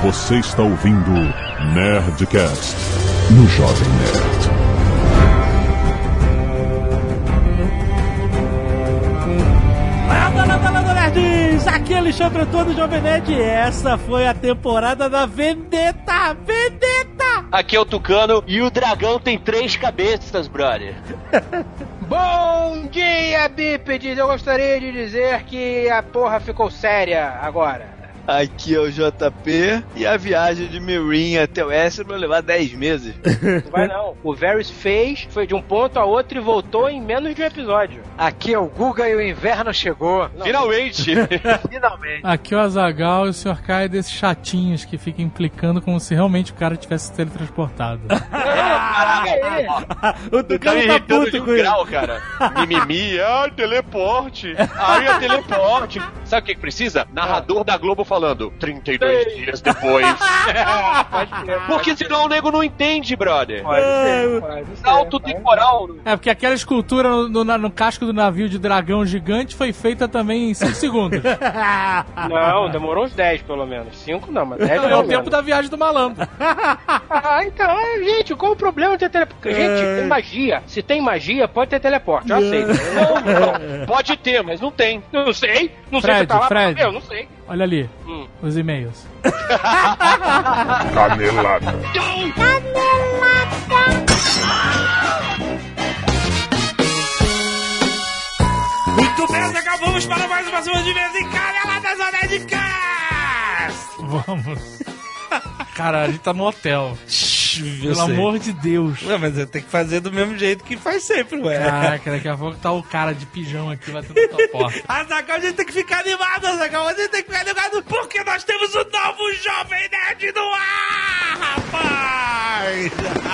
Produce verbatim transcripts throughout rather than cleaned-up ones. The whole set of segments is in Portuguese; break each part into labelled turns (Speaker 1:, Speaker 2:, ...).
Speaker 1: Você está ouvindo Nerdcast no Jovem Nerd.
Speaker 2: Landa, landa, landa, nerds! Aqui é Alexandre Antônio, Jovem Nerd, e essa foi a temporada da Vendetta! Vendetta!
Speaker 3: Aqui é o Tucano e o dragão tem três cabeças, brother.
Speaker 4: Bom dia, bípedes! Eu gostaria de dizer que a porra ficou séria agora.
Speaker 5: Aqui é o J P e a viagem de Meereen até o Westeros vai levar dez meses.
Speaker 4: Não vai não. O Varys fez, foi de um ponto a outro e voltou em menos de um episódio. Aqui é o Guga e o inverno chegou. Não.
Speaker 3: Finalmente!
Speaker 4: Finalmente.
Speaker 6: Aqui é o Azaghal e o senhor Kai é desses chatinhos que ficam implicando como se realmente o cara tivesse se teletransportado.
Speaker 2: O Tucano tá puto com
Speaker 3: grau, cara. Mimimi, ah, teleporte. Aí é teleporte. Sabe o que, que precisa? Narrador da Globo falando trinta e dois Ei. dias depois. Porque senão o nego não entende, brother.
Speaker 4: Pode ser, pode ser.
Speaker 3: Salto temporal.
Speaker 6: É, porque aquela escultura no, no, no casco do navio de dragão gigante foi feita também em cinco segundos.
Speaker 4: Não, demorou uns dez pelo menos. cinco não, mas dez
Speaker 6: é o tempo da viagem do malandro.
Speaker 4: Ah, então, gente, qual o problema de ter teleporte? Gente, tem magia. Se tem magia, pode ter teleporte, eu aceito.
Speaker 3: Não, não. Pode ter, mas não tem.
Speaker 4: Não sei. Não
Speaker 6: Fred,
Speaker 4: sei se tá lá.
Speaker 6: Fred.
Speaker 4: Eu não sei.
Speaker 6: Olha ali,
Speaker 3: hum.
Speaker 6: os e-mails.
Speaker 1: Canelada.
Speaker 2: Muito bem, acabamos para mais uma semana de vez em Caneladas ou Nerdcast!
Speaker 6: Vamos. Cara, a gente tá no hotel. Pelo
Speaker 2: sei.
Speaker 6: amor de Deus.
Speaker 2: Não, mas tem que fazer do mesmo jeito que faz sempre, ué.
Speaker 6: Caraca, daqui a pouco tá o cara de pijão aqui batendo na tua porta.
Speaker 2: Azaghal, a gente tem que ficar animado, Azaghal. A gente tem que ficar animado porque nós temos o novo Jovem Nerd no ar, rapaz!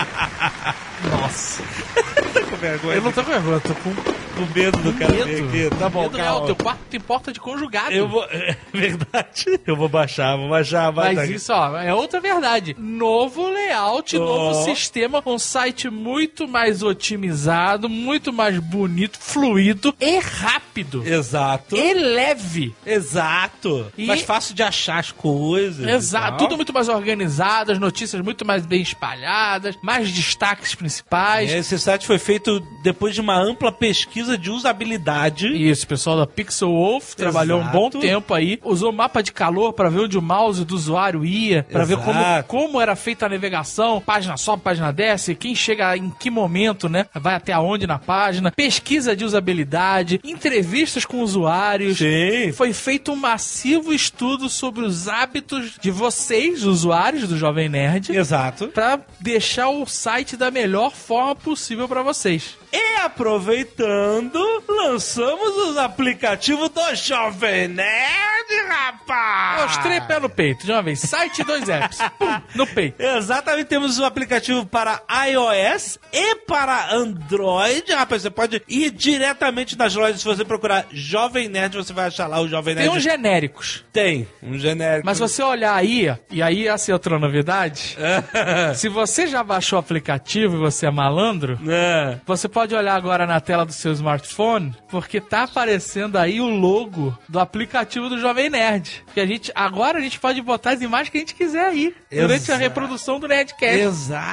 Speaker 6: Nossa.
Speaker 2: Tá com vergonha?
Speaker 6: Eu não tô com vergonha, eu tô com...
Speaker 2: com medo do cara vir aqui. Tá bom,
Speaker 6: medo
Speaker 2: calma.
Speaker 6: Não, teu quarto tem porta de conjugado.
Speaker 2: Eu vou... É verdade. Eu vou baixar, vou baixar. Vai
Speaker 6: Mas
Speaker 2: tá...
Speaker 6: isso, ó, é outra verdade. Novo layout,
Speaker 2: oh.
Speaker 6: novo sistema, um site muito mais otimizado, muito mais bonito, fluido e rápido.
Speaker 2: Exato.
Speaker 6: E leve.
Speaker 2: Exato.
Speaker 6: E...
Speaker 2: mais fácil de achar as coisas.
Speaker 6: Exato. Tudo muito mais organizado, as notícias muito mais bem espalhadas, mais destaques principais.
Speaker 2: Esse site foi feito depois de uma ampla pesquisa de usabilidade.
Speaker 6: Isso, o pessoal da Pixel Wolf trabalhou um bom tempo aí, usou mapa de calor para ver onde o mouse do usuário ia, para ver como, como era feita a navegação, página sobe, página desce, quem chega em que momento, né, vai até aonde na página, pesquisa de usabilidade, entrevistas com usuários.
Speaker 2: Sim.
Speaker 6: Foi feito um massivo estudo sobre os hábitos de vocês, usuários do Jovem Nerd.
Speaker 2: Exato.
Speaker 6: Para deixar o site da melhor forma possível para vocês.
Speaker 2: E aproveitando, lançamos os aplicativos do Jovem Nerd, rapaz!
Speaker 6: Mostrei pé no peito, de uma vez. Site e dois apps. Pum, no peito.
Speaker 2: Exatamente, temos um aplicativo para iOS e para Android. Rapaz, você pode ir diretamente nas lojas. Se você procurar Jovem Nerd, você vai achar lá o Jovem Nerd.
Speaker 6: Tem uns genéricos.
Speaker 2: Tem, um genérico.
Speaker 6: Mas se você olhar aí, e aí essa é outra novidade, se você já baixou o aplicativo e você é malandro,
Speaker 2: é.
Speaker 6: você pode olhar agora na tela do seu smartphone, porque tá aparecendo aí o logo do aplicativo do Jovem Nerd. Que a gente, agora a gente pode botar as imagens que a gente quiser aí, durante
Speaker 2: Exato.
Speaker 6: a reprodução do Nerdcast.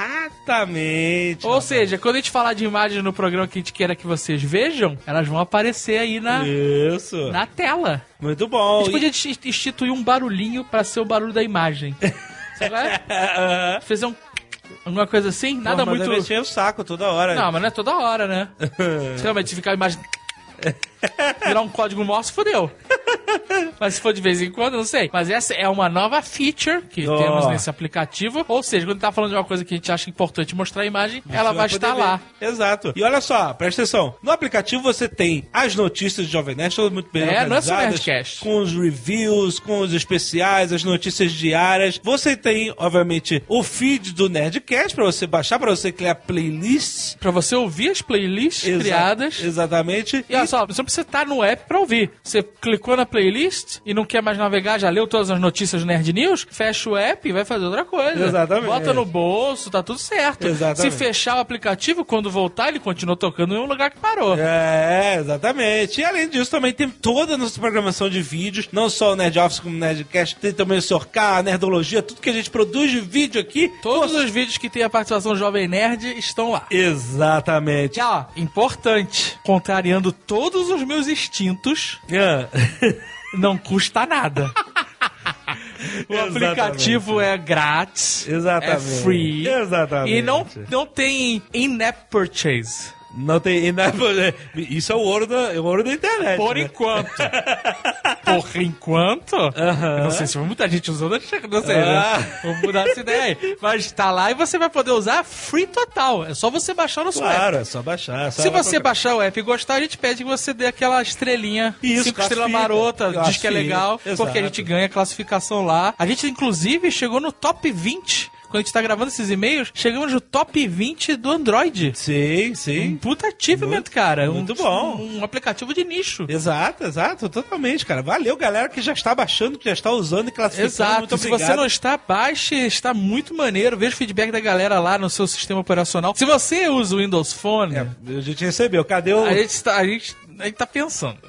Speaker 2: Exatamente.
Speaker 6: Ou seja, quando a gente falar de imagens no programa que a gente queira que vocês vejam, elas vão aparecer aí na,
Speaker 2: Isso.
Speaker 6: na tela.
Speaker 2: Muito bom.
Speaker 6: A gente podia instituir um barulhinho pra ser o barulho da imagem. Você vai fazer um... alguma coisa assim? Nada
Speaker 2: Pô, mas
Speaker 6: muito...
Speaker 2: deve encher o saco toda hora.
Speaker 6: Não, mas não é toda hora, né? Se realmente ficar a imagem... virar um código Morse, fodeu. Mas se for de vez em quando, não sei. Mas essa é uma nova feature que oh. temos nesse aplicativo. Ou seja, quando tá falando de uma coisa que a gente acha importante mostrar a imagem, você ela vai, vai estar lá.
Speaker 2: Exato. E olha só, presta atenção. No aplicativo você tem as notícias de Jovem Nerd, todas muito bem
Speaker 6: é,
Speaker 2: organizadas.
Speaker 6: Não é só Nerdcast.
Speaker 2: Com os reviews, com os especiais, as notícias diárias. Você tem, obviamente, o feed do Nerdcast pra você baixar, pra você criar playlists.
Speaker 6: Pra você ouvir as playlists
Speaker 2: Exa-
Speaker 6: criadas.
Speaker 2: Exatamente.
Speaker 6: E olha só, você não precisa estar no app pra ouvir. Você clicou na playlist playlist e não quer mais navegar, já leu todas as notícias do Nerd News, fecha o app e vai fazer outra coisa.
Speaker 2: Exatamente.
Speaker 6: Bota no bolso, tá tudo certo.
Speaker 2: Exatamente.
Speaker 6: Se fechar o aplicativo, quando voltar, ele continua tocando em um lugar que parou.
Speaker 2: É, exatamente. E além disso, também tem toda a nossa programação de vídeos, não só o Nerd Office como o Nerdcast, tem também o Sorcar, a Nerdologia, tudo que a gente produz de vídeo aqui.
Speaker 6: Todos os vídeos que tem a participação do Jovem Nerd estão lá.
Speaker 2: Exatamente.
Speaker 6: E, ó, importante, contrariando todos os meus instintos, não custa nada. O
Speaker 2: Exatamente.
Speaker 6: aplicativo é grátis,
Speaker 2: Exatamente.
Speaker 6: é free,
Speaker 2: Exatamente.
Speaker 6: e não, não tem in-app purchase.
Speaker 2: Não tem. Isso é o ouro da, é o ouro da internet.
Speaker 6: Por
Speaker 2: né?
Speaker 6: enquanto. Por enquanto.
Speaker 2: Uh-huh.
Speaker 6: Eu não sei se muita gente usando, não sei,
Speaker 2: ah.
Speaker 6: né? Vamos mudar essa ideia aí. Mas tá lá e você vai poder usar free total. É só você baixar no seu app.
Speaker 2: Claro, é só baixar. É só
Speaker 6: se você
Speaker 2: procurar.
Speaker 6: baixar o app e gostar, a gente pede que você dê aquela estrelinha,
Speaker 2: Isso,
Speaker 6: cinco
Speaker 2: classifica.
Speaker 6: estrelas marota,
Speaker 2: Classifica.
Speaker 6: diz que é legal,
Speaker 2: Exato.
Speaker 6: porque a gente ganha classificação lá. A gente, inclusive, chegou no top vinte. Quando a gente tá gravando esses e-mails, chegamos no top vinte do Android.
Speaker 2: Sim, sim.
Speaker 6: Um puta achievement,
Speaker 2: Muito,
Speaker 6: cara.
Speaker 2: muito
Speaker 6: um,
Speaker 2: bom.
Speaker 6: Um aplicativo de nicho.
Speaker 2: Exato, exato, totalmente, cara. Valeu, galera que já está baixando, que já está usando e classificando.
Speaker 6: Exato.
Speaker 2: Muito
Speaker 6: Se
Speaker 2: obrigado.
Speaker 6: você não está, baixe, está muito maneiro. Veja o feedback da galera lá no seu sistema operacional. Se você usa o Windows Phone,
Speaker 2: É, a gente recebeu. Cadê o...
Speaker 6: a gente tá, a gente, a gente tá pensando.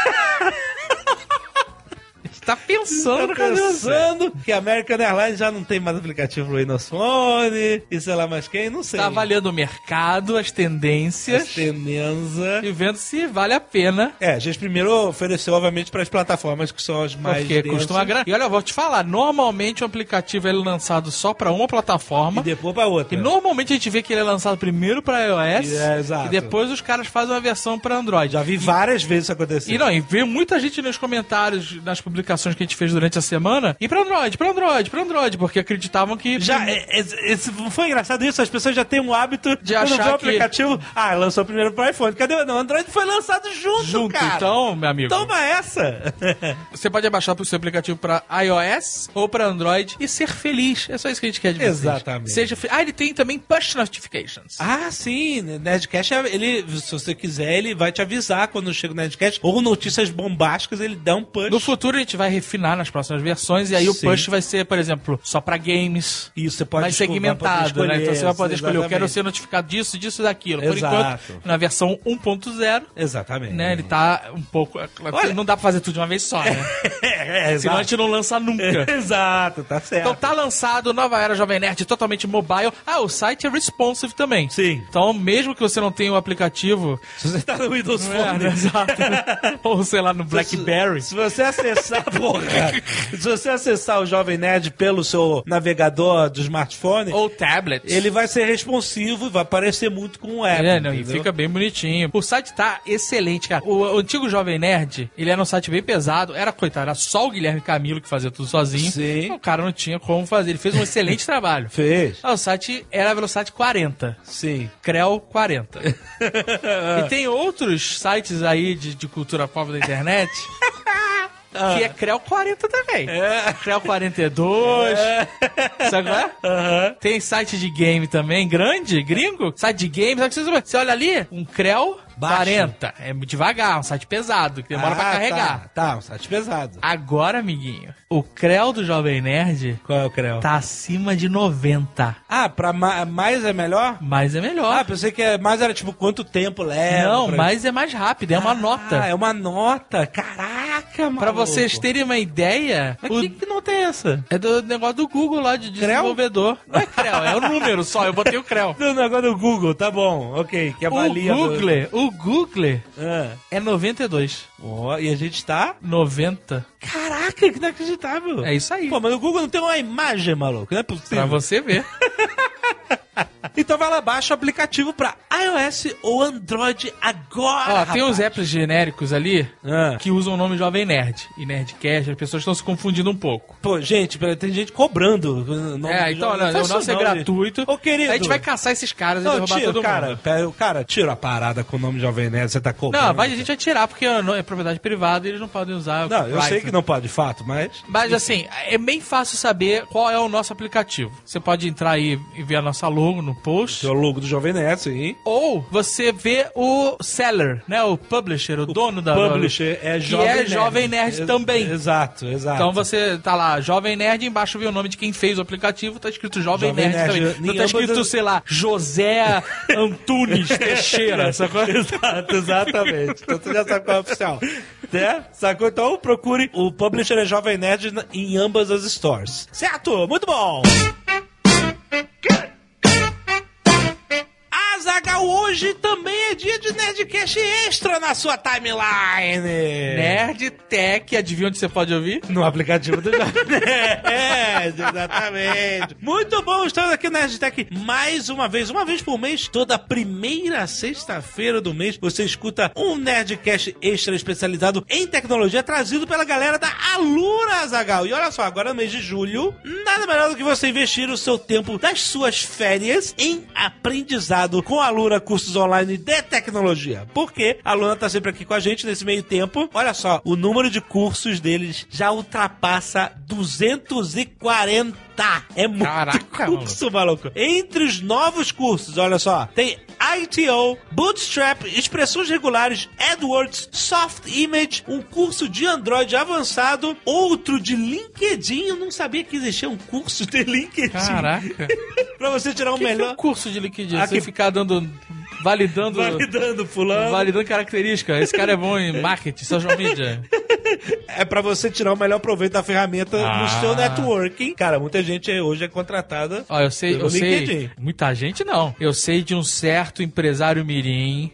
Speaker 6: Tá pensando,
Speaker 2: Tá
Speaker 6: cadê você?
Speaker 2: pensando que a American Airlines já não tem mais aplicativo no Windows Phone e sei lá mais quem, não sei.
Speaker 6: Tá avaliando o mercado, as tendências
Speaker 2: As tendências.
Speaker 6: e vendo se vale a pena.
Speaker 2: É, a gente primeiro ofereceu, obviamente, para as plataformas que são as mais
Speaker 6: Porque
Speaker 2: densas.
Speaker 6: custa uma grana. E olha, eu vou te falar, normalmente o aplicativo é lançado só pra uma plataforma.
Speaker 2: E depois para outra.
Speaker 6: E normalmente a gente vê que ele é lançado primeiro pra iOS
Speaker 2: É, exato.
Speaker 6: e depois os caras fazem uma versão pra Android.
Speaker 2: Já vi várias vezes isso acontecer.
Speaker 6: E não, e veio muita gente nos comentários, nas publicações que a gente fez durante a semana, e pra Android, pra Android, pra Android, porque acreditavam que...
Speaker 2: Já, é, é, é, foi engraçado isso, as pessoas já têm um hábito
Speaker 6: De
Speaker 2: quando
Speaker 6: achar
Speaker 2: vê o
Speaker 6: que-
Speaker 2: aplicativo, ah, lançou primeiro pro iPhone, cadê? Não, o Android foi lançado junto,
Speaker 6: Junto,
Speaker 2: cara.
Speaker 6: então, meu amigo.
Speaker 2: Toma essa.
Speaker 6: Você pode baixar o seu aplicativo pra iOS ou pra Android e ser feliz. É só isso que a gente quer de vocês.
Speaker 2: Exatamente.
Speaker 6: Seja fe... Ah, ele tem também push notifications.
Speaker 2: Ah, sim, Nerdcast, ele, se você quiser, ele vai te avisar quando chega o Nerdcast, ou notícias bombásticas, ele dá um push.
Speaker 6: No futuro a gente vai refinar nas próximas versões e aí o
Speaker 2: Sim.
Speaker 6: push vai ser, por exemplo, só pra games.
Speaker 2: Isso, você pode
Speaker 6: Mais
Speaker 2: escolher,
Speaker 6: segmentado,
Speaker 2: vai poder
Speaker 6: né? Então você vai poder escolher, eu quero
Speaker 2: exatamente.
Speaker 6: ser notificado disso, disso e daquilo. Por
Speaker 2: Exato.
Speaker 6: enquanto, na versão um ponto zero,
Speaker 2: Exatamente.
Speaker 6: né? Ele tá um pouco...
Speaker 2: Olha-
Speaker 6: Não dá pra fazer tudo de uma vez só, né?
Speaker 2: é, é,
Speaker 6: Senão a
Speaker 2: exato.
Speaker 6: gente não lança nunca.
Speaker 2: Exato, tá certo.
Speaker 6: Então tá lançado Nova Era Jovem Nerd totalmente mobile. Ah, o site é responsive também.
Speaker 2: Sim.
Speaker 6: Então, mesmo que você não tenha o aplicativo...
Speaker 2: Se você tá no Windows
Speaker 6: É,
Speaker 2: Phone...
Speaker 6: né? Exato. Ou sei lá, no BlackBerry.
Speaker 2: Se você acessar, porra, se você acessar o Jovem Nerd pelo seu navegador do smartphone,
Speaker 6: Ou tablet.
Speaker 2: ele vai ser responsivo e vai parecer muito com o app.
Speaker 6: É, não, e
Speaker 2: entendeu?
Speaker 6: fica bem bonitinho. O site tá excelente, cara. O, o antigo Jovem Nerd, ele era um site bem pesado. Era, coitado, era só o Guilherme Camilo que fazia tudo sozinho.
Speaker 2: Sim.
Speaker 6: O cara não tinha como fazer. Ele fez um excelente trabalho.
Speaker 2: Fez.
Speaker 6: Ah, o site era a velocidade quarenta.
Speaker 2: Sim.
Speaker 6: Creu quarenta. E tem outros sites aí de, de cultura pop da internet que é Creu quarenta também.
Speaker 2: É.
Speaker 6: Creu quarenta e dois.
Speaker 2: É.
Speaker 6: Sabe qual é?
Speaker 2: Aham.
Speaker 6: Tem site de game também, grande, gringo. Site de game, sabe o que você, você olha ali? Um Creu
Speaker 2: Baixo.
Speaker 6: quarenta. É devagar, um site pesado, que demora
Speaker 2: Ah,
Speaker 6: pra carregar.
Speaker 2: Tá, tá, um site pesado.
Speaker 6: Agora, amiguinho, o Creu do Jovem Nerd
Speaker 2: Qual é o Creu?
Speaker 6: tá acima de noventa.
Speaker 2: Ah, pra ma mais é melhor?
Speaker 6: Mais é melhor.
Speaker 2: Ah, pensei que é- mais era tipo quanto tempo leva.
Speaker 6: Não,
Speaker 2: pra...
Speaker 6: mais é mais rápido, é uma
Speaker 2: Ah,
Speaker 6: nota.
Speaker 2: é uma nota. Caraca, mano.
Speaker 6: Pra vocês terem uma ideia,
Speaker 2: Mas
Speaker 6: o-
Speaker 2: que, que nota é essa?
Speaker 6: é do negócio do Google lá de desenvolvedor. Não é Creu, é o número só, eu botei o Creu.
Speaker 2: Não, negócio do Google, tá bom, ok. Que
Speaker 6: O
Speaker 2: avalia... do-
Speaker 6: Google, o Google
Speaker 2: Ah.
Speaker 6: é noventa e dois.
Speaker 2: Ó, e a gente tá...
Speaker 6: noventa.
Speaker 2: Caraca, que inacreditável.
Speaker 6: É isso aí.
Speaker 2: Pô, mas o Google não tem uma imagem, maluco. Não é possível.
Speaker 6: Pra você ver.
Speaker 2: Então vai lá, baixa o aplicativo pra iOS ou Android agora,
Speaker 6: Ó, tem
Speaker 2: rapaz.
Speaker 6: uns apps genéricos ali
Speaker 2: Ah.
Speaker 6: que usam o nome Jovem Nerd e Nerdcast, as pessoas estão se confundindo um pouco.
Speaker 2: Pô, gente, tem gente cobrando. o nome
Speaker 6: É,
Speaker 2: do
Speaker 6: então,
Speaker 2: jogo.
Speaker 6: não,
Speaker 2: faz
Speaker 6: o nosso
Speaker 2: isso
Speaker 6: é
Speaker 2: não,
Speaker 6: gratuito.
Speaker 2: gente. Ô, querido.
Speaker 6: A gente vai caçar esses caras e
Speaker 2: Não,
Speaker 6: derrubar
Speaker 2: tira,
Speaker 6: todo
Speaker 2: cara,
Speaker 6: mundo.
Speaker 2: pera, o cara, tira a parada com o nome Jovem Nerd, você tá cobrando.
Speaker 6: Não, vai, a gente vai tirar, porque é propriedade privada e eles não podem usar.
Speaker 2: Não, eu
Speaker 6: copyright.
Speaker 2: sei que não pode, de fato, mas...
Speaker 6: Mas assim, é bem fácil saber qual é o nosso aplicativo. Você pode entrar aí e ver a nossa logo no post.
Speaker 2: Que é o logo do Jovem Nerd, sim.
Speaker 6: Ou você vê o seller, né? O publisher, o, o dono da...
Speaker 2: publisher é Jovem
Speaker 6: Nerd.
Speaker 2: Que é Jovem Nerd
Speaker 6: Ex-
Speaker 2: também.
Speaker 6: Exato, exato. Então você tá lá, Jovem Nerd, embaixo vê o nome de quem fez o aplicativo, tá escrito Jovem, Jovem Nerd, Nerd também. Não tá escrito, do... sei lá, José Antunes Teixeira, sacou?
Speaker 2: Exato, exatamente. Então você já sabe qual é o oficial. Né? Sacou? Então procure o publisher é Jovem Nerd em ambas as stores. Certo? Muito bom! Azaghal, hoje também é dia de Nerdcast Extra na sua timeline.
Speaker 6: Nerd Tech, adivinha onde você pode ouvir?
Speaker 2: No aplicativo do Jovem Nerd, exatamente. Muito bom, estamos aqui no Nerd Tech mais uma vez, uma vez por mês, toda primeira sexta-feira do mês, você escuta um Nerdcast Extra especializado em tecnologia, trazido pela galera da Alura, Azaghal. E olha só, agora no mês de julho, nada melhor do que você investir o seu tempo das suas férias em aprendizado com a Alura Cursos Online de Tecnologia. Porque a Aluna tá sempre aqui com a gente nesse meio tempo. Olha só, o número de cursos deles já ultrapassa duzentos e quarenta. É muito Caraca, curso, maluco. Entre os novos cursos, olha só, tem I T O, Bootstrap, expressões regulares, AdWords, Soft Image, um curso de Android avançado, outro de LinkedIn. Eu não sabia que existia um curso de LinkedIn.
Speaker 6: Caraca.
Speaker 2: Pra você tirar o
Speaker 6: que
Speaker 2: melhor...
Speaker 6: Que é um curso de LinkedIn?
Speaker 2: Aqui...
Speaker 6: Você ficar dando... Validando...
Speaker 2: Validando, fulano.
Speaker 6: Validando características. Esse cara é bom em marketing, social media.
Speaker 2: É pra você tirar o melhor proveito da ferramenta ah. no seu networking. Cara, muita gente hoje é contratada.
Speaker 6: Ó, eu sei, eu LinkedIn. sei. Muita gente não. Eu sei de um certo empresário mirim...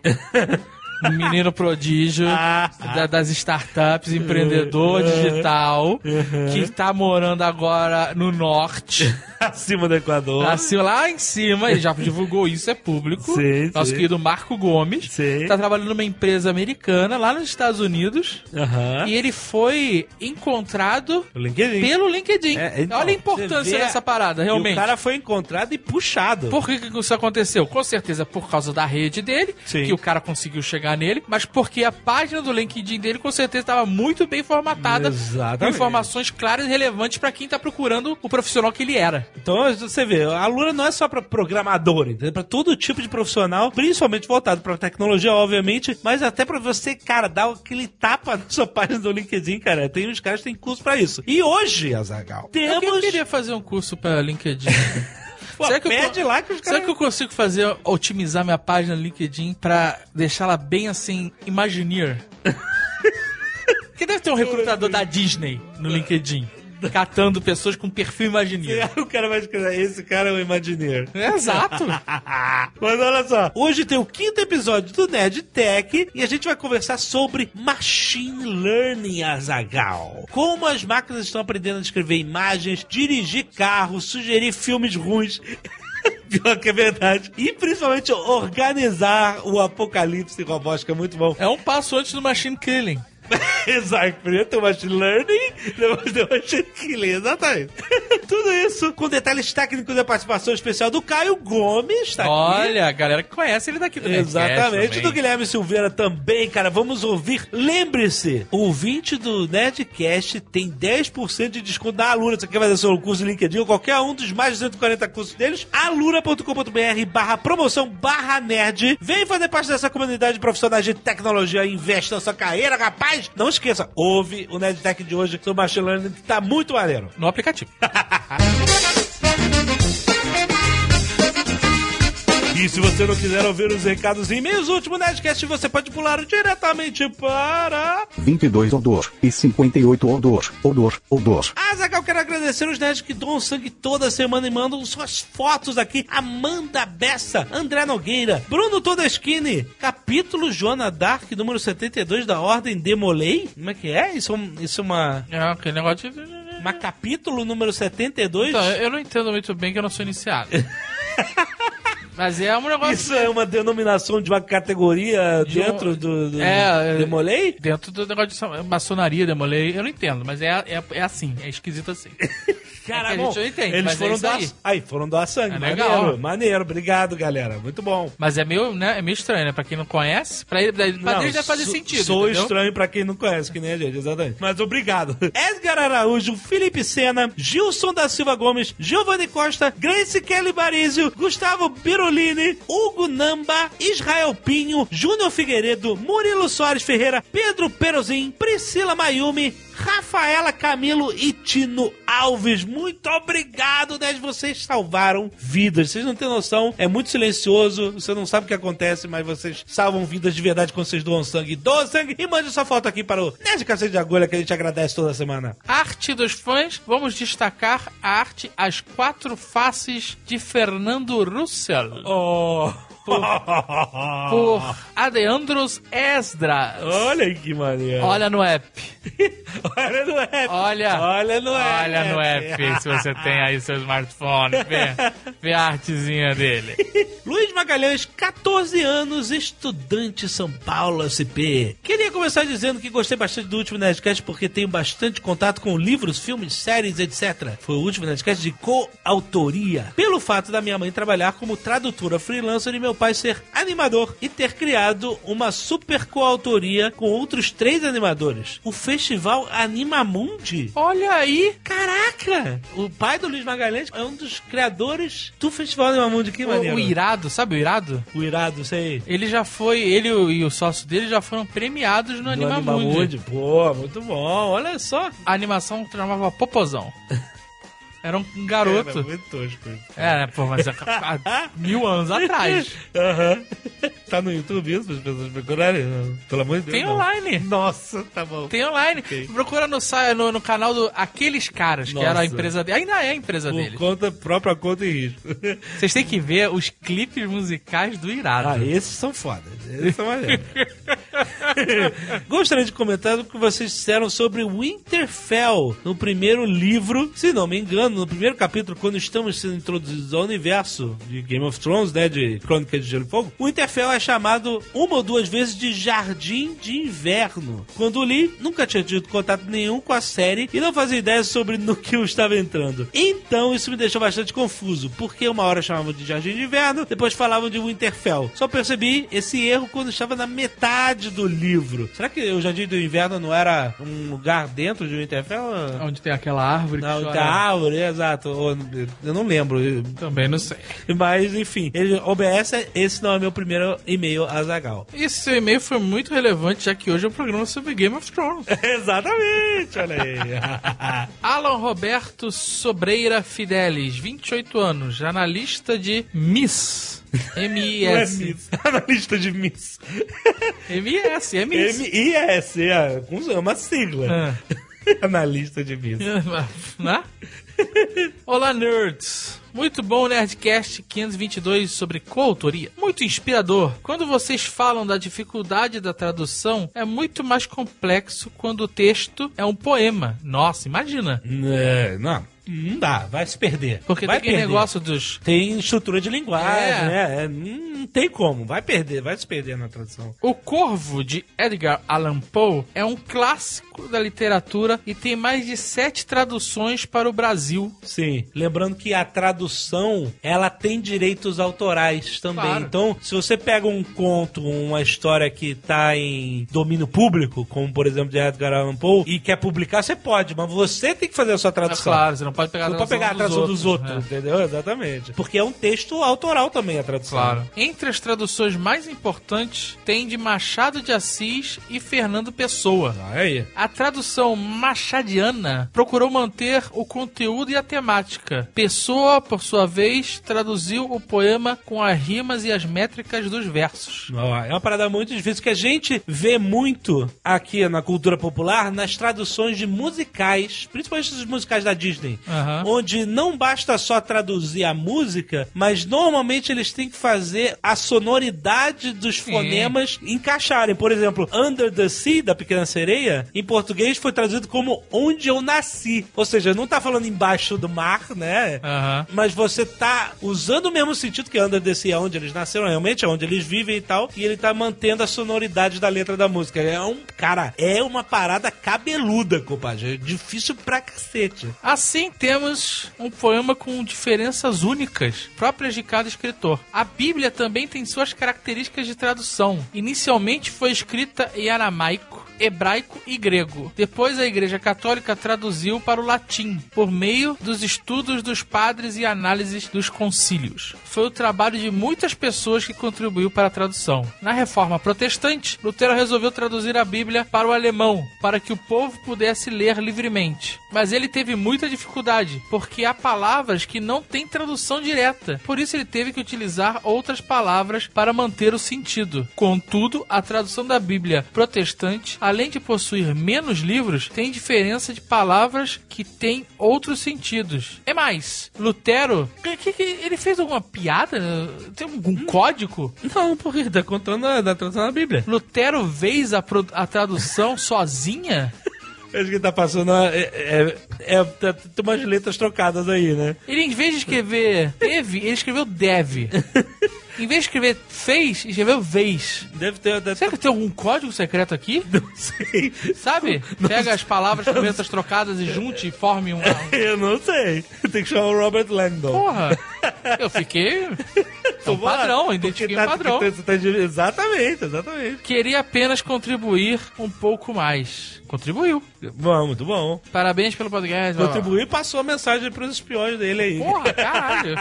Speaker 6: Um menino prodígio ah, da, das startups, empreendedor digital, uhum. que tá morando agora no norte.
Speaker 2: Acima do Equador.
Speaker 6: Acima, lá em cima, ele já divulgou isso, é público. Sim, Nosso sim. querido Marco Gomes. Sim. Tá trabalhando numa empresa americana, lá nos Estados Unidos. Uhum. E ele foi encontrado
Speaker 2: LinkedIn.
Speaker 6: pelo LinkedIn. É, então, olha a importância dessa parada, realmente.
Speaker 2: E o cara foi encontrado e puxado.
Speaker 6: Por que, que isso aconteceu? Com certeza por causa da rede dele, sim. que o cara conseguiu chegar nele, mas porque a página do LinkedIn dele com certeza estava muito bem formatada, Exatamente. com informações claras e relevantes para quem tá procurando o profissional que ele era.
Speaker 2: Então você vê, a Alura não é só para programador, entendeu? Para todo tipo de profissional, principalmente voltado para tecnologia, obviamente, mas até para você, cara, dar aquele tapa na sua página do LinkedIn, cara. Tem uns caras que têm curso para isso. E hoje, Azaghal, temos...
Speaker 6: Eu queria fazer um curso para LinkedIn.
Speaker 2: Pô, será que pede eu, lá que os caras...
Speaker 6: Será que eu consigo fazer, otimizar minha página no LinkedIn pra deixá-la bem assim, Imagineer? Porque deve ter um recrutador da Disney no LinkedIn, catando pessoas com perfil Imagineer.
Speaker 2: O cara vai escrever, esse cara é o Imagineer.
Speaker 6: Exato.
Speaker 2: Mas olha só, hoje tem o quinto episódio do Nerd Tech e a gente vai conversar sobre Machine Learning, Azaghal. Como as máquinas estão aprendendo a escrever imagens, dirigir carros, sugerir filmes ruins... Pior que é verdade. E principalmente organizar o apocalipse robótico, é muito bom.
Speaker 6: É um passo antes do Machine Killing.
Speaker 2: Exato, primeiro tem o Machine Learning, depois tem o Machine Killing, exatamente. Tudo isso com detalhes técnicos da participação especial do Caio Gomes, tá aqui.
Speaker 6: Olha, a galera que conhece ele daqui do
Speaker 2: Exatamente, do Guilherme Silveira também, cara, vamos ouvir. Lembre-se, o ouvinte do Nerdcast tem dez por cento de desconto da Alura. Você quer fazer seu curso LinkedIn ou qualquer um dos mais de cento e quarenta cursos deles? alura.com.br barra promoção barra nerd. Vem fazer parte dessa comunidade de profissionais de tecnologia e investe na sua carreira, rapaz. Não esqueça, ouve o Nerd Tech de hoje sobre Machine Learning, que tá muito maneiro.
Speaker 6: No aplicativo.
Speaker 2: E se você não quiser ouvir os recados e e-mails do último Nerdcast, você pode pular diretamente para...
Speaker 7: vinte e dois odor e cinquenta e oito odor, odor, odor.
Speaker 2: Azaghal, quero agradecer os nerds que doam sangue toda semana e mandam suas fotos aqui. Amanda Bessa, André Nogueira, Bruno Todeschini, capítulo Joana Dark, número setenta e dois da Ordem Demolei. Como é que é? Isso, isso é uma...
Speaker 6: É, aquele negócio de...
Speaker 2: Mas capítulo número setenta e dois?
Speaker 6: Então, eu não entendo muito bem que eu não sou iniciado. Mas é um negócio...
Speaker 2: Isso é uma denominação de uma categoria de dentro um... do, do
Speaker 6: é,
Speaker 2: Demolei?
Speaker 6: Dentro do negócio de maçonaria, Demolei. Eu não entendo, mas é, é, é assim, é esquisito assim.
Speaker 2: Cara,
Speaker 6: é
Speaker 2: bom,
Speaker 6: a gente não entende,
Speaker 2: eles
Speaker 6: mas
Speaker 2: foram
Speaker 6: é isso
Speaker 2: doar...
Speaker 6: aí.
Speaker 2: aí, foram doar sangue.
Speaker 6: É
Speaker 2: maneiro,
Speaker 6: legal.
Speaker 2: maneiro. Obrigado, galera. Muito bom.
Speaker 6: Mas é meio, né, é meio estranho, né? Pra quem não conhece, pra ele, pra
Speaker 2: Não,
Speaker 6: ele deve fazer
Speaker 2: sou-
Speaker 6: sentido.
Speaker 2: Sou
Speaker 6: entendeu?
Speaker 2: estranho pra quem não conhece, que nem a gente, exatamente. Mas obrigado. Edgar Araújo, Felipe Sena, Gilson da Silva Gomes, Giovanni Costa, Grace Kelly Barizio, Gustavo Birolini, Hugo Namba, Israel Pinho, Júnior Figueiredo, Murilo Soares Ferreira, Pedro Perozin, Priscila Mayumi, Rafaela Camilo e Tino Alves. Muito obrigado, né? Vocês salvaram vidas. Vocês não têm noção. É muito silencioso. Você não sabe o que acontece, mas vocês salvam vidas de verdade quando vocês doam sangue. Doam sangue e mande sua foto aqui para o Nerd Cacete de Agulha, que a gente agradece toda semana.
Speaker 6: Arte dos fãs, vamos destacar a arte As Quatro Faces de Fernando Russell.
Speaker 2: Oh...
Speaker 6: Por, por Adeandros Esdras.
Speaker 2: Olha aí que maneiro.
Speaker 6: Olha no app.
Speaker 2: Olha no app.
Speaker 6: Olha,
Speaker 2: Olha no app.
Speaker 6: olha no app, se você tem aí seu smartphone. Vê, vê a artezinha dele.
Speaker 2: Luiz Magalhães, catorze anos, estudante São Paulo S P. Queria começar dizendo que gostei bastante do último Nerdcast porque tenho bastante contato com livros, filmes, séries, etcétera. Foi o último Nerdcast de coautoria. Pelo fato da minha mãe trabalhar como tradutora freelancer e meu pai ser animador e ter criado uma super coautoria com outros três animadores. O Festival Animamundi.
Speaker 6: Olha aí.
Speaker 2: Caraca! O pai do Luiz Magalhães é um dos criadores do Festival Animamundi. Que maneiro.
Speaker 6: O, o Irado, sabe o Irado?
Speaker 2: O Irado, sei.
Speaker 6: Ele já foi, ele e o, e o sócio dele já foram premiados no
Speaker 2: Do
Speaker 6: Animamundi.
Speaker 2: Animamundi. Pô, muito bom. Olha só.
Speaker 6: A animação chamava Popozão. Era um garoto.
Speaker 2: Era muito tosco.
Speaker 6: É, né, pô, mas há, há mil anos atrás.
Speaker 2: Aham. Tá no YouTube isso, para as pessoas procurarem? Não. Pelo amor de Deus.
Speaker 6: Tem
Speaker 2: não.
Speaker 6: online.
Speaker 2: Nossa, tá bom.
Speaker 6: Tem online.
Speaker 2: Tem.
Speaker 6: Procura no, sa- no, no canal do Aqueles Caras,
Speaker 2: Nossa.
Speaker 6: que era a empresa dele. Ainda é a empresa
Speaker 2: Por
Speaker 6: dele.
Speaker 2: conta, própria conta e risco.
Speaker 6: Vocês têm que ver os clipes musicais do Irado.
Speaker 2: Ah, esses são fodas. Esses são maneiros. Gostaria de comentar o que vocês disseram sobre Winterfell no primeiro livro, se não me engano, no primeiro capítulo, quando estamos sendo introduzidos ao universo de Game of Thrones, né, de Crônica de Gelo e Fogo. Winterfell é chamado uma ou duas vezes de Jardim de Inverno. Quando li, nunca tinha tido contato nenhum com a série e não fazia ideia sobre no que eu estava entrando. Então isso me deixou bastante confuso, porque uma hora chamavam de Jardim de Inverno, depois falavam de Winterfell. Só percebi esse erro quando estava na metade do livro. Será que o Jardim do Inverno não era um lugar dentro de Winterfell?
Speaker 6: Onde tem aquela árvore que
Speaker 2: Não,
Speaker 6: chora.
Speaker 2: da árvore, exato. Eu não lembro.
Speaker 6: Também não sei.
Speaker 2: Mas, enfim, ele obedece. Esse não é meu primeiro e-mail a Zagal.
Speaker 6: Esse seu e-mail foi muito relevante, já que hoje é um programa sobre Game of Thrones.
Speaker 2: Exatamente, olha aí.
Speaker 6: Alan Roberto Sobreira Fidelis, vinte e oito anos, analista de Miss. M I
Speaker 2: Não é
Speaker 6: S.
Speaker 2: Miss. Analista de Miss.
Speaker 6: M I S, é Miss.
Speaker 2: M I S, é com- é uma sigla.
Speaker 6: Ah.
Speaker 2: Analista de Miss.
Speaker 6: Né? Olá, nerds! Muito bom o Nerdcast quinhentos e vinte e dois sobre coautoria. Muito inspirador. Quando vocês falam da dificuldade da tradução, é muito mais complexo quando o texto é um poema. Nossa, imagina.
Speaker 2: É, não, não dá, vai se perder.
Speaker 6: Porque
Speaker 2: vai
Speaker 6: tem aquele
Speaker 2: perder.
Speaker 6: negócio dos...
Speaker 2: Tem estrutura de linguagem,
Speaker 6: É.
Speaker 2: né? É, não tem como, vai perder, vai se perder na tradução.
Speaker 6: O Corvo, de Edgar Allan Poe, é um clássico da literatura e tem mais de sete traduções para o Brasil.
Speaker 2: Sim, lembrando que a tradução, ela tem direitos autorais também.
Speaker 6: Claro.
Speaker 2: Então, se você pega um conto, uma história que tá em domínio público, como por exemplo de Edgar Allan Poe, e quer publicar, você pode, mas você tem que fazer a sua
Speaker 6: É
Speaker 2: tradução.
Speaker 6: claro, você não pode pegar a
Speaker 2: Não pode
Speaker 6: tradução,
Speaker 2: pegar a tradução dos outros,
Speaker 6: né?
Speaker 2: entendeu? Exatamente. Porque é um texto autoral também a tradução.
Speaker 6: Claro. Entre as traduções mais importantes, tem de Machado de Assis e Fernando Pessoa.
Speaker 2: Aí.
Speaker 6: A tradução machadiana procurou manter o conteúdo e a temática. Pessoa, por sua vez, traduziu o poema com as rimas e as métricas dos versos.
Speaker 2: Ó, é uma parada muito difícil que a gente vê muito aqui na cultura popular nas traduções de musicais, principalmente os musicais da Disney,
Speaker 6: Aham.
Speaker 2: onde não basta só traduzir a música, mas normalmente eles têm que fazer a sonoridade dos
Speaker 6: Sim.
Speaker 2: fonemas encaixarem. Por exemplo, Under the Sea, da Pequena Sereia, em português foi traduzido como Onde Eu Nasci. Ou seja, não tá falando embaixo do mar, né?
Speaker 6: Aham.
Speaker 2: Mas você tá usando o mesmo sentido que Under the Sea, onde eles nasceram, realmente, é onde eles vivem e tal, e ele tá mantendo a sonoridade da letra da música. É um, cara, é uma parada cabeluda, compadre. É difícil pra cacete.
Speaker 6: Assim temos um poema com diferenças únicas, próprias de cada escritor. A Bíblia também tem suas características de tradução. Inicialmente foi escrita em aramaico, hebraico e grego. Depois a Igreja Católica traduziu para o latim, por meio dos estudos dos padres e análises dos concílios. Foi o trabalho de muitas pessoas que contribuiu para a tradução. Na Reforma Protestante, Lutero resolveu traduzir a Bíblia para o alemão, para que o povo pudesse ler livremente. Mas ele teve muita dificuldade, porque há palavras que não têm tradução direta. Por isso ele teve que utilizar outras palavras para manter o sentido. Contudo, a tradução da Bíblia protestante, além de possuir menos livros, tem diferença de palavras que têm outros sentidos. É mais, Lutero, que, que, ele fez alguma piada? Tem algum código?
Speaker 2: Não, porque tá contando a, da tradução da Bíblia.
Speaker 6: Lutero fez a, a tradução sozinha?
Speaker 2: Acho que tá passando. É, é, é, tem umas letras trocadas aí, né?
Speaker 6: Ele, em vez de escrever teve, ele escreveu deve. Em vez de escrever fez, escreveu vez.
Speaker 2: Deve ter. Deve
Speaker 6: Será que tem algum código secreto aqui?
Speaker 2: Não sei.
Speaker 6: Sabe?
Speaker 2: Não
Speaker 6: Pega
Speaker 2: sei.
Speaker 6: as palavras com letras trocadas e junte e forme um.
Speaker 2: Eu não sei. Tem que chamar o Robert Langdon.
Speaker 6: Porra! Eu fiquei. É um padrão, identifiquei
Speaker 2: tá,
Speaker 6: um padrão.
Speaker 2: Tá, tá, exatamente, exatamente.
Speaker 6: Queria apenas contribuir um pouco mais. Contribuiu.
Speaker 2: Bom, muito bom.
Speaker 6: Parabéns pelo podcast.
Speaker 2: Contribuiu e passou a mensagem pros espiões dele aí.
Speaker 6: Porra, caralho.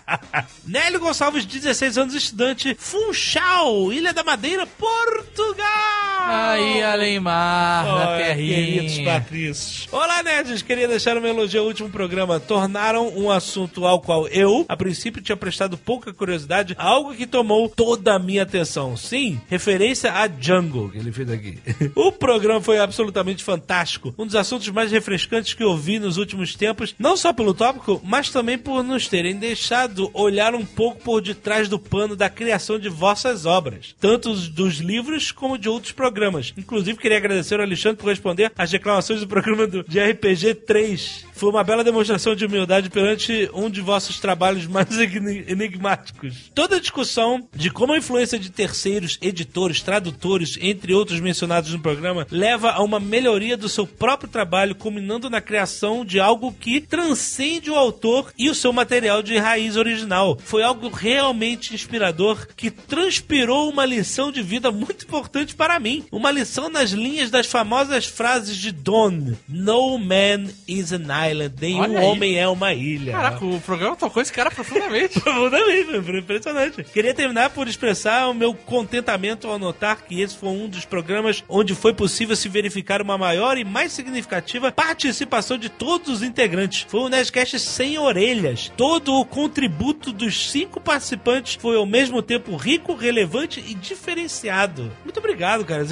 Speaker 2: Nélio Gonçalves, dezesseis anos, estudante, Funchal, Ilha da Madeira, Portugal.
Speaker 6: Aí, Alemar,
Speaker 2: oh,
Speaker 6: da terrinha.
Speaker 2: Queridos patrícios. Olá, nerds. Queria deixar um elogio ao último programa. Tornaram um assunto ao qual eu, a princípio, tinha prestado pouca curiosidade, algo que tomou toda a minha atenção. Sim, referência a Django, que ele fez aqui. O programa foi absolutamente fantástico. Um dos assuntos mais refrescantes que eu vi nos últimos tempos, não só pelo tópico, mas também por nos terem deixado olhar um pouco por detrás do pano da criação de vossas obras, tanto dos livros como de outros programas. Inclusive, queria agradecer ao Alexandre por responder às reclamações do programa do, de R P G três. Foi uma bela demonstração de humildade perante um de vossos trabalhos mais enigmáticos. Toda a discussão de como a influência de terceiros, editores, tradutores, entre outros mencionados no programa, leva a uma melhoria do seu próprio trabalho, culminando na criação de algo que transcende o autor e o seu material de raiz original. Foi algo realmente inspirador que transpirou uma lição de vida muito importante para mim. Uma lição nas linhas das famosas frases de Don: No man is an island. Nenhum homem é uma ilha.
Speaker 6: Caraca, o programa tocou esse cara profundamente.
Speaker 2: Profundamente, foi impressionante. Queria terminar por expressar o meu contentamento ao notar que esse foi um dos programas onde foi possível se verificar uma maior e mais significativa participação de todos os integrantes. Foi um Nerdcast sem orelhas. Todo o contributo dos cinco participantes foi ao mesmo tempo rico, relevante e diferenciado. Muito obrigado, cara.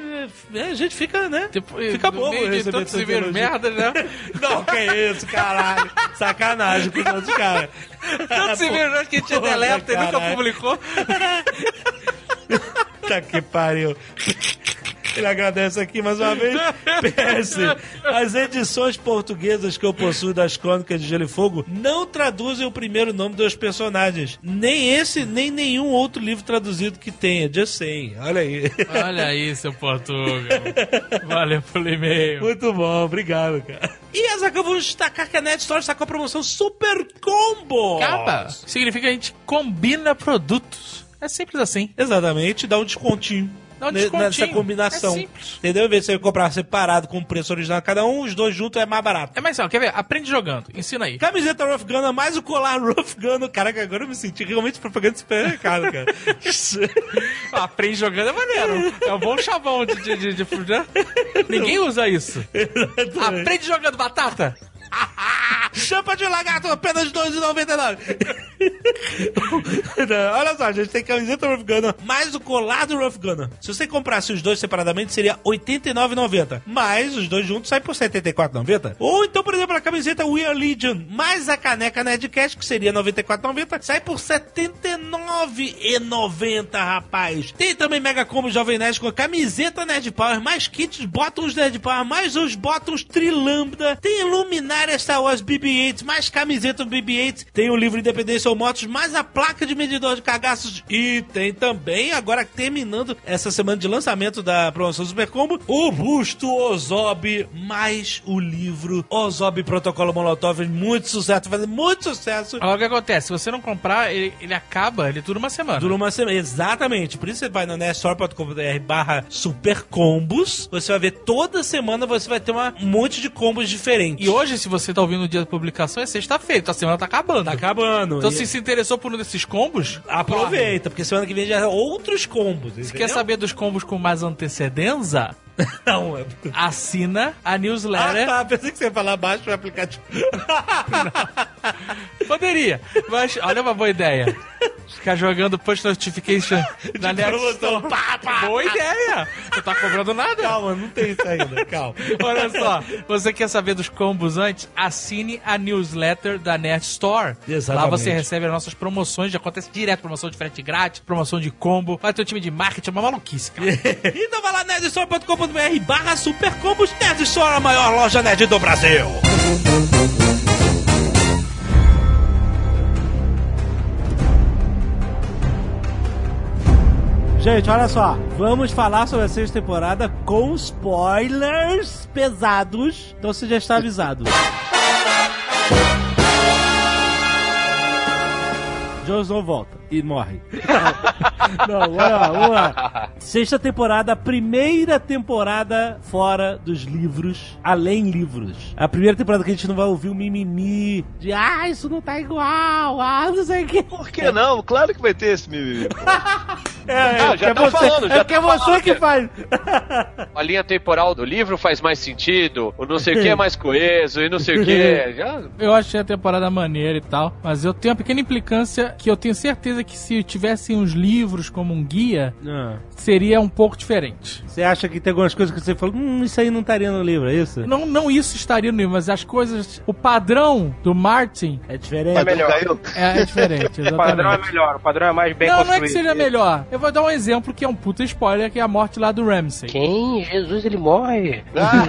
Speaker 2: A gente fica, né?
Speaker 6: Depois,
Speaker 2: fica bom
Speaker 6: receber tanto se ver merda, né?
Speaker 2: Não, que isso, caralho. Sacanagem com os outros caras.
Speaker 6: Tanto se ver merda que a gente deleta e nunca publicou.
Speaker 2: Tá que pariu. Ele agradece aqui mais uma vez. P S. As edições portuguesas que eu possuo das Crônicas de Gelo e Fogo não traduzem o primeiro nome dos personagens. Nem esse, nem nenhum outro livro traduzido que tenha. Just saying. Olha aí.
Speaker 6: Olha aí, seu Portugal. Valeu pelo e-mail.
Speaker 2: Muito bom, obrigado, cara. E essa aqui eu vou destacar que a Nerd Store está com a promoção Super Combo.
Speaker 6: Capa. Significa que a gente combina produtos. É simples assim.
Speaker 2: Exatamente, dá um descontinho.
Speaker 6: Dá um descontinho.
Speaker 2: Nessa combinação.
Speaker 6: É simples.
Speaker 2: Entendeu? Em vez de você comprar separado com o preço original de cada um, os dois juntos é mais barato.
Speaker 6: É mais legal. Quer ver? Aprende jogando. Ensina aí.
Speaker 2: Camiseta Rough Gunner, mais o colar Rough Gunner. Caraca, agora eu me senti realmente propaganda de supermercado, cara.
Speaker 6: Aprende jogando é maneiro. É um bom chavão de... de, de, de, de... Ninguém usa isso. Aprende jogando batata.
Speaker 2: Champa de lagarto, apenas dois reais e noventa e nove centavos. Olha só, a gente tem camiseta Rough Gunner mais o colar do Rough Gunner. Se você comprasse os dois separadamente, seria oitenta e nove reais e noventa centavos. Mas os dois juntos saem por setenta e quatro reais e noventa centavos. Ou então, por exemplo, a camiseta We Are Legion mais a caneca Nerdcast, que seria noventa e quatro reais e noventa centavos, sai por setenta e nove reais e noventa centavos, rapaz. Tem também Mega Combo Jovem Nerd com a camiseta Nerd Power, mais kits, botões Nerd Power, mais os botões Trilambda. Tem luminária Star Wars B B oito, mais camiseta do B B oito, tem o livro Independência ou Motos, mais a placa de medidor de cagaços e tem também, agora terminando essa semana de lançamento da promoção Super Combo, o busto Ozob, mais o livro Ozob Protocolo Molotov, muito sucesso, fazendo muito sucesso.
Speaker 6: Agora o que acontece? Se você não comprar, ele, ele acaba, ele dura uma semana.
Speaker 2: Dura uma semana, exatamente. Por isso você vai no nerdstore ponto com ponto b r barra supercombos, você vai ver toda semana, você vai ter uma, um monte de combos diferentes.
Speaker 6: E hoje, se você tá ouvindo o dia da publicação, é sexta-feira, então a semana tá acabando.
Speaker 2: Tá acabando.
Speaker 6: Então
Speaker 2: e...
Speaker 6: se se interessou por um desses combos,
Speaker 2: aproveita, corre. Porque semana que vem já é outros combos.
Speaker 6: Se quer saber dos combos com mais antecedência...
Speaker 2: Não, é...
Speaker 6: assina a newsletter.
Speaker 2: Ah, tá, pensei que você ia falar baixo o aplicativo.
Speaker 6: Poderia, mas olha uma boa ideia. Ficar jogando push notification na Nerdstore. Boa ideia! Não tá cobrando nada.
Speaker 2: Calma, não tem isso ainda, calma.
Speaker 6: Olha só, você quer saber dos combos antes? Assine a newsletter da Nerdstore.
Speaker 2: Exatamente.
Speaker 6: Lá você recebe as nossas promoções, já acontece direto, promoção de frete grátis, promoção de combo, vai ter um time de marketing, é uma maluquice, cara.
Speaker 2: Então vai lá, nerdstore ponto com ponto b r barra supercombos. Nerdstore, a maior loja nerd do Brasil. Gente, olha só, vamos falar sobre a sexta temporada com spoilers pesados, então você já está avisado. Jon Snow volta e morre. Não, vamos lá, vamos lá. Sexta temporada, a primeira temporada fora dos livros, além livros. A primeira temporada que a gente não vai ouvir o mimimi de ah, isso não tá igual, ah, não sei o que.
Speaker 5: Por que não? Claro que vai ter esse mimimi.
Speaker 2: É, é,
Speaker 3: ah, já
Speaker 2: é
Speaker 3: tá
Speaker 2: você,
Speaker 3: falando, já
Speaker 2: é porque
Speaker 3: tá
Speaker 2: é você
Speaker 3: falando
Speaker 2: que
Speaker 3: que...
Speaker 2: faz.
Speaker 3: A linha temporal do livro faz mais sentido, o não sei o que é mais coeso e não sei o que. Já...
Speaker 6: Eu achei a temporada maneira e tal, mas eu tenho uma pequena implicância que eu tenho certeza que se tivessem uns livros como um guia, ah. seria um pouco diferente.
Speaker 2: Você acha que tem algumas coisas que você falou, hum, isso aí não estaria no livro, é isso?
Speaker 6: Não, não isso estaria no livro, mas as coisas, o padrão do Martin
Speaker 2: é diferente.
Speaker 4: É melhor.
Speaker 6: É, é diferente, exatamente.
Speaker 4: O padrão é melhor, o padrão é mais bem
Speaker 6: não,
Speaker 4: construído.
Speaker 6: Não, é que seja melhor. Eu vou dar um exemplo que é um puta spoiler, que é a morte lá do Ramsay.
Speaker 4: Quem? Jesus, ele morre.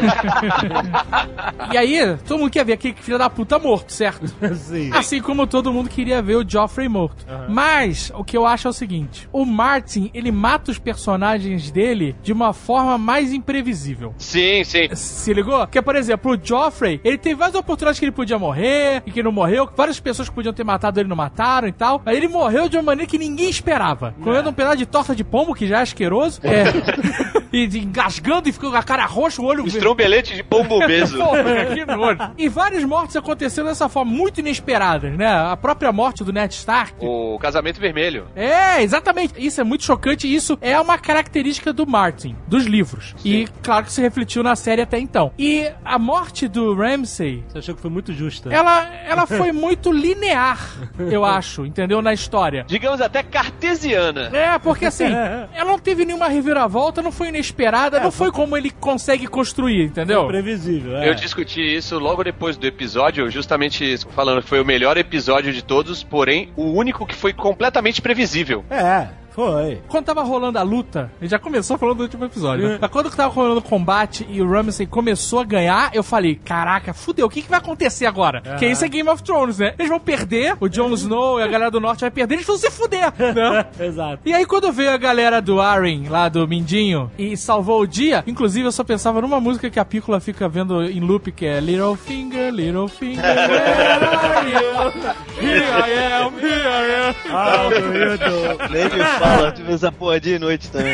Speaker 6: E aí, todo mundo quer ver aquele filho da puta morto, certo?
Speaker 2: Sim.
Speaker 6: Assim como todo mundo queria ver o Joffrey morto. Uhum. Mas, o que eu acho é o seguinte, o Martin, ele mata os personagens dele de uma forma mais imprevisível.
Speaker 3: Sim, sim.
Speaker 6: Se ligou? Porque, por exemplo, o Joffrey, ele teve várias oportunidades que ele podia morrer e que não morreu, várias pessoas que podiam ter matado ele não mataram e tal, mas ele morreu de uma maneira que ninguém esperava. É. Comendo um pedaço de torta de pombo, que já é asqueroso, é. e engasgando e ficou com a cara roxa, o olho...
Speaker 3: Estrombelete de pombo obeso.
Speaker 6: Porra, que nojo. E várias mortes aconteceram dessa forma, muito inesperadas, né? A própria morte do Ned Stark.
Speaker 3: O casamento vermelho.
Speaker 6: É, exatamente. Isso é muito chocante e isso é uma característica do Martin, dos livros. Sim. E claro que se refletiu na série até então. E a morte do Ramsay...
Speaker 2: Você achou que foi muito justa?
Speaker 6: Ela, ela foi muito linear, eu acho, entendeu? Na história.
Speaker 3: Digamos até cartesiana.
Speaker 6: É, porque assim, ela não teve nenhuma reviravolta, não foi inesperada, é, não foi como ele consegue construir, entendeu?
Speaker 2: Foi previsível, é.
Speaker 3: Eu discuti isso logo depois do episódio, justamente falando que foi o melhor episódio de todos, porém, o único que foi completamente previsível.
Speaker 2: É. Foi.
Speaker 6: Quando tava rolando a luta, ele já começou falando do último episódio, né? Mas quando tava rolando o combate e o Ramsay começou a ganhar, eu falei, caraca, fudeu, o que que vai acontecer agora? Uhum. Que isso é Game of Thrones, né? Eles vão perder, o Jon Snow e a galera do Norte vai perder, eles vão se fuder, né?
Speaker 2: Exato.
Speaker 6: E aí quando veio a galera do Arryn, lá do Mindinho, e salvou o dia, inclusive eu só pensava numa música que a Pícola fica vendo em loop, que é Little Finger, Little Finger, where are you? Here I am, here I am.
Speaker 5: Ah, oh, nem me fala, tive essa porra de noite também.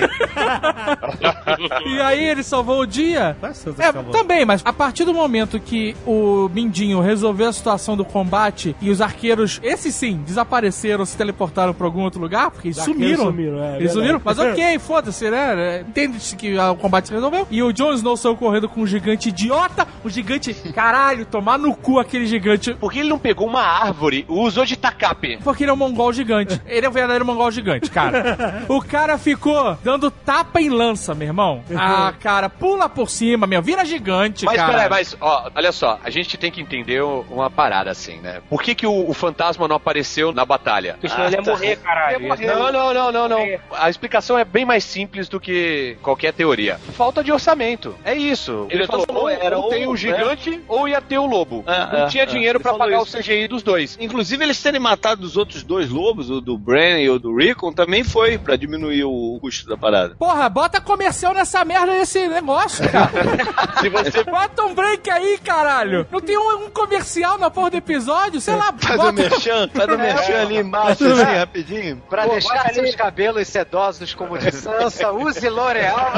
Speaker 6: E aí ele salvou o dia. É, também, mas a partir do momento que o Mindinho resolveu a situação do combate e os arqueiros, esses sim, desapareceram, se teleportaram pra algum outro lugar, porque eles sumiram.
Speaker 2: sumiram é,
Speaker 6: eles sumiram, mas ok, foda-se, né? Entende-se que o combate se resolveu. E o Jon Snow saiu correndo com um gigante idiota, o gigante, caralho, tomar no cu aquele gigante.
Speaker 3: Por que ele não pegou uma árvore e usou de tacape?
Speaker 6: Porque ele é um mongol gigante. Ele é um verdadeiro mongol gigante, cara. O cara ficou dando tapa em lança, meu irmão. Ah, cara, pula por cima, meu. Vira gigante,
Speaker 3: mas,
Speaker 6: cara.
Speaker 3: Peraí, mas, ó, olha só. A gente tem que entender uma parada assim, né? Por que que o, o fantasma não apareceu na batalha?
Speaker 4: Porque senão ah, ele ia morrer, caralho.
Speaker 3: Ia morrer. Não, não, não, não, não. A explicação é bem mais simples do que qualquer teoria. Falta de orçamento. É isso. Ele, ele falou, ou, era ou tem o gigante, né? Ou ia ter o lobo. Ah, não ah, tinha ah, dinheiro pra pagar isso. O C G I dos dois.
Speaker 5: Inclusive, eles terem matado os outros dois lobos, o do Bran e o do Rickon, também foi pra diminuir o custo da parada.
Speaker 6: Porra, bota comercial nessa merda desse negócio, cara.
Speaker 3: Se você...
Speaker 6: Bota um break aí, caralho. Não tem um, um comercial na porra do episódio? Sei lá,
Speaker 5: faz
Speaker 6: bota...
Speaker 5: o merchan, faz o merchan ali embaixo, assim, rapidinho.
Speaker 4: Pra Pô, deixar seus ali... cabelos sedosos como de Sansa, use L'Oreal.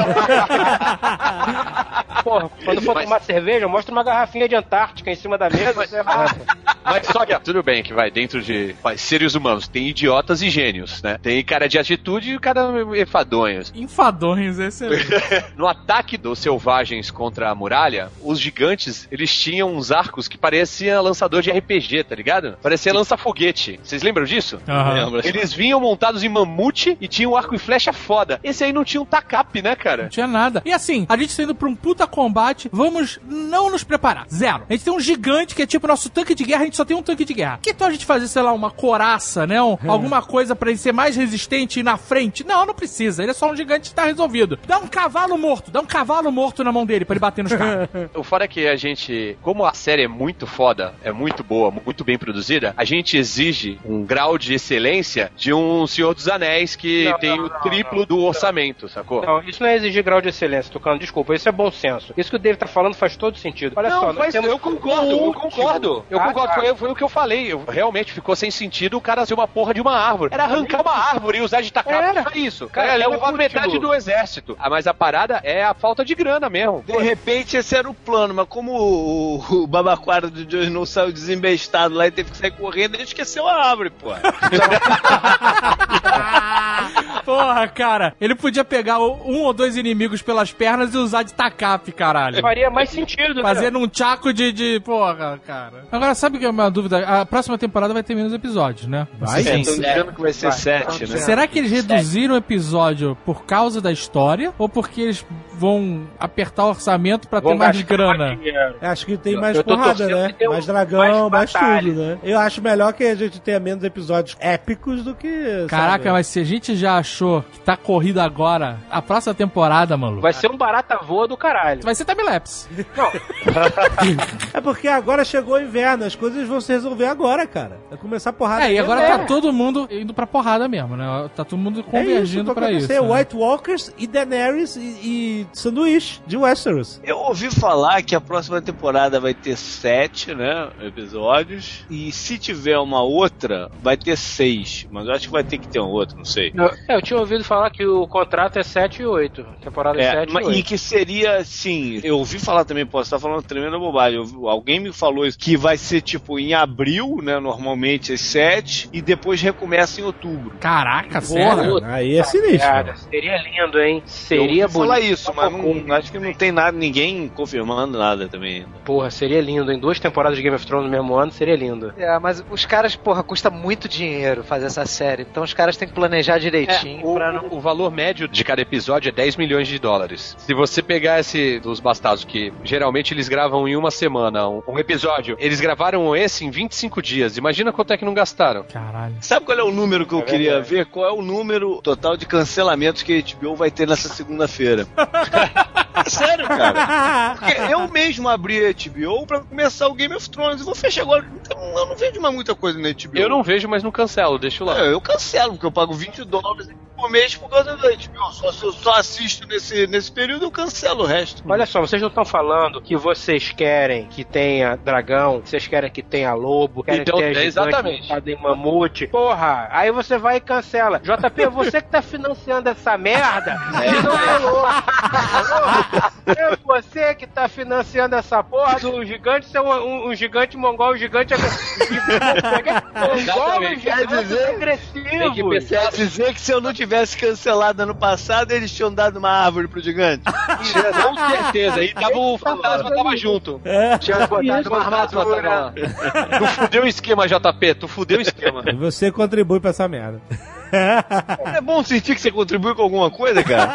Speaker 4: Porra, quando for mas... tomar cerveja, mostra uma garrafinha de Antártica em cima da mesa. Mas, você vai...
Speaker 3: mas só que, tudo bem que vai dentro de seres humanos, tem idiotas e gênios, né? Tem cara de atitude e cara enfadonhos.
Speaker 6: Enfadonhos, excelente.
Speaker 3: No ataque dos selvagens contra a muralha, os gigantes, eles tinham uns arcos que pareciam lançador de R P G, tá ligado? Parecia lança-foguete. Vocês lembram disso?
Speaker 6: Uhum.
Speaker 3: Eles vinham montados em mamute e tinham um arco e flecha foda. Esse aí não tinha um tacape, né, cara?
Speaker 6: Não tinha nada. E assim, a gente tá indo pra um puta combate, vamos não nos preparar. Zero. A gente tem um gigante que é tipo nosso tanque de guerra, a gente só tem um tanque de guerra. Que tal a gente fazer, sei lá, uma coraça, né? Um, é. Alguma coisa pra ele ser mais resistente e ir na frente? Não, não precisa. Ele é só um gigante e tá resolvido. Dá um cavalo morto. Dá um cavalo morto na mão dele pra ele bater nos caras.
Speaker 3: O fora é que a gente, como a série é muito foda, é muito boa, muito bem produzida, a gente exige um grau de excelência de um Senhor dos Anéis que não, tem não, o triplo não, não, do orçamento, sacou?
Speaker 4: Não, isso não é exigir grau de excelência, Tucano, desculpa, isso é bom senso. Isso que o David tá falando faz todo sentido. Olha
Speaker 3: não,
Speaker 4: só,
Speaker 3: mas
Speaker 4: temos...
Speaker 3: eu concordo, eu concordo. Eu
Speaker 4: ah,
Speaker 3: concordo,
Speaker 4: tá.
Speaker 3: foi, foi o que eu falei. Eu, realmente ficou sem sentido o cara ser uma porra de uma árvore. Era arrancar uma árvore e usar de tacar. Era só isso. Cara, ele levou metade do exército. Ah, mas a parada é a falta de grana mesmo.
Speaker 5: De repente esse era o plano, mas como o, o babaquara do Jon Snow saiu desembestado lá e teve que sair correndo, ele esqueceu a árvore, pô.
Speaker 6: Porra, cara, ele podia pegar um ou dois inimigos pelas pernas e usar de tacape, caralho.
Speaker 4: Faria mais sentido,
Speaker 6: fazer num tchaco de, de... Porra, cara. Agora, sabe o que é uma dúvida? A próxima temporada vai ter menos episódios, né?
Speaker 5: Vai? Sim, estão dizendo que vai ser vai. sete, né?
Speaker 6: Será que eles reduziram o episódio por causa da história ou porque eles vão apertar o orçamento pra vão ter mais grana?
Speaker 2: Mais acho que tem mais eu porrada, né? Mais dragão, mais, mais tudo, né? Eu acho melhor que a gente tenha menos episódios épicos do que...
Speaker 6: Caraca,
Speaker 2: sabe?
Speaker 6: Mas se a gente já achou que tá corrido agora, a próxima temporada, maluco...
Speaker 4: Vai ser um barata voa do caralho.
Speaker 6: Vai ser timelapse.
Speaker 4: Não.
Speaker 2: É porque agora chegou o inverno, as coisas vão se resolver agora, cara. Vai começar a porrada.
Speaker 6: É, e agora é. tá todo mundo indo pra porrada mesmo, né? Tá todo mundo convergindo é isso, pra isso. Né?
Speaker 2: White Walkers e Daenerys e, e sanduíche de Westeros.
Speaker 5: Eu ouvi falar que a próxima temporada vai ter sete, né, episódios, e se tiver uma outra, vai ter seis, mas eu acho que vai ter que ter uma outra, não sei.
Speaker 4: Eu, é, eu tinha ouvido falar que o contrato é sete e oito, temporada é, sete
Speaker 5: mas,
Speaker 4: e oito.
Speaker 5: E que seria, assim, eu ouvi falar também, posso estar falando tremenda bobagem, eu, alguém me falou isso, que vai ser tipo em abril, né, normalmente as sete, e depois recomeça em outubro.
Speaker 6: Caraca, sério?
Speaker 2: Aí é sinistro.
Speaker 4: Cara, seria lindo, hein? Seria bonito.
Speaker 5: Falar isso, mas não, acho que não tem nada, ninguém confirmando nada também ainda.
Speaker 4: Porra, seria lindo. Em duas temporadas de Game of Thrones no mesmo ano, seria lindo.
Speaker 8: É, mas os caras, porra, custa muito dinheiro fazer essa série. Então os caras têm que planejar direitinho.
Speaker 3: É, o, pra não... o valor médio de cada episódio é dez milhões de dólares. Se você pegar esse dos Bastardos, que geralmente eles gravam em uma semana um, um episódio, eles gravaram esse em vinte e cinco dias. Imagina quanto é que não gastaram.
Speaker 6: Caralho.
Speaker 5: Sabe qual é o número que eu é queria verdade. ver? Qual é o número total de cancelamentos que a H B O vai ter nessa segunda-feira? Sério, cara? Porque eu mesmo abri a H B O pra começar o Game of Thrones. Eu vou fechar agora. Então, eu não vejo mais muita coisa na H B O.
Speaker 3: Eu não vejo, mas não cancelo. Deixa lá.
Speaker 5: É, eu cancelo, porque eu pago vinte dólares por mês por causa da H B O. Só, se eu só assisto nesse, nesse período, eu cancelo o resto.
Speaker 4: Olha só, vocês não estão falando que vocês querem que tenha dragão, vocês querem que tenha lobo, querem
Speaker 3: então,
Speaker 4: que tenha
Speaker 3: é exatamente.
Speaker 4: em mamute. Porra, aí você vai e cancela. J P, você que tá financiando essa merda, é. não falou. É você que tá financiando essa porra do gigante ser um, um, um gigante mongol, um gigante mongol, um gigante agressivo.
Speaker 5: Quer dizer que se eu não tivesse cancelado ano passado, eles tinham dado uma árvore pro gigante?
Speaker 3: Com certeza. E tava, o fantasma tava junto.
Speaker 4: É. Tinha botado uma armadura.
Speaker 3: Tu fudeu o esquema, J P. Tu fudeu o esquema.
Speaker 2: E você contribui pra essa merda.
Speaker 5: É bom sentir que você contribui com alguma coisa, cara.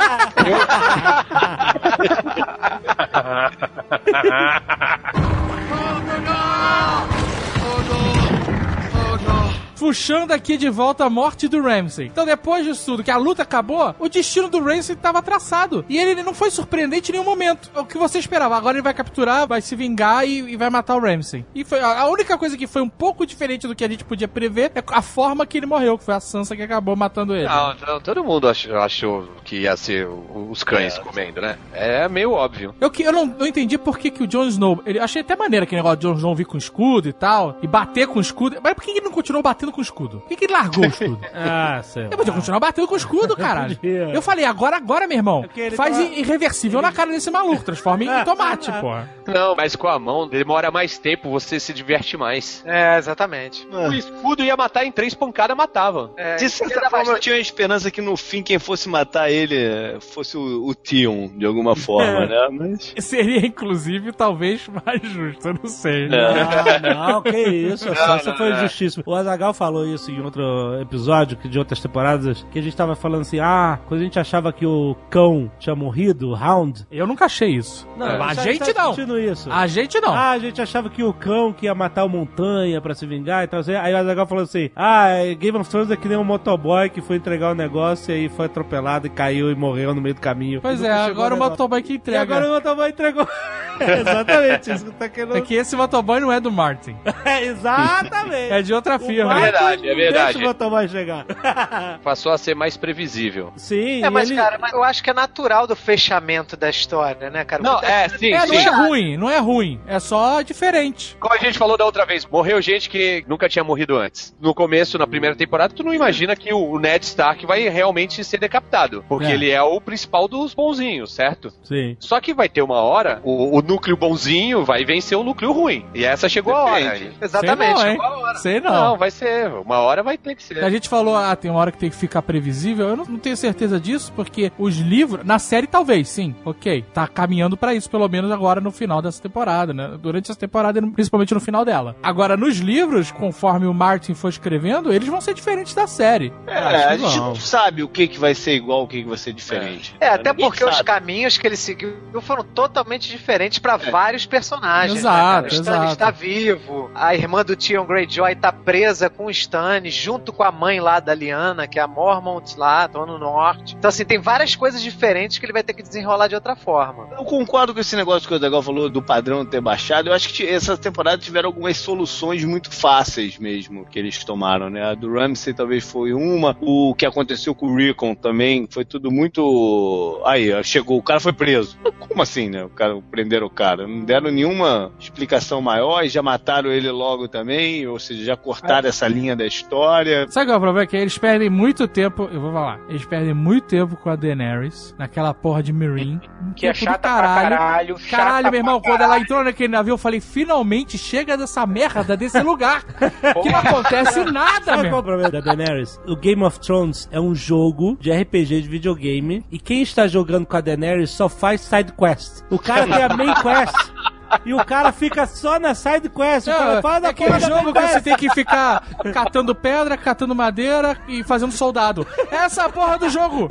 Speaker 6: Puxando aqui de volta a morte do Ramsay. Então, depois disso tudo, que a luta acabou, o destino do Ramsay estava traçado. E ele não foi surpreendente em nenhum momento. É o que você esperava. Agora ele vai capturar, vai se vingar e, e vai matar o Ramsay. E foi a única coisa que foi um pouco diferente do que a gente podia prever é a forma que ele morreu, que foi a Sansa que acabou matando ele.
Speaker 3: Não, não todo mundo achou, achou que ia ser os cães é. comendo, né? É meio óbvio.
Speaker 6: Eu, que, eu não, não entendi por que, que o Jon Snow... Ele, achei até maneiro aquele negócio de Jon Snow vir com escudo e tal, e bater com escudo. Mas por que ele não continuou batendo com o escudo? Por que, que ele largou o escudo?
Speaker 2: Ah, sei.
Speaker 6: Eu podia continuar batendo com o escudo, caralho. Eu falei, agora, agora, meu irmão, faz tava... irreversível ele... na cara desse maluco, transforma em tomate, porra.
Speaker 3: Não, mas com a mão demora mais tempo, você se diverte mais.
Speaker 8: É, exatamente.
Speaker 3: O escudo ia matar em três pancadas, matava.
Speaker 5: É, de certa forma, bastante... eu tinha a esperança que no fim quem fosse matar ele fosse o, o Tion, de alguma forma, é. né? Mas...
Speaker 6: Seria, inclusive, talvez mais justo, eu não sei.
Speaker 2: É. Não, não, que isso, a Sansa foi justíssimo. O Azaghal falou isso em outro episódio, de outras temporadas, que a gente tava falando assim, ah, quando a gente achava que o cão tinha morrido, o Hound...
Speaker 6: Eu nunca achei isso.
Speaker 2: Não,
Speaker 6: é. A
Speaker 2: tá,
Speaker 6: gente
Speaker 2: tá
Speaker 6: não.
Speaker 2: Isso.
Speaker 6: A gente não.
Speaker 2: Ah, a gente achava que o cão que ia matar o Montanha pra se vingar e tal. Aí o Azaghal falou assim, ah, Game of Thrones é que nem um motoboy que foi entregar o negócio e aí foi atropelado e caiu e morreu no meio do caminho.
Speaker 6: Pois é, agora o motoboy que entrega.
Speaker 2: E agora o motoboy entregou. Exatamente, isso que tá querendo...
Speaker 6: É que esse motoboy não é do Martin.
Speaker 2: É, exatamente.
Speaker 6: É de outra firma.
Speaker 3: É verdade, é verdade.
Speaker 2: Deixa o motoboy chegar.
Speaker 3: Passou a ser mais previsível.
Speaker 2: Sim.
Speaker 8: É, mas
Speaker 2: ele...
Speaker 8: cara, mas eu acho que é natural do fechamento da história, né, cara?
Speaker 3: Não, é, sim,
Speaker 6: é,
Speaker 3: sim.
Speaker 6: Não é ruim, não é ruim. É só diferente.
Speaker 3: Como a gente falou da outra vez, morreu gente que nunca tinha morrido antes. No começo, na primeira temporada, tu não imagina que o Ned Stark vai realmente ser decapitado. Porque é. ele é o principal dos bonzinhos, certo?
Speaker 2: Sim.
Speaker 3: Só que vai ter uma hora, o, o núcleo bonzinho vai vencer o núcleo ruim. E essa chegou Depende. a hora.
Speaker 8: Exatamente,
Speaker 6: Sei não,
Speaker 8: chegou a hora.
Speaker 6: Sei não.
Speaker 3: Não, vai ser. Uma hora vai ter que ser.
Speaker 6: A gente falou, ah, tem uma hora que tem que ficar previsível. Eu não, não tenho certeza disso, porque os livros, na série talvez, sim, ok. Tá caminhando pra isso, pelo menos agora no final dessa temporada, né? Durante essa temporada, principalmente no final dela. Agora, nos livros, conforme o Martin for escrevendo, eles vão ser diferentes da série.
Speaker 5: É, a gente não sabe o que, que vai ser igual, o que, que vai ser diferente.
Speaker 8: É, até Ninguém porque sabe. os caminhos que ele seguiu foram totalmente diferentes pra é. vários personagens.
Speaker 6: Exato,
Speaker 8: né, o
Speaker 6: exato.
Speaker 8: O Stannis tá vivo, a irmã do Theon Greyjoy tá presa com o Stannis, junto com a mãe lá da Lyanna, que é a Mormont lá, estão no norte. Então, assim, tem várias coisas diferentes que ele vai ter que desenrolar de outra forma.
Speaker 5: Eu concordo com esse negócio que o Azaghal falou do padrão ter baixado. Eu acho que essa temporada tiveram algumas soluções muito fáceis mesmo que eles tomaram, né? A do Ramsay talvez foi uma. O que aconteceu com o Rickon também foi tudo muito... Aí, chegou, o cara foi preso. Como assim, né? O cara, prenderam o cara. Não deram nenhuma explicação maior e já mataram ele logo também, ou seja, já cortaram é. essa linha da história.
Speaker 6: Sabe qual é o problema? É que eles perdem muito tempo, eu vou falar, eles perdem muito tempo com a Daenerys, naquela porra de Meereen.
Speaker 4: Que é chata caralho. pra caralho.
Speaker 6: Caralho, meu irmão, quando ela entrou naquele navio, eu falei, finalmente chega dessa merda, desse lugar. Que não acontece nada,
Speaker 2: Sabe
Speaker 6: meu.
Speaker 2: Qual é o problema da Daenerys? O Game of Thrones é um jogo de R P G de videogame e quem está jogando com a Daenerys só faz side quest. O cara tem a main quest. E o cara fica só na side quest.
Speaker 6: Não, fala é aquele jogo que você tem que ficar catando pedra, catando madeira e fazendo soldado. Essa é a porra do jogo.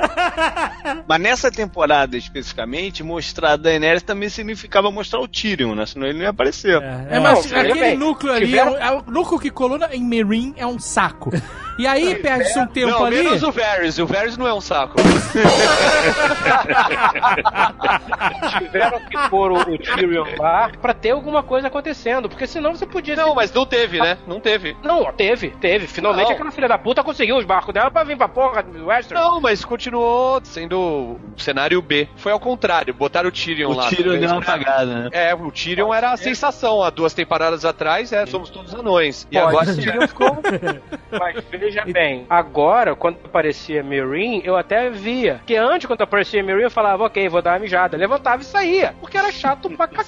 Speaker 5: Mas nessa temporada, especificamente, mostrar a Daenerys também significava mostrar o Tyrion, né? Senão ele não ia aparecer.
Speaker 6: É, é, mas não, aquele bem. núcleo ali, tiveram... é, o, é o núcleo que coluna em Meereen é um saco. E aí perde-se um tempo
Speaker 3: não,
Speaker 6: ali...
Speaker 3: menos o Varys. O Varys não é um saco.
Speaker 4: Tiveram que pôr o, o Tyrion lá pra ter alguma coisa acontecendo, porque senão você podia...
Speaker 3: Não, mas não teve, né? Não teve.
Speaker 4: Não, teve, teve. Finalmente não. aquela filha da puta conseguiu os barcos dela pra vir pra porra do Westeros.
Speaker 3: Não, mas continuou sendo o cenário B. Foi ao contrário, botaram o Tyrion
Speaker 5: o
Speaker 3: lá.
Speaker 5: O Tyrion deu uma apagada, né?
Speaker 3: É, o Tyrion era a sensação. Há duas temporadas atrás, é, somos todos anões. E
Speaker 4: Pode
Speaker 3: agora
Speaker 4: o Tyrion ficou... Mas veja bem, agora, quando aparecia Meereen, eu até via. Porque antes, quando aparecia Meereen, eu falava, ok, vou dar uma mijada. Levantava e saía. Porque era chato pra cacete.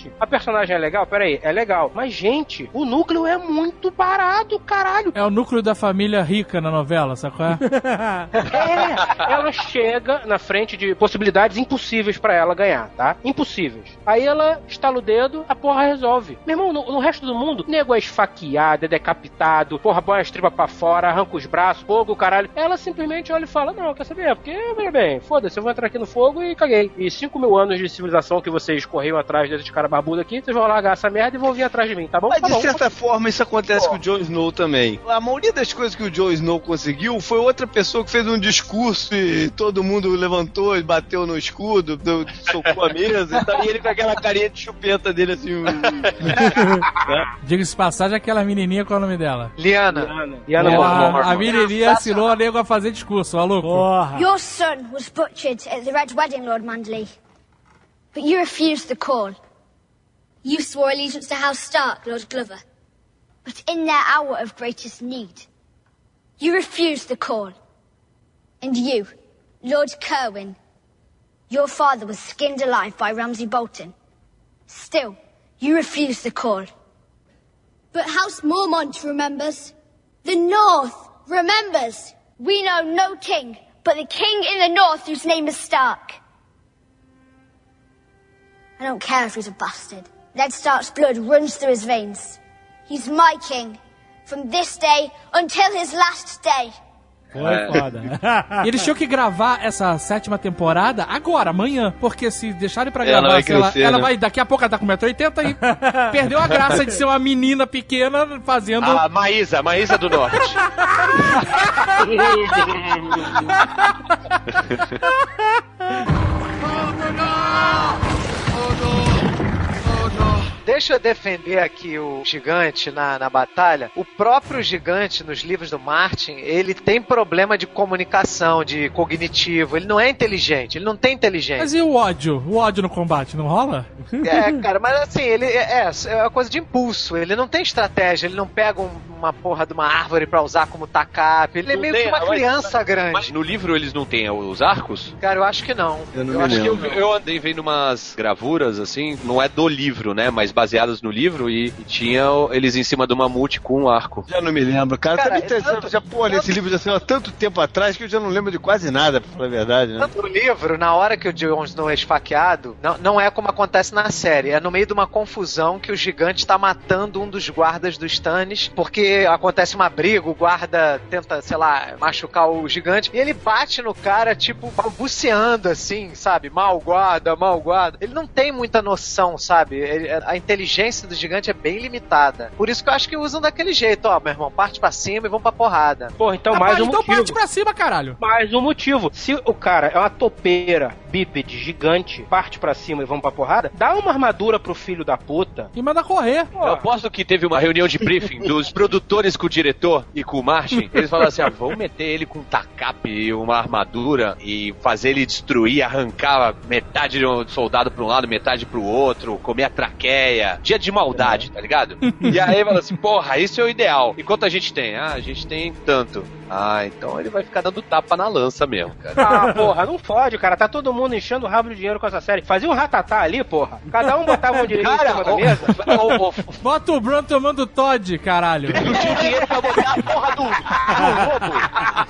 Speaker 4: gente, a personagem é legal? Pera aí, é legal. Mas, gente, o núcleo é muito barato, caralho.
Speaker 6: É o núcleo da família rica na novela, sacou? É,
Speaker 4: ela chega na frente de possibilidades impossíveis pra ela ganhar, tá? Impossíveis. Aí ela estala o dedo, a porra resolve. Meu irmão, no, no resto do mundo, nego é esfaqueado, é decapitado, porra, põe as tripas pra fora, arranca os braços, fogo, caralho. Ela simplesmente olha e fala, não, quer saber? Porque, veja bem, foda-se, eu vou entrar aqui no fogo e caguei. E cinco mil anos de civilização que vocês corriam atrás desses caras barbudos aqui, vocês vão largar essa merda e vão vir atrás de mim, tá bom?
Speaker 5: Mas
Speaker 4: tá
Speaker 5: de
Speaker 4: bom,
Speaker 5: certa
Speaker 4: tá
Speaker 5: forma isso acontece
Speaker 4: Pô.
Speaker 5: com o Jon Snow também. A maioria das coisas que o Jon Snow conseguiu foi outra pessoa que fez um discurso e todo mundo levantou e bateu no escudo, deu, socou a mesa e, tal, e ele com aquela carinha de chupeta dele assim. Um...
Speaker 6: Diga-se de passagem, aquela menininha, qual é o nome dela?
Speaker 8: Liana.
Speaker 4: Liana. Liana
Speaker 6: É,
Speaker 4: Mormont.
Speaker 6: a, a menininha ensinou a nego a fazer discurso, maluco.
Speaker 9: Porra.
Speaker 10: Your son was butchered at the Red Wedding, Lord Manderley. But you refused the call. You swore allegiance to House Stark, Lord Glover. But in their hour of greatest need, you refused the call. And you, Lord Kerwin, your father was skinned alive by Ramsay Bolton. Still, you refused the call. But House Mormont remembers. The North remembers. We know no king, but the king in the North whose name is Stark. I don't care if he's a bastard. Ned Stark's blood runs through his veins. He's my king, from this day until his last day.
Speaker 9: Foi foda.
Speaker 6: E eles tinham que gravar essa sétima temporada agora, amanhã. Porque se deixarem pra
Speaker 5: Ela
Speaker 6: gravar,
Speaker 5: vai
Speaker 6: se ela,
Speaker 5: crescer,
Speaker 6: ela
Speaker 5: né?
Speaker 6: vai, daqui a pouco ela tá com um metro e oitenta e perdeu a graça de ser uma menina pequena fazendo...
Speaker 3: A Maísa, Maísa do Norte.
Speaker 8: Deixa eu defender aqui o gigante na, na batalha. O próprio gigante, nos livros do Martin, ele tem problema de comunicação, de cognitivo. Ele não é inteligente, ele não tem inteligência.
Speaker 6: Mas e o ódio? O ódio no combate, não rola?
Speaker 8: É, cara, mas assim, ele é, é uma coisa de impulso. Ele não tem estratégia, ele não pega um, uma porra de uma árvore pra usar como tacape. Ele é
Speaker 3: Não
Speaker 8: meio
Speaker 3: tem,
Speaker 8: que uma
Speaker 3: mas-
Speaker 8: criança
Speaker 3: mas-
Speaker 8: grande.
Speaker 3: Mas no livro eles não têm os arcos?
Speaker 8: Cara, eu acho que não.
Speaker 5: Eu não
Speaker 3: Eu
Speaker 5: me
Speaker 3: acho que eu,
Speaker 5: lembro.
Speaker 3: eu andei vendo umas gravuras, assim, não é do livro, né? Mas baseadas no livro e, e tinha eles em cima de uma multi com um arco.
Speaker 5: Já não me lembro, cara.
Speaker 8: Cara,
Speaker 5: Também
Speaker 8: é tanto-
Speaker 5: já, pô, nesse livro já saiu há tanto tempo atrás que eu já não lembro de quase nada, pra falar a verdade, né?
Speaker 8: Tanto no livro, na hora que o Jon Snow é esfaqueado, não, não é como acontece na série. É no meio de uma confusão que o gigante tá matando um dos guardas dos Stannis, porque acontece uma briga, o guarda tenta, sei lá, machucar o gigante, e ele bate no cara, tipo, balbuciando, assim, sabe? Mal guarda, mal guarda. Ele não tem muita noção, sabe? Ele- a inteligência do gigante é bem limitada. Por isso que eu acho que usam daquele jeito, ó, meu irmão, parte pra cima e vão pra porrada.
Speaker 4: Porra, então
Speaker 6: Ah,
Speaker 4: mais um
Speaker 6: então
Speaker 4: motivo.
Speaker 6: parte pra cima, caralho.
Speaker 4: Mais um motivo. Se o cara é uma topeira bípede gigante, parte pra cima e vamos pra porrada, dá uma armadura pro filho da puta.
Speaker 6: E manda correr.
Speaker 4: Pô,
Speaker 3: Eu aposto que teve uma reunião de briefing dos produtores com o diretor e com o Martin. Eles falaram assim: ah, vamos meter ele com um tacape e uma armadura e fazer ele destruir, arrancar metade de um soldado pra um lado, metade pro outro, comer a traqueia. Dia de maldade, tá ligado? E aí fala assim: porra, isso é o ideal. E quanto a gente tem? Ah, a gente tem tanto. Ah, então ele vai ficar dando tapa na lança mesmo, cara.
Speaker 4: Ah, porra, não fode, cara. Tá todo mundo enchendo o rabo de dinheiro com essa série. Fazia um ratatá ali, porra. Cada um botava um dinheiro em cima da mesa.
Speaker 3: ô, ô,
Speaker 6: Bota o Bruno tomando Todd, caralho.
Speaker 3: não tinha dinheiro pra botar a porra do, do lobo.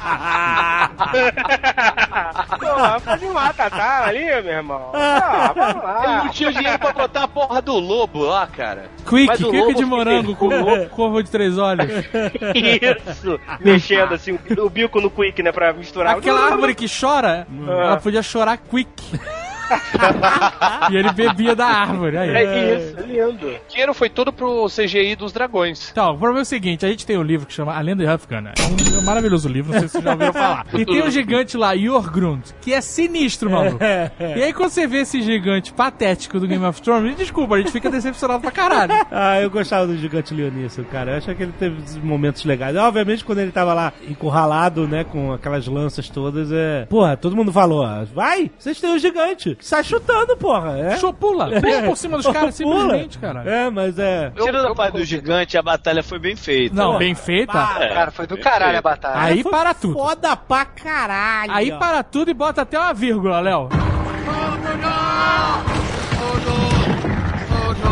Speaker 4: Porra, fazia um ratatá ali, meu irmão. Ah, vamos
Speaker 3: Ele
Speaker 4: lá.
Speaker 3: não tinha dinheiro pra botar a porra do lobo lá, cara.
Speaker 6: Quick,
Speaker 4: Mas o
Speaker 6: quick
Speaker 4: lobo
Speaker 6: de morango
Speaker 4: fica-
Speaker 6: com
Speaker 4: o lobo-
Speaker 6: corvo de três olhos.
Speaker 4: Isso. Mexendo assim, o bico no quick, né, pra misturar.
Speaker 6: Aquela árvore que chora, ela podia chorar quick. E ele bebia da árvore. Aí.
Speaker 4: É isso, lindo.
Speaker 3: O dinheiro foi todo pro C G I dos dragões.
Speaker 6: Então, o problema é o seguinte, a gente tem um livro que chama A Lenda de Hufgana. É um maravilhoso livro, não sei se vocês já ouviram falar. E tem um gigante lá, Jorgrund, que é sinistro, maluco. E aí quando você vê esse gigante patético do Game of Thrones, desculpa, a gente fica decepcionado pra caralho.
Speaker 9: Ah, eu gostava do gigante leonício, cara. Eu acho que ele teve momentos legais. Obviamente, quando ele tava lá encurralado, né, com aquelas lanças todas, é... Porra, todo mundo falou, ó, vai, vocês têm um gigante. Sai chutando, porra. É.
Speaker 6: Show, pula, pula por cima dos caras,
Speaker 9: Pula.
Speaker 6: simplesmente, cara.
Speaker 9: É, mas é...
Speaker 5: Tirando a parte do gigante, a batalha foi bem feita.
Speaker 6: Não, bem feita.
Speaker 8: Ah, cara, foi do caralho a batalha.
Speaker 6: Aí
Speaker 9: Foi
Speaker 6: para tudo.
Speaker 9: Foda pra caralho.
Speaker 6: Aí
Speaker 9: ó.
Speaker 6: para tudo e bota até uma vírgula, Léo.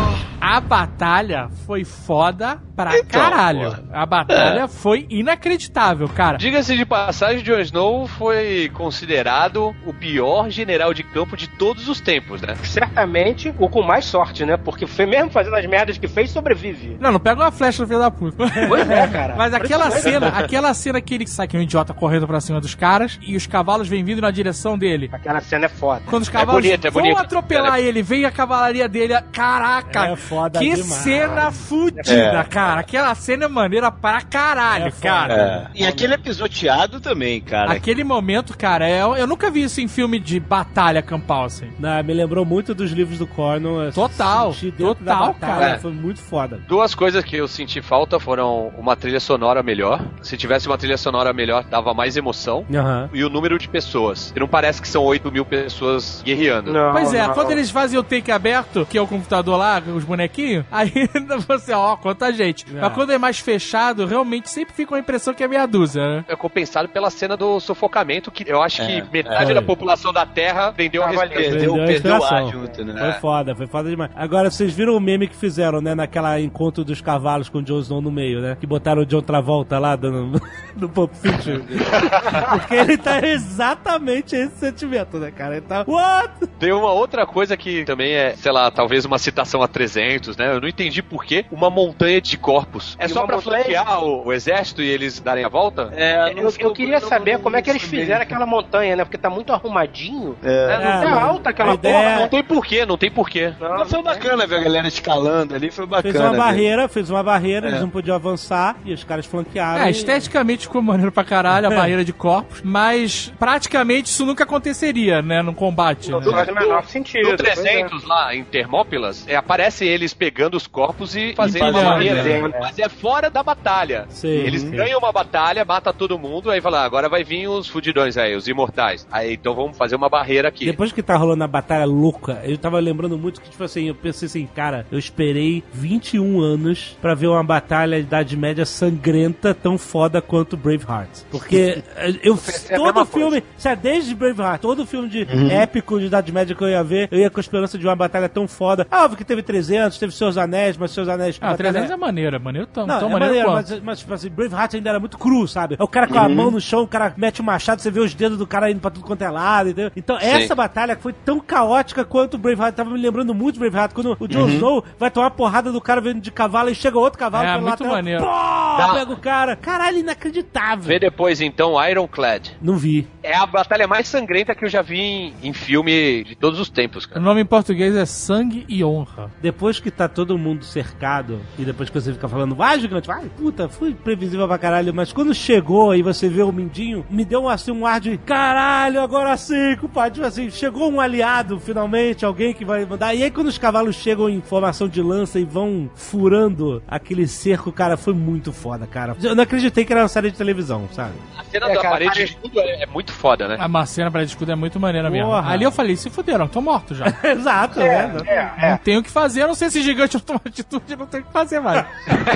Speaker 6: A batalha foi foda pra
Speaker 3: Então,
Speaker 6: caralho.
Speaker 3: porra.
Speaker 6: A batalha
Speaker 3: É.
Speaker 6: foi inacreditável, cara.
Speaker 3: Diga-se de passagem, Jon Snow foi considerado o pior general de campo de todos os tempos, né?
Speaker 4: Certamente o com mais sorte, né? Porque foi mesmo fazendo as merdas que fez, sobrevive.
Speaker 6: Não, não pega uma flecha no filho da puta.
Speaker 4: Pois é, cara.
Speaker 6: Mas aquela
Speaker 4: Parece-
Speaker 6: cena, aquela cena que ele sai que é um idiota correndo pra cima dos caras e os cavalos vêm vindo na direção dele.
Speaker 4: Aquela cena é foda.
Speaker 6: Quando os cavalos
Speaker 3: bonito, é
Speaker 6: vão
Speaker 3: bonito.
Speaker 6: atropelar ele, vem a cavalaria dele. Caraca,
Speaker 9: É foda
Speaker 6: que
Speaker 9: demais.
Speaker 6: cena fudida, cara. Aquela cena é maneira pra caralho,
Speaker 9: É foda.
Speaker 6: cara.
Speaker 5: É. E aquele episodeado também, cara.
Speaker 6: Aquele momento, cara, é, eu nunca vi isso em filme de batalha campal, assim.
Speaker 9: Não, me lembrou muito dos livros do Cornwell. eu
Speaker 6: Total,
Speaker 9: senti dentro
Speaker 6: total,
Speaker 9: da batalha,
Speaker 3: cara.
Speaker 9: Foi muito foda.
Speaker 3: Duas coisas que eu senti falta foram uma trilha sonora melhor. Se tivesse uma trilha sonora melhor, dava mais emoção.
Speaker 9: Aham.
Speaker 3: E o número de pessoas. E não parece que são oito mil pessoas guerreando.
Speaker 4: Não,
Speaker 6: Pois é,
Speaker 4: não.
Speaker 6: quando eles fazem o take aberto, que é o computador lá, os bonequinhos, aí você, ó, quanta gente.
Speaker 9: É.
Speaker 6: Mas quando é mais fechado, realmente sempre fica uma impressão que é meia dúzia, né?
Speaker 3: É compensado pela cena do sufocamento, que eu acho que metade
Speaker 9: É.
Speaker 3: da população da Terra vendeu a
Speaker 4: Tava
Speaker 3: respeito.
Speaker 5: Perdeu,
Speaker 9: Perdeu a
Speaker 5: perdeu o ar
Speaker 9: inspiração.
Speaker 5: junto, né?
Speaker 9: Foi foda, foi foda demais. Agora, vocês viram o meme que fizeram, né, naquela encontro dos cavalos com o Jon Snow no meio, né? Que botaram o John Travolta lá dando, no Pulp Fiction. Porque ele tá exatamente esse sentimento, né, cara? Ele tá, what?
Speaker 3: Tem uma outra coisa que também é, sei lá, talvez uma citação a trezentos, né? Eu não entendi por que uma montanha de corpos. É
Speaker 4: E
Speaker 3: só
Speaker 4: uma
Speaker 3: pra
Speaker 4: montanha-
Speaker 3: flanquear o, o exército e eles darem a volta?
Speaker 5: É,
Speaker 4: Eu, eu queria saber como é que eles fizeram aquela montanha, né? Porque tá muito arrumadinho. É, não
Speaker 9: É,
Speaker 4: tá
Speaker 9: mano.
Speaker 4: alta aquela
Speaker 9: A ideia
Speaker 4: porra.
Speaker 9: é-
Speaker 3: Não tem porquê, não tem porquê.
Speaker 4: Não,
Speaker 5: Mas foi bacana ver a galera escalando ali, foi bacana.
Speaker 9: Fez uma
Speaker 5: ver.
Speaker 9: barreira, fez uma barreira,
Speaker 5: É.
Speaker 9: eles não podiam avançar e os caras flanquearam.
Speaker 6: É,
Speaker 9: e-
Speaker 6: esteticamente ficou maneiro pra caralho, a barreira de corpos, mas praticamente isso nunca aconteceria, né, no combate.
Speaker 4: Não
Speaker 6: né?
Speaker 4: faz o menor sentido.
Speaker 3: No trezentos, lá em Termópilas, é, aparece eles pegando os corpos e fazendo uma
Speaker 6: Empalhando,
Speaker 3: barreira.
Speaker 4: né?
Speaker 3: Mas é fora da batalha.
Speaker 9: Sim,
Speaker 3: Eles
Speaker 9: sim.
Speaker 3: ganham uma batalha, mata todo mundo, aí fala, ah, agora vai vir os fudidões aí, os imortais. Aí então vamos fazer uma barreira aqui.
Speaker 9: Depois que tá rolando a batalha louca, eu tava lembrando muito que, tipo assim, eu pensei assim, cara, eu esperei vinte e um anos pra ver uma batalha de Idade Média sangrenta tão foda quanto Braveheart. Porque eu,
Speaker 4: pensei a
Speaker 9: todo
Speaker 4: mesma
Speaker 9: filme, sério, desde Braveheart, todo filme de épico de Idade Média que eu ia ver, eu ia com a esperança de uma batalha tão foda. Ah, óbvio que teve trezentos, teve Seus Anéis, mas Seus Anéis...
Speaker 6: Ah,
Speaker 9: batalha-
Speaker 6: trezentos é maneiro, é maneiro tão,
Speaker 9: Não,
Speaker 6: tão
Speaker 9: é
Speaker 6: maneiro,
Speaker 9: maneiro,
Speaker 6: quanto.
Speaker 9: mas, mas tipo assim, Braveheart ainda era muito cru, sabe? É o cara com a mão no chão, o cara mete o machado, você vê os dedos do cara indo pra tudo quanto é lado, entendeu? Então, essa batalha foi tão caótica quanto o Braveheart. Tava me lembrando muito do Braveheart, quando o Jon Snow vai tomar porrada do cara vindo de cavalo e chega outro cavalo
Speaker 6: É,
Speaker 9: pela
Speaker 6: muito
Speaker 9: lateral,
Speaker 6: maneiro.
Speaker 9: pô, pega o cara. Caralho, inacreditável.
Speaker 3: Vê depois, então, Ironclad.
Speaker 9: Não vi.
Speaker 3: É a batalha mais sangrenta que eu já vi em, em filme de todos os tempos,
Speaker 6: O
Speaker 3: cara.
Speaker 6: nome em português é Sangue e Honra.
Speaker 9: Depois que tá todo mundo cercado, e depois que você fica falando, vai, gigante, vai, puta, fui previsível pra caralho, mas quando chegou e você vê o Mindinho, me deu assim um ar de, caralho, agora sim, compadre, tipo assim, chegou um aliado, finalmente, alguém que vai mandar, e aí quando os cavalos chegam em formação de lança e vão furando aquele cerco, cara, foi muito foda, cara. Eu não acreditei que era uma série de televisão, sabe?
Speaker 3: A cena
Speaker 4: É,
Speaker 3: da
Speaker 4: cara,
Speaker 3: parede de
Speaker 4: parece-
Speaker 3: escudo é, é muito foda, né?
Speaker 6: A Marcena para de escudo é muito maneira mesmo.
Speaker 9: Porra.
Speaker 6: Ali eu falei, se fuderam, tô morto já.
Speaker 9: Exato,
Speaker 4: É,
Speaker 9: né?
Speaker 4: é,
Speaker 6: Não
Speaker 4: é.
Speaker 6: tenho o que fazer, a não sei se gigante tomar atitude, não tenho o que fazer mais.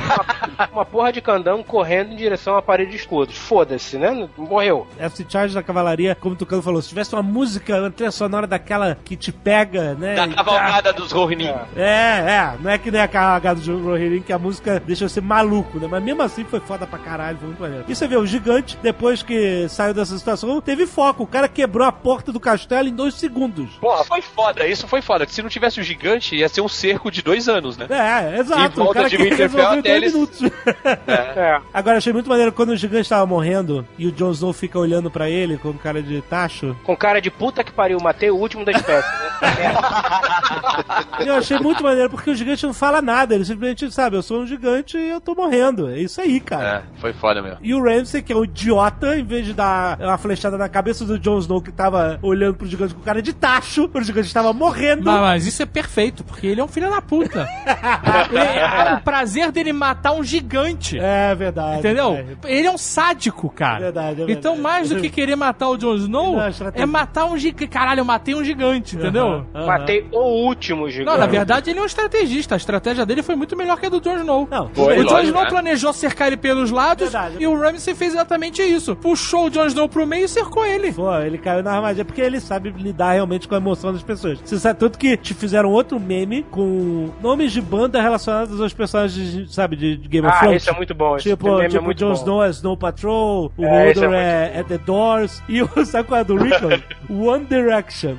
Speaker 4: Uma porra de candango correndo em direção à parede de escudos. Foda-se, né? Morreu.
Speaker 9: F C Charge da Cavalaria, como o Tucano falou, se tivesse uma música, uma trilha sonora daquela que te pega, né?
Speaker 3: Da
Speaker 9: e-
Speaker 3: cavalgada dos Rohirrim.
Speaker 9: É, é, não é que nem a carregada do Rohirrim, que a música deixa você maluco, né? Mas mesmo assim foi foda pra caralho, foi muito maneiro. E você vê, o gigante, depois que saiu dessa situação, teve foco. O cara quebrou a porta do castelo em dois segundos.
Speaker 3: Porra, foi foda, isso foi foda. Se não tivesse o gigante, ia ser um cerco de dois anos, né?
Speaker 9: É, exato.
Speaker 3: Em volta
Speaker 9: O cara
Speaker 3: de
Speaker 9: que
Speaker 3: Winterfell
Speaker 9: resolveu em
Speaker 3: até
Speaker 9: dois
Speaker 3: eles-
Speaker 9: minutos.
Speaker 4: É.
Speaker 9: Agora, achei muito maneiro quando o gigante tava morrendo e o Jon Snow fica olhando pra ele com cara de tacho.
Speaker 4: Com cara de puta que pariu, matei o último da espécie, né?
Speaker 9: Eu achei muito maneiro, porque o gigante não fala nada, ele simplesmente sabe, eu sou um gigante e eu tô morrendo. É isso aí, cara.
Speaker 3: É, foi foda mesmo.
Speaker 9: E o Ramsay, que é um idiota, em vez de dar uma flechada na cabeça do Jon Snow, que tava olhando pro gigante com cara de tacho, o gigante estava morrendo.
Speaker 6: Mas, mas isso é perfeito, porque ele é um filho da puta. Ele- é o prazer dele matar um gigante.
Speaker 9: É verdade.
Speaker 6: Entendeu?
Speaker 9: É.
Speaker 6: Ele é um sádico, cara.
Speaker 9: Verdade, é verdade.
Speaker 6: Então, mais do que querer matar o Jon Snow,
Speaker 9: Não, estratégia.
Speaker 6: é matar um gigante. Caralho, eu matei um gigante, entendeu?
Speaker 9: Aham.
Speaker 4: Matei o último gigante.
Speaker 6: Não, na verdade ele é um estrategista. A estratégia dele foi muito melhor que a do Jon Snow.
Speaker 9: Não,
Speaker 3: Foi,
Speaker 6: o Jon
Speaker 3: lógico,
Speaker 6: Snow
Speaker 3: né?
Speaker 6: planejou cercar ele pelos lados.
Speaker 9: Verdade.
Speaker 6: E o Ramsay fez exatamente isso. Puxou o Jon Snow pro meio e cercou ele.
Speaker 9: Pô, ele caiu na armadilha porque ele sabe lidar realmente com a emoção das pessoas. Você sabe tanto que te fizeram outro meme com nomes de banda relacionados aos personagens, sabe, de Game of
Speaker 4: Ah,
Speaker 9: Thrones.
Speaker 4: esse é muito bom. Esse
Speaker 9: Tipo,
Speaker 4: meme
Speaker 9: tipo
Speaker 4: é muito
Speaker 9: Jon
Speaker 4: bom.
Speaker 9: Snow é Snow Patrol, o
Speaker 4: É, esse
Speaker 9: Hodor
Speaker 4: é
Speaker 9: é,
Speaker 4: muito
Speaker 9: é The Doors, e o sabe qual é do Rickon? One Direction.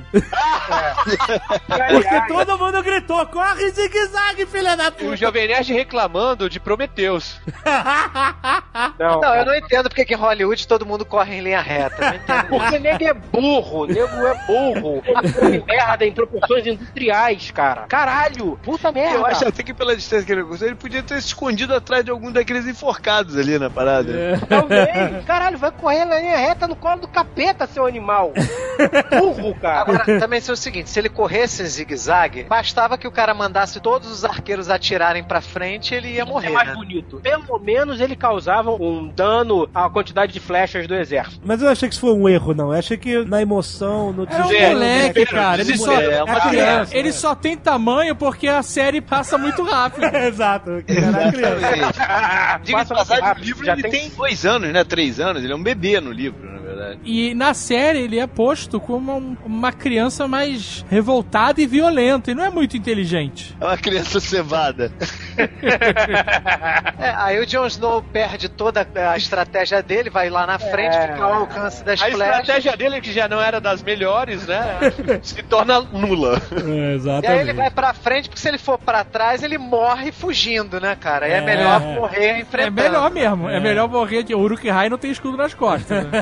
Speaker 9: Porque todo mundo gritou, corre zigue-zague, filha da
Speaker 3: E o
Speaker 9: puta!
Speaker 3: Jovem Nerd reclamando de Prometheus.
Speaker 4: Não,
Speaker 8: Não, eu não entendo porque que em Hollywood todo mundo corre em linha reta. Não entendo.
Speaker 4: Porque nego é burro, nego é burro. Ele come merda em proporções industriais, cara. Caralho, puta merda.
Speaker 5: Eu acho até que pela distância que ele gostou, ele podia ter se escondido atrás de algum daqueles enforcados ali na parada.
Speaker 9: É.
Speaker 4: Talvez. Caralho, vai correr na linha reta no colo do capeta, seu animal. Burro, cara.
Speaker 8: Agora, também é o seguinte, se ele corresse em zigue-zague, bastava que o cara mandasse todos os arqueiros atirarem pra frente e ele ia morrer,
Speaker 4: É mais
Speaker 8: né?
Speaker 4: bonito. Pelo menos ele causava um dano à quantidade de flechas do exército.
Speaker 9: Mas eu não achei que isso foi um erro, não. Eu achei que na emoção, no
Speaker 6: Era um
Speaker 9: desespero,
Speaker 6: moleque,
Speaker 9: né?
Speaker 6: cara. Ele só,
Speaker 5: É uma criança,
Speaker 6: ele só tem tamanho porque a série passa muito rápido.
Speaker 9: Exato. que era criança.
Speaker 5: Diga de
Speaker 4: Passa
Speaker 5: passagem,
Speaker 4: rápido,
Speaker 5: o livro
Speaker 4: já
Speaker 5: ele
Speaker 4: tem-
Speaker 5: tem dois anos, né? Três anos. Ele é um bebê no livro, na verdade.
Speaker 6: E na série ele é posto como um- uma criança mais revoltada e violenta. E não é muito inteligente.
Speaker 5: É uma criança cevada.
Speaker 8: É, aí o Jon Snow perde toda a estratégia dele, vai lá na frente,
Speaker 4: É.
Speaker 8: fica ao alcance das
Speaker 3: A
Speaker 8: flechas.
Speaker 3: estratégia dele, que já não era das melhores, né? Se torna nula.
Speaker 9: É,
Speaker 8: E
Speaker 9: exatamente.
Speaker 8: aí ele vai pra frente, porque se ele for pra trás, ele morre fugindo, né, cara? Aí é,
Speaker 9: É.
Speaker 8: melhor morrer
Speaker 6: É
Speaker 8: enfrentando.
Speaker 6: melhor mesmo. É, melhor morrer que o Uruk-hai não tem escudo nas costas. Né?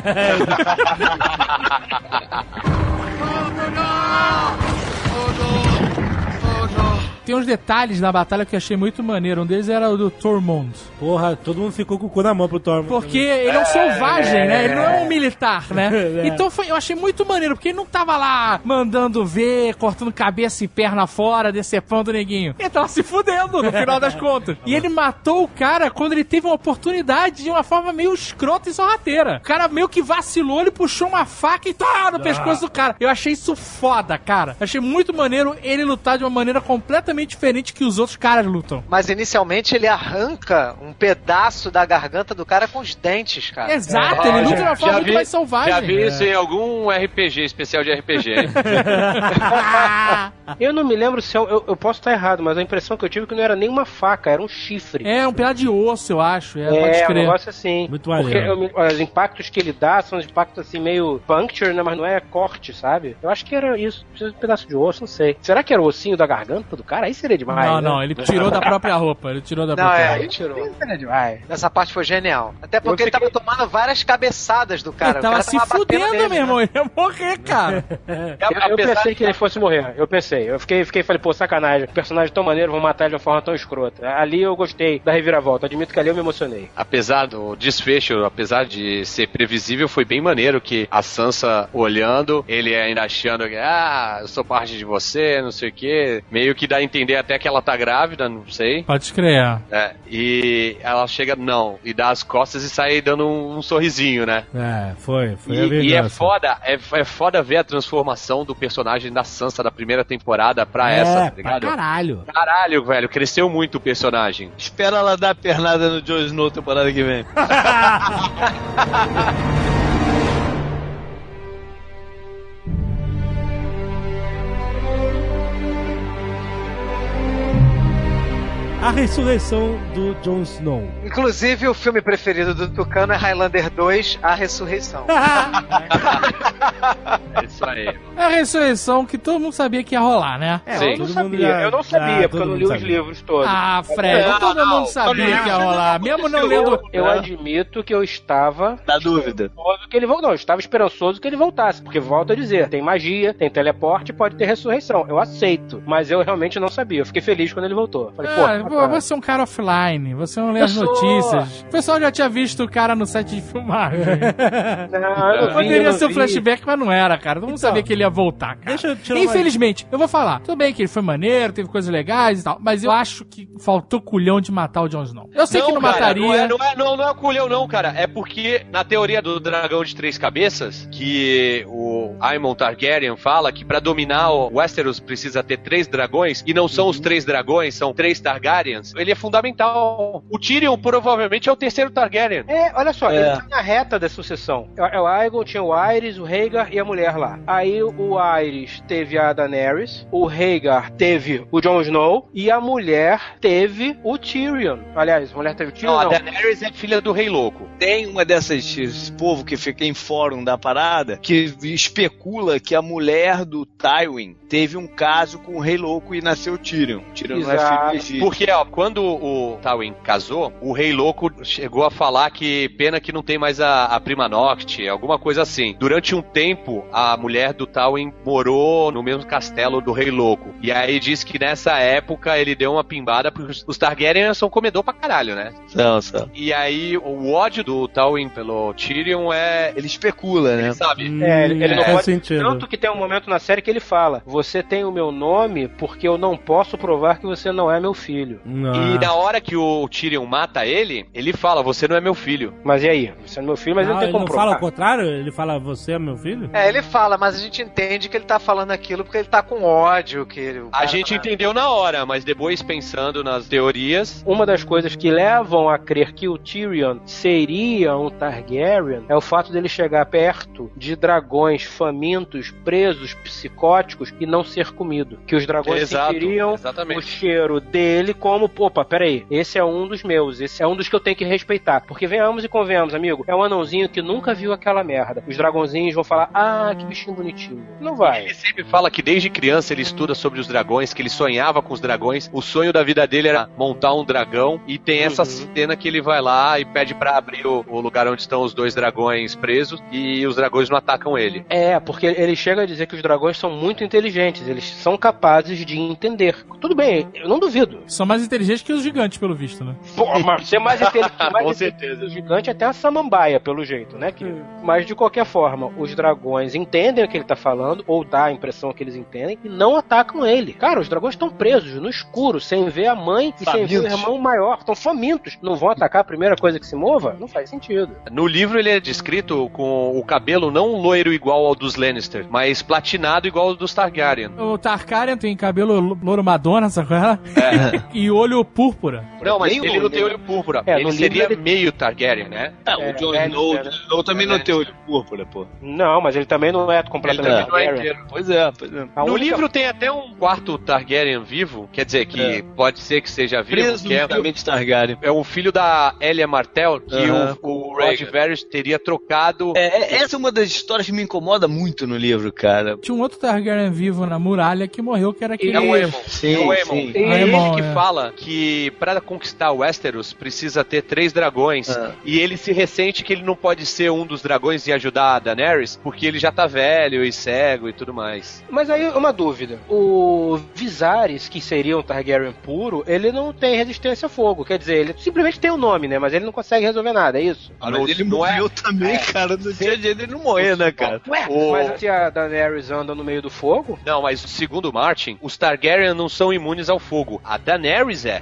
Speaker 6: Tem uns detalhes na batalha que eu achei muito maneiro. Um deles era o do Tormund.
Speaker 9: Porra, todo mundo ficou com o cu na mão pro Tormund.
Speaker 6: Porque ele é um selvagem, né? Ele não é um militar, né?
Speaker 9: É.
Speaker 6: Então foi, eu achei muito maneiro, porque ele não tava lá mandando ver, cortando cabeça e perna fora, decepando o neguinho. Ele tava se fudendo, no final das contas. E ele matou o cara quando ele teve uma oportunidade de uma forma meio escrota e sorrateira. O cara meio que vacilou, ele puxou uma faca e tá no pescoço do cara. Eu achei isso foda, cara. Eu achei muito maneiro ele lutar de uma maneira completamente diferente que os outros caras lutam.
Speaker 8: Mas inicialmente ele arranca um pedaço da garganta do cara com os dentes, cara.
Speaker 6: Exato, ele luta de uma forma muito mais selvagem.
Speaker 3: Já vi isso em algum R P G, especial de R P G.
Speaker 4: Eu não me lembro se eu, eu, eu posso estar errado, mas a impressão que eu tive é que não era nem uma faca, era um chifre.
Speaker 6: É, um pedaço de osso, eu acho. É, pode
Speaker 4: É, um
Speaker 6: crer.
Speaker 4: negócio assim.
Speaker 9: Muito
Speaker 4: Porque
Speaker 9: maneiro.
Speaker 4: eu me- os impactos que ele dá são impactos assim meio puncture, né? Mas não é corte, sabe? Eu acho que era isso. Precisa de um pedaço de osso, não sei. Será que era o ossinho da garganta do cara? Aí seria demais.
Speaker 6: Não,
Speaker 4: né?
Speaker 6: não, ele tirou da própria roupa. Ele tirou da
Speaker 8: Não,
Speaker 6: própria
Speaker 8: é,
Speaker 6: roupa.
Speaker 8: ele tirou.
Speaker 4: Aí seria demais.
Speaker 8: Essa parte foi genial. Até porque
Speaker 4: Eu
Speaker 8: ele
Speaker 4: fiquei-
Speaker 8: tava tomando várias cabeçadas do cara.
Speaker 6: Ele
Speaker 8: O
Speaker 6: tava
Speaker 8: cara
Speaker 6: se
Speaker 8: batendo
Speaker 6: fudendo,
Speaker 8: nele,
Speaker 6: meu irmão. Ele ia morrer, cara.
Speaker 4: Eu, eu pensei que ele fosse morrer. Eu pensei. Eu fiquei, fiquei falei, pô, sacanagem. Personagem tão maneiro, vão matar ele de uma forma tão escrota. Ali eu gostei da reviravolta. Admito que ali eu me emocionei.
Speaker 3: Apesar do desfecho, apesar de ser previsível, foi bem maneiro que a Sansa olhando, ele ainda achando que, ah, eu sou parte de você, não sei o quê. Meio que dá a entender até que ela tá grávida, não sei.
Speaker 6: Pode crer.
Speaker 3: É, e ela chega, não, e dá as costas e sai dando um, um sorrisinho, né?
Speaker 9: É, foi. Foi a
Speaker 3: E, e é
Speaker 9: vingança.
Speaker 3: foda, é, é foda ver a transformação do personagem da Sansa da primeira temporada pra
Speaker 9: É,
Speaker 3: essa, tá
Speaker 9: pra
Speaker 3: ligado?
Speaker 9: caralho.
Speaker 3: Caralho, velho, cresceu muito o personagem.
Speaker 5: Espera ela dar a pernada no Jon Snow temporada que vem.
Speaker 9: A ressurreição do Jon Snow.
Speaker 8: Inclusive, o filme preferido do Tucano é Highlander dois, A Ressurreição.
Speaker 3: É isso aí.
Speaker 6: É a ressurreição que todo mundo sabia que ia rolar, né?
Speaker 4: É,
Speaker 3: Sim.
Speaker 4: eu não
Speaker 9: Todo
Speaker 4: sabia.
Speaker 9: mundo já-
Speaker 4: eu não sabia,
Speaker 9: já,
Speaker 4: porque eu
Speaker 9: todo
Speaker 4: não li
Speaker 9: mundo
Speaker 4: os
Speaker 9: sabia.
Speaker 4: livros todos.
Speaker 6: Ah, Fred,
Speaker 3: Não,
Speaker 6: todo
Speaker 3: não,
Speaker 6: mundo sabia
Speaker 3: não,
Speaker 6: que ia rolar. Mesmo não lendo...
Speaker 4: Eu, eu admito que eu estava
Speaker 5: Na dúvida.
Speaker 4: esperançoso que ele voltasse. Não, eu estava esperançoso que ele voltasse, porque volto a dizer, tem magia, tem teleporte, pode ter ressurreição. Eu aceito, mas eu realmente não sabia. Eu fiquei feliz quando ele voltou. Falei, pô,
Speaker 6: Ah, pô, você é um cara offline, você não lê as
Speaker 4: Eu sou.
Speaker 6: notícias. O pessoal já tinha visto o cara no set de filmagem.
Speaker 4: não, eu não vi, eu
Speaker 6: Poderia
Speaker 4: não
Speaker 6: ser um
Speaker 4: vi.
Speaker 6: flashback, mas não era, cara. Todo mundo
Speaker 9: Então,
Speaker 6: sabia que ele ia voltar, cara.
Speaker 9: deixa eu tirar uma-
Speaker 6: Infelizmente, eu vou falar. Tudo bem que ele foi maneiro, teve coisas legais e tal, mas eu acho que faltou culhão de matar o Jon Snow. Eu sei que não
Speaker 3: cara,
Speaker 6: mataria.
Speaker 3: Não é, não, é, não, não é culhão, não, cara. É porque na teoria do dragão de três cabeças, que o Aemon Targaryen fala que pra dominar o Westeros precisa ter três dragões, e não são os três dragões, são três Targaryen. Targaryens, ele é fundamental. O Tyrion provavelmente é o terceiro Targaryen.
Speaker 4: É, olha só,
Speaker 5: É.
Speaker 4: ele tá na reta da sucessão. É o Aegon, tinha o Aerys, o Rhaegar e a mulher lá. Aí o Aerys teve a Daenerys, o Rhaegar teve o Jon Snow e a mulher teve o Tyrion. Aliás, a mulher teve o Tyrion,
Speaker 3: Não, a
Speaker 4: não.
Speaker 3: Daenerys é filha do Rei Louco.
Speaker 5: Tem uma dessas, esse povo que fica em fórum da parada, que especula que a mulher do Tywin teve um caso com o Rei Louco e nasceu o Tyrion. Tyrion não é filho
Speaker 4: Exato.
Speaker 5: legítimo.
Speaker 3: Porque, ó, quando o Tywin casou, o Rei Louco chegou a falar que pena que não tem mais a, a prima Nocte, alguma coisa assim. Durante um tempo, a mulher do Tywin morou no mesmo castelo do Rei Louco. E aí diz que nessa época ele deu uma pimbada, porque os- os Targaryen são comedor pra caralho, né?
Speaker 5: Não, só.
Speaker 3: E aí o ódio do Tywin pelo Tyrion é...
Speaker 5: Ele especula, né?
Speaker 3: Sabe?
Speaker 4: É, ele, ele não
Speaker 9: faz
Speaker 4: pode.
Speaker 9: sentido.
Speaker 4: Tanto que tem um momento na série que ele fala: você tem o meu nome porque eu não posso provar que você não é meu filho.
Speaker 9: Não.
Speaker 3: E na hora que o Tyrion mata ele, ele fala, você não é meu filho.
Speaker 4: Mas e aí? Você é meu filho, mas
Speaker 9: Não,
Speaker 4: não tem
Speaker 9: ele
Speaker 4: como
Speaker 9: não
Speaker 4: provar.
Speaker 9: fala o contrário? Ele fala, você é meu filho?
Speaker 8: É, ele fala, mas a gente entende que ele tá falando aquilo porque ele tá com ódio. Que ele, o
Speaker 3: A
Speaker 8: cara
Speaker 3: gente
Speaker 8: tá-
Speaker 3: entendeu na hora, mas depois pensando nas teorias...
Speaker 4: Uma das coisas que levam a crer que o Tyrion seria um Targaryen é o fato dele chegar perto de dragões famintos, presos, psicóticos e não ser comido. Que os dragões
Speaker 3: Exato,
Speaker 4: sentiriam
Speaker 3: exatamente.
Speaker 4: o cheiro dele como, opa, peraí, esse é um dos meus, esse é um dos que eu tenho que respeitar. Porque venhamos e convenhamos, amigo, é um anãozinho que nunca viu aquela merda. Os dragãozinhos vão falar, ah, que bichinho bonitinho. Não vai.
Speaker 3: Ele sempre fala que desde criança ele estuda sobre os dragões, que ele sonhava com os dragões. O sonho da vida dele era montar um dragão. E tem essa
Speaker 4: Uhum.
Speaker 3: cena que ele vai lá e pede pra abrir o, o lugar onde estão os dois dragões presos. E os dragões não atacam ele.
Speaker 4: É, porque ele chega a dizer que os dragões são muito inteligentes, eles são capazes de entender. Tudo bem, eu não duvido.
Speaker 6: São mais inteligentes que os gigantes, pelo visto, né?
Speaker 4: Pô, mas ser mais inteligente, mais
Speaker 3: Com
Speaker 4: inteligente
Speaker 3: certeza.
Speaker 4: que o gigante é até a samambaia, pelo jeito, né? Que, mas de qualquer forma, os dragões entendem o que ele tá falando, ou dá a impressão que eles entendem, e não atacam ele. Cara, os dragões estão presos no escuro, sem ver a mãe e sem ver o irmão maior. Estão famintos. Não vão atacar a primeira coisa que se mova? Não faz sentido.
Speaker 3: No livro ele é descrito com o cabelo não loiro igual ao dos Lannister, mas platinado igual ao dos Targaryen.
Speaker 6: O Targaryen tem cabelo louro Madonna, sabe qual é? E olho púrpura.
Speaker 3: Não, mas
Speaker 5: Nem
Speaker 3: ele
Speaker 5: o-
Speaker 3: não tem olho púrpura.
Speaker 4: É, no
Speaker 3: ele
Speaker 4: livro
Speaker 3: seria
Speaker 4: ele-
Speaker 3: meio Targaryen, né?
Speaker 5: Ah,
Speaker 4: É,
Speaker 5: o Jon
Speaker 4: é,
Speaker 5: Snow,
Speaker 4: é,
Speaker 5: Jon Snow também não tem olho púrpura, pô.
Speaker 4: Não, mas ele também não é
Speaker 3: Ele
Speaker 4: completamente
Speaker 3: também não é
Speaker 4: Targaryen.
Speaker 3: inteiro.
Speaker 5: Pois é, pois é.
Speaker 4: A
Speaker 3: No
Speaker 4: única-
Speaker 3: livro tem até um quarto Targaryen vivo, quer dizer que
Speaker 5: É.
Speaker 3: pode ser que seja vivo, que é,
Speaker 5: Presumidamente Targaryen.
Speaker 3: é o filho da Elia Martell, que
Speaker 5: Aham.
Speaker 3: o, o Rod
Speaker 5: Rhaegar.
Speaker 3: Varys teria trocado.
Speaker 5: É, é- essa é uma das histórias que me incomoda muito no livro, cara.
Speaker 6: Tinha um outro Targaryen vivo na muralha que morreu, que era aquele...
Speaker 3: É o Aemon.
Speaker 5: Sim,
Speaker 3: é o Aemon.
Speaker 5: sim.
Speaker 3: É ele
Speaker 6: Aemon,
Speaker 3: que
Speaker 6: é.
Speaker 3: fala que pra conquistar Westeros precisa ter três dragões.
Speaker 5: Ah.
Speaker 3: E ele se ressente que ele não pode ser um dos dragões e ajudar a Daenerys, porque ele já tá velho e cego e tudo mais.
Speaker 4: Mas aí, uma dúvida. O Viserys, que seria um Targaryen puro, ele não tem resistência a fogo. Quer dizer, ele simplesmente tem o nome, né? Mas ele não consegue resolver nada, é isso?
Speaker 5: Ah,
Speaker 3: Não-
Speaker 5: mas ele
Speaker 3: não é-
Speaker 5: morreu também, cara. No dia a dia ele não morrer, né, cara?
Speaker 4: Ué,
Speaker 3: O-
Speaker 4: mas se a Daenerys anda no meio do fogo...
Speaker 3: Não, mas segundo o Martin, os Targaryen não são imunes ao fogo. A Daenerys é.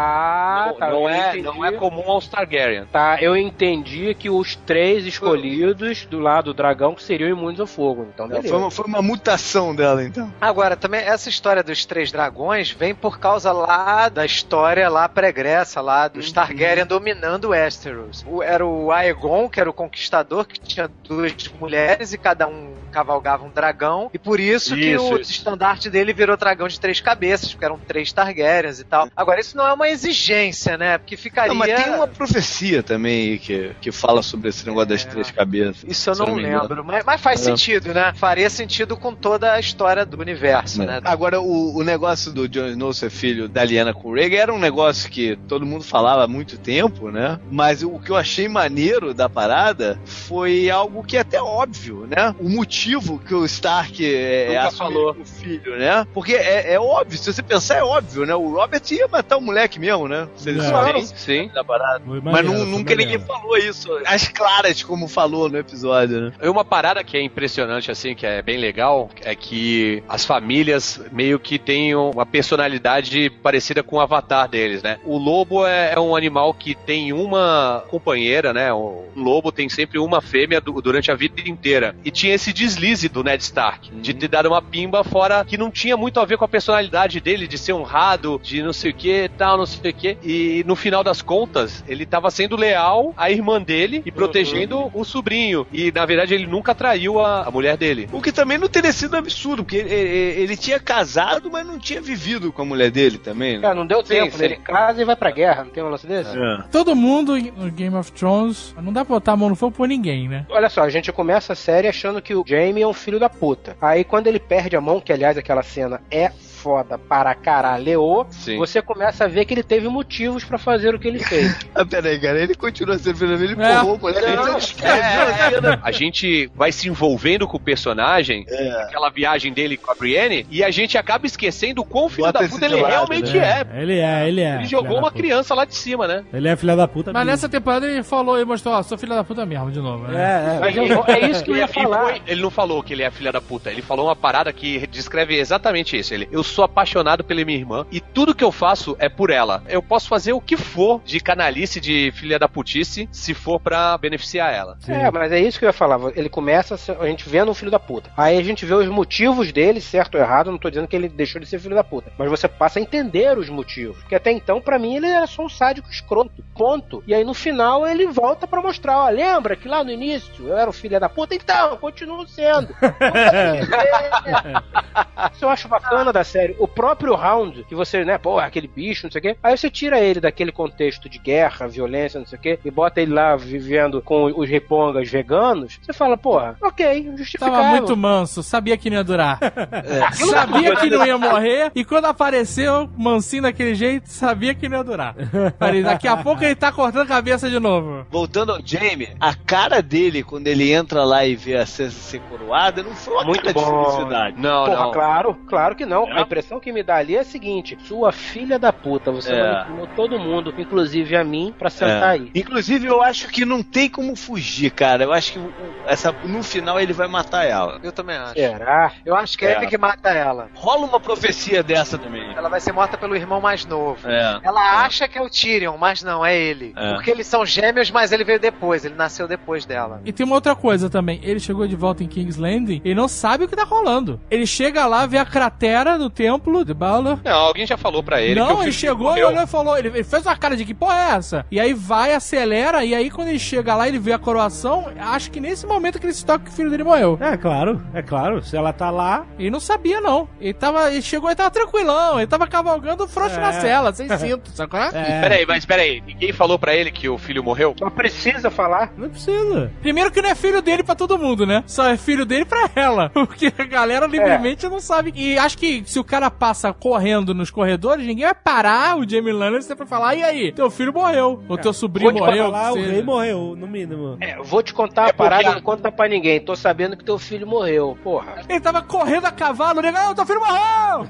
Speaker 4: Ah,
Speaker 3: não,
Speaker 4: tá.
Speaker 3: não
Speaker 4: eu
Speaker 3: é
Speaker 4: entendi.
Speaker 3: não é comum aos Targaryen.
Speaker 4: Tá, eu entendi que os três escolhidos do lado do dragão que seriam imunes ao fogo. Então, beleza.
Speaker 5: Foi uma, foi uma mutação dela, então.
Speaker 8: Agora, também, essa história dos três dragões vem por causa lá da história lá pregressa, lá dos Targaryen dominando Westeros. O- Era o Aegon, que era o conquistador, que tinha duas mulheres e cada um cavalgava um dragão. E por isso, que
Speaker 3: Isso,
Speaker 8: o
Speaker 3: isso.
Speaker 8: estandarte dele virou dragão de três cabeças, porque eram três Targaryens e tal. Agora, isso não é uma exigência, né? Porque ficaria...
Speaker 5: Não, mas tem uma profecia também que, que fala sobre esse negócio das três cabeças.
Speaker 8: Isso eu
Speaker 5: se eu
Speaker 8: não
Speaker 5: me engano.
Speaker 8: lembro, mas, mas faz
Speaker 5: É.
Speaker 8: sentido, né? Faria sentido com toda a história do universo, né?
Speaker 5: Agora, o, o negócio do Jon Snow ser filho da Lyanna com o Rhaegar era um negócio que todo mundo falava há muito tempo, né? Mas o que eu achei maneiro da parada foi algo que é até óbvio, né? O motivo que o Stark é,
Speaker 3: Nunca
Speaker 5: assumiu
Speaker 3: falou.
Speaker 5: o filho, né? Porque é, é óbvio, se você pensar é óbvio, né? O Robert ia matar o moleque mesmo, né? Se ele
Speaker 9: É.
Speaker 5: soubesse
Speaker 3: Sim, sim.
Speaker 5: da parada.
Speaker 9: Foi
Speaker 5: Mas
Speaker 9: maneiro,
Speaker 5: nu-
Speaker 9: foi
Speaker 5: nunca ninguém
Speaker 9: maneiro.
Speaker 5: falou isso. As claras, como falou no episódio, né?
Speaker 3: E uma parada que é impressionante, assim, que é bem legal, é que as famílias meio que têm uma personalidade parecida com o avatar deles, né? O lobo é, é um animal que tem uma companheira, né? O lobo tem sempre uma fêmea du- durante a vida inteira. E tinha esse deslize do Ned Stark, de ter dado uma pimba fora que não tinha muito a ver com a personalidade dele, de ser honrado, de não sei o que, tal, não sei o que. E no final das contas, ele tava sendo leal à irmã dele e protegendo uhum. o sobrinho. E na verdade ele nunca traiu a, a mulher dele.
Speaker 5: O que também não teria sido absurdo, porque ele, ele, ele tinha casado, mas não tinha vivido com a mulher dele também, né?
Speaker 4: É, não deu tempo, sim, ele casa e vai pra guerra, não tem um lance desse?
Speaker 6: É. Todo mundo no Game of Thrones, não dá pra botar a mão no fogo por ninguém, né?
Speaker 4: Olha só, a gente começa a série achando que o Jaime é um filho da puta. Aí quando ele perde a mão, que aliás aquela cena é foda para caralho, você começa a ver que ele teve motivos pra fazer o que ele fez.
Speaker 5: Ah, peraí, cara, ele continua sendo filho dele, ele empurrou, pô.
Speaker 3: A gente vai se envolvendo com o personagem, é. aquela viagem dele com a Brienne, e a gente acaba esquecendo o quão filho Bota da puta ele lado, realmente
Speaker 9: né?
Speaker 3: é.
Speaker 9: Ele é, ele é.
Speaker 3: Ele jogou uma criança lá de cima, né?
Speaker 9: Ele é filha da puta
Speaker 6: Mas
Speaker 9: mesmo.
Speaker 6: nessa temporada ele falou e mostrou, ó, sou filha da puta mesmo, de novo. Né?
Speaker 9: É, é.
Speaker 4: Mas eu, é isso que eu ia falar.
Speaker 3: Foi, ele não falou que ele é filha da puta, ele falou uma parada que descreve exatamente isso. Ele, eu sou apaixonado pela minha irmã e tudo que eu faço é por ela. Eu posso fazer o que for de canalice, de filha da putice, se for pra beneficiar ela.
Speaker 4: Sim. É, mas é isso que eu ia falar. Ele começa a gente vendo um filho da puta. Aí a gente vê os motivos dele, certo ou errado. Não tô dizendo que ele deixou de ser filho da puta. Mas você passa a entender os motivos. Porque até então, pra mim, ele era só um sádico escroto. Ponto. E aí no final ele volta pra mostrar, ó, lembra que lá no início eu era o filho da puta? Então, continuo sendo. Isso eu acho bacana da série. O próprio Hound, que você, né, pô, aquele bicho, não sei o quê. Aí você tira ele daquele contexto de guerra, violência, não sei o quê, e bota ele lá vivendo com os ripongas veganos. Você fala, porra, ok, justificável.
Speaker 6: Tava muito manso, sabia que não ia durar. É. Sabia que não ia morrer, e quando apareceu mansinho daquele jeito, sabia que não ia durar. Falei, daqui a pouco ele tá cortando a cabeça de novo.
Speaker 5: Voltando ao Jaime, a cara dele, quando ele entra lá e vê a Sansa ser coroada, não foi uma
Speaker 4: muito
Speaker 5: cara
Speaker 4: bom.
Speaker 5: de felicidade.
Speaker 3: Não,
Speaker 4: porra,
Speaker 3: não.
Speaker 4: claro, claro que não.
Speaker 5: É.
Speaker 4: A impressão que me dá ali é a seguinte, sua filha da puta, você
Speaker 5: é.
Speaker 4: manipulou todo mundo, inclusive a mim, pra sentar
Speaker 5: é.
Speaker 4: aí.
Speaker 5: Inclusive, eu acho que não tem como fugir, cara. Eu acho que essa, no final ele vai matar ela.
Speaker 8: Eu também acho.
Speaker 4: Será?
Speaker 8: Eu acho que é, é ele que mata ela.
Speaker 5: Rola uma profecia dessa também.
Speaker 8: Ela vai ser morta pelo irmão mais novo.
Speaker 5: É.
Speaker 8: Ela
Speaker 5: é.
Speaker 8: acha que é o Tyrion, mas não, é ele.
Speaker 5: É.
Speaker 8: Porque eles são gêmeos, mas ele veio depois, ele nasceu depois dela.
Speaker 6: E tem uma outra coisa também, ele chegou de volta em King's Landing e não sabe o que tá rolando. Ele chega lá, vê a cratera do templo de Balor.
Speaker 3: Não, alguém já falou pra ele.
Speaker 6: Não,
Speaker 3: que o
Speaker 6: ele chegou e olhou e falou, ele, ele fez uma cara de que porra é essa? E aí vai, acelera, e aí quando ele chega lá, ele vê a coroação, acho que nesse momento que ele se toca que o filho dele morreu.
Speaker 9: É, claro, é claro, se ela tá lá...
Speaker 6: Ele não sabia, não. Ele tava, ele chegou e tava tranquilão, ele tava cavalgando frouxo é. na cela, sem cinto, sabe qual é?
Speaker 3: é? Peraí, mas peraí, ninguém falou pra ele que o filho morreu?
Speaker 4: Não precisa falar.
Speaker 9: Não precisa.
Speaker 6: Primeiro que não é filho dele pra todo mundo, né? Só é filho dele pra ela, porque a galera livremente é. não sabe. E acho que se o cara passa correndo nos corredores, ninguém vai parar o Jaime Lannister pra falar, e aí, teu filho morreu, ou teu sobrinho
Speaker 9: vou
Speaker 6: morreu.
Speaker 9: Falar, o rei morreu, no mínimo.
Speaker 4: É, eu vou te contar é a parada, porque... não conta pra ninguém, tô sabendo que teu filho morreu, porra.
Speaker 6: Ele tava correndo a cavalo, né? Não, teu filho morreu!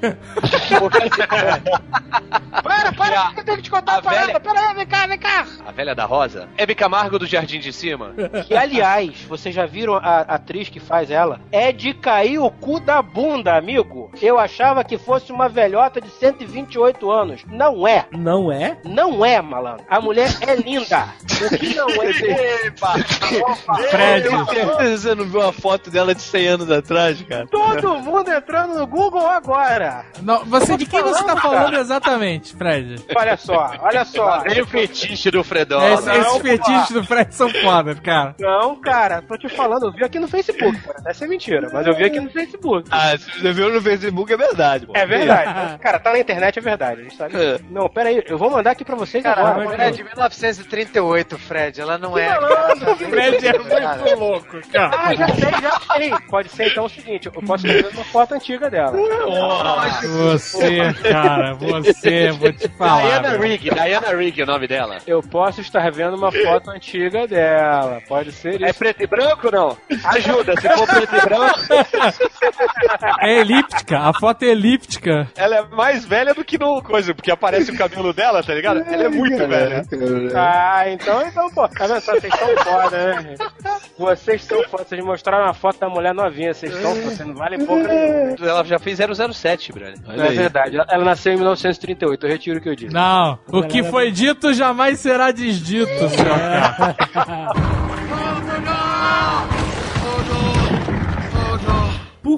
Speaker 4: para, para, que eu tenho que te contar a, a parada, velha... pera aí, vem cá, vem cá.
Speaker 3: A velha da Rosa? Hebe Camargo do Jardim de Cima.
Speaker 4: Que, aliás, vocês já viram a, a atriz que faz ela? É de cair o cu da bunda, amigo. Eu achava que fosse uma velhota de cento e vinte e oito anos. Não é.
Speaker 9: Não é?
Speaker 4: Não é, malandro. A mulher é linda. O que não é?
Speaker 5: Epa! Fred, você não viu a foto dela de cem anos atrás, cara?
Speaker 4: Todo mundo entrando no Google agora.
Speaker 6: Não, você, de quem você tá falando exatamente, Fred?
Speaker 4: Olha só, olha só.
Speaker 3: Tem o fetiche do Fredão.
Speaker 6: Esse, não, esses fetiches do Fred são foda, cara.
Speaker 4: Não, cara, tô te falando, eu vi aqui no Facebook, cara. Deve ser mentira, mas eu vi aqui no Facebook.
Speaker 5: Ah, se você viu no Facebook é verdade, pô.
Speaker 4: É verdade. Cara, tá na internet, é verdade. A gente sabe. É. Não, pera aí, eu vou mandar aqui pra vocês
Speaker 8: cara,
Speaker 4: agora.
Speaker 8: Cara, é de mil novecentos e trinta e oito, Fred. Ela não é.
Speaker 6: O Fred é muito louco, cara.
Speaker 4: Ah, já sei, já sei. Pode ser então o seguinte, eu posso ver uma foto antiga dela.
Speaker 6: Oh, você, cara, você, vou te falar.
Speaker 3: Diana Rigg, Diana Rigg é o nome dela.
Speaker 4: Eu posso estar vendo uma foto antiga dela. Pode ser isso.
Speaker 3: É preto e branco ou não? Ajuda, se for preto e branco.
Speaker 6: É elíptica, a foto é elíptica.
Speaker 3: Ela é mais velha do que no coisa, porque aparece o cabelo dela, tá ligado? Ela é muito velha.
Speaker 4: Ah, então, então, pô. Tá vendo só? Vocês são foda, né? Vocês são foda. Vocês mostraram uma foto da mulher novinha. Vocês estão foda. Você não vale pouco nenhum.
Speaker 3: Ela já fez zero zero sete, brother.
Speaker 4: Não é verdade. Ela, ela nasceu em mil novecentos e trinta e oito. Eu retiro o que eu disse.
Speaker 6: Não. O que foi dito jamais será desdito, senhor cara.
Speaker 9: Por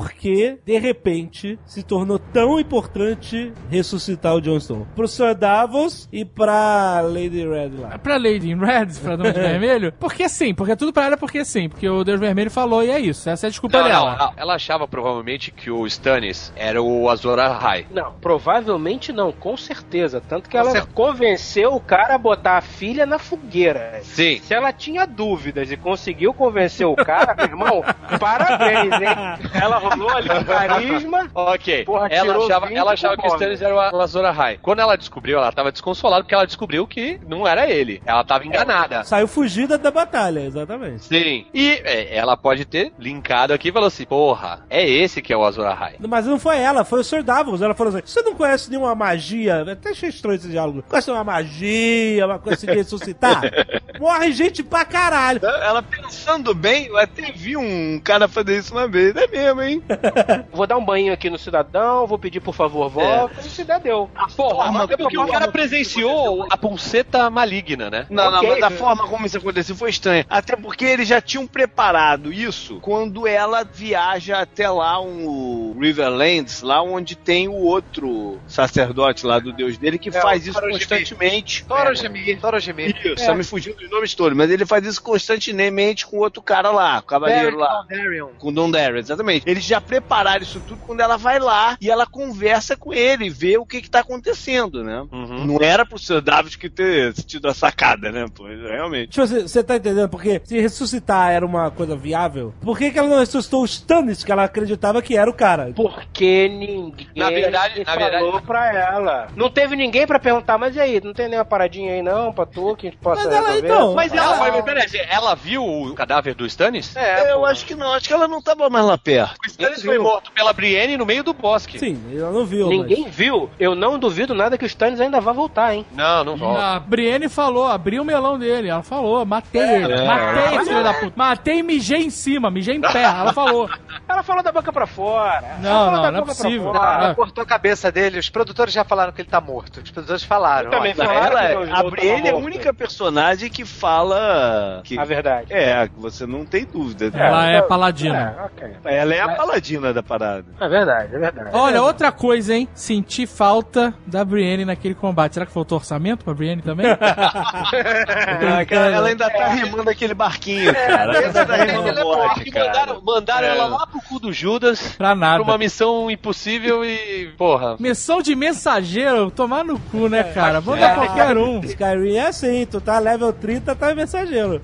Speaker 9: por que, de repente, se tornou tão importante ressuscitar o Jon Snow. Pro senhor Davos e pra Lady Red lá.
Speaker 6: Pra Lady Red, pra Dama de Vermelho? Porque sim, porque tudo pra ela é porque sim. Porque o Deus Vermelho falou e é isso. Essa é a desculpa
Speaker 3: não,
Speaker 6: dela.
Speaker 3: Não, ela achava provavelmente que o Stannis era o Azor Ahai.
Speaker 4: Não, provavelmente não, com certeza. Tanto que ela Você... convenceu o cara a botar a filha na fogueira.
Speaker 3: Sim.
Speaker 4: Se ela tinha dúvidas e conseguiu convencer o cara, meu irmão, parabéns, hein? Ela rolou ali o carisma.
Speaker 3: Ok. Porra, ela achava, ela achava que o Stannis era o Azor Ahai. Quando ela descobriu, ela tava desconsolada porque ela descobriu que não era ele. Ela tava enganada.
Speaker 9: Saiu fugida da batalha, exatamente.
Speaker 3: Sim. E é, ela pode ter linkado aqui e falou assim, porra, é esse que é o Azor Ahai.
Speaker 9: Mas não foi ela, foi o senhor Davos. Ela falou assim, você não conhece nenhuma magia? Até achei estranho esse diálogo. Conhece uma magia, uma coisa de ressuscitar? Morre gente pra caralho.
Speaker 5: Ela pensando bem, eu até vi um cara fazer isso uma vez. É mesmo, hein?
Speaker 4: Vou dar um banho aqui no cidadão, vou pedir por favor, volta. É. E se der, deu.
Speaker 3: A porra, mas é porque o cara presenciou a pulseta maligna, né?
Speaker 5: Não, okay. não, mas a forma como isso aconteceu foi estranha. Até porque eles já tinham preparado isso quando ela viaja até lá um Riverlands, lá onde tem o outro sacerdote lá do deus dele que é, faz isso constantemente.
Speaker 8: Thorogemi. Thorogemi.
Speaker 5: Isso, tá me fugindo dos nomes todos, mas ele faz isso constantemente com outro cara lá, o cavaleiro lá.
Speaker 8: Dondarrion.
Speaker 5: Com Dondarrion, exatamente. Eles já prepararam isso tudo quando ela vai lá e ela conversa com ele, vê o que que tá acontecendo, né? Uhum. Não era pro senhor Davos que ter tido a sacada, né? Pô, realmente.
Speaker 9: Você, você tá entendendo? Porque se ressuscitar era uma coisa viável, por que que ela não ressuscitou o Stannis, que ela acreditava que era o cara?
Speaker 4: Porque ninguém
Speaker 3: na verdade, na
Speaker 4: falou
Speaker 3: verdade...
Speaker 4: pra ela. Não teve ninguém pra perguntar, mas e aí, não tem nenhuma paradinha aí não, pra tu, que a gente possa
Speaker 9: mas ela,
Speaker 4: resolver?
Speaker 9: então,
Speaker 3: mas ela, ela... Mas, peraí, ela viu o cadáver do Stannis?
Speaker 5: É, eu pô. acho que não, acho que ela não tava mais lá perto.
Speaker 3: O Stannis foi morto pela Brienne no meio do bosque.
Speaker 9: Sim, ela não viu.
Speaker 4: Ninguém
Speaker 9: mas...
Speaker 4: viu. Eu não duvido nada que o Stannis ainda vai voltar, hein?
Speaker 3: Não, não volta.
Speaker 6: A Brienne falou, abriu o melão dele. Ela falou, matei é, ele. É. Matei, filho é. da puta. Matei e mijei em cima, mijei em pé. Ela falou.
Speaker 4: Ela falou da boca pra fora.
Speaker 6: Não, não, não é possível.
Speaker 8: Não, ela cortou a cabeça dele. Os produtores já falaram que ele tá morto. Os produtores falaram.
Speaker 4: Eu também falaram.
Speaker 5: Ela, a Brienne é a única personagem que fala... Que,
Speaker 4: a verdade.
Speaker 5: É, que você não tem dúvida.
Speaker 6: Ela é, é paladina.
Speaker 5: É, okay. Ela é a paladina da parada.
Speaker 4: É verdade, é verdade.
Speaker 6: Olha, é outra coisa, hein? Senti falta da Brienne naquele combate. Será que faltou orçamento pra Brienne também?
Speaker 5: ela, ela ainda tá remando aquele barquinho, cara. Ela ainda tá remando o bote, cara.
Speaker 3: Mandaram, mandaram é. ela lá pro cu do Judas.
Speaker 6: Pra nada.
Speaker 3: Pra uma missão impossível e... Porra.
Speaker 6: Missão de mensageiro, tomar no cu, né, cara? Vamos dar qualquer um.
Speaker 9: Skyrim é assim, tu tá level trinta, tá mensageiro.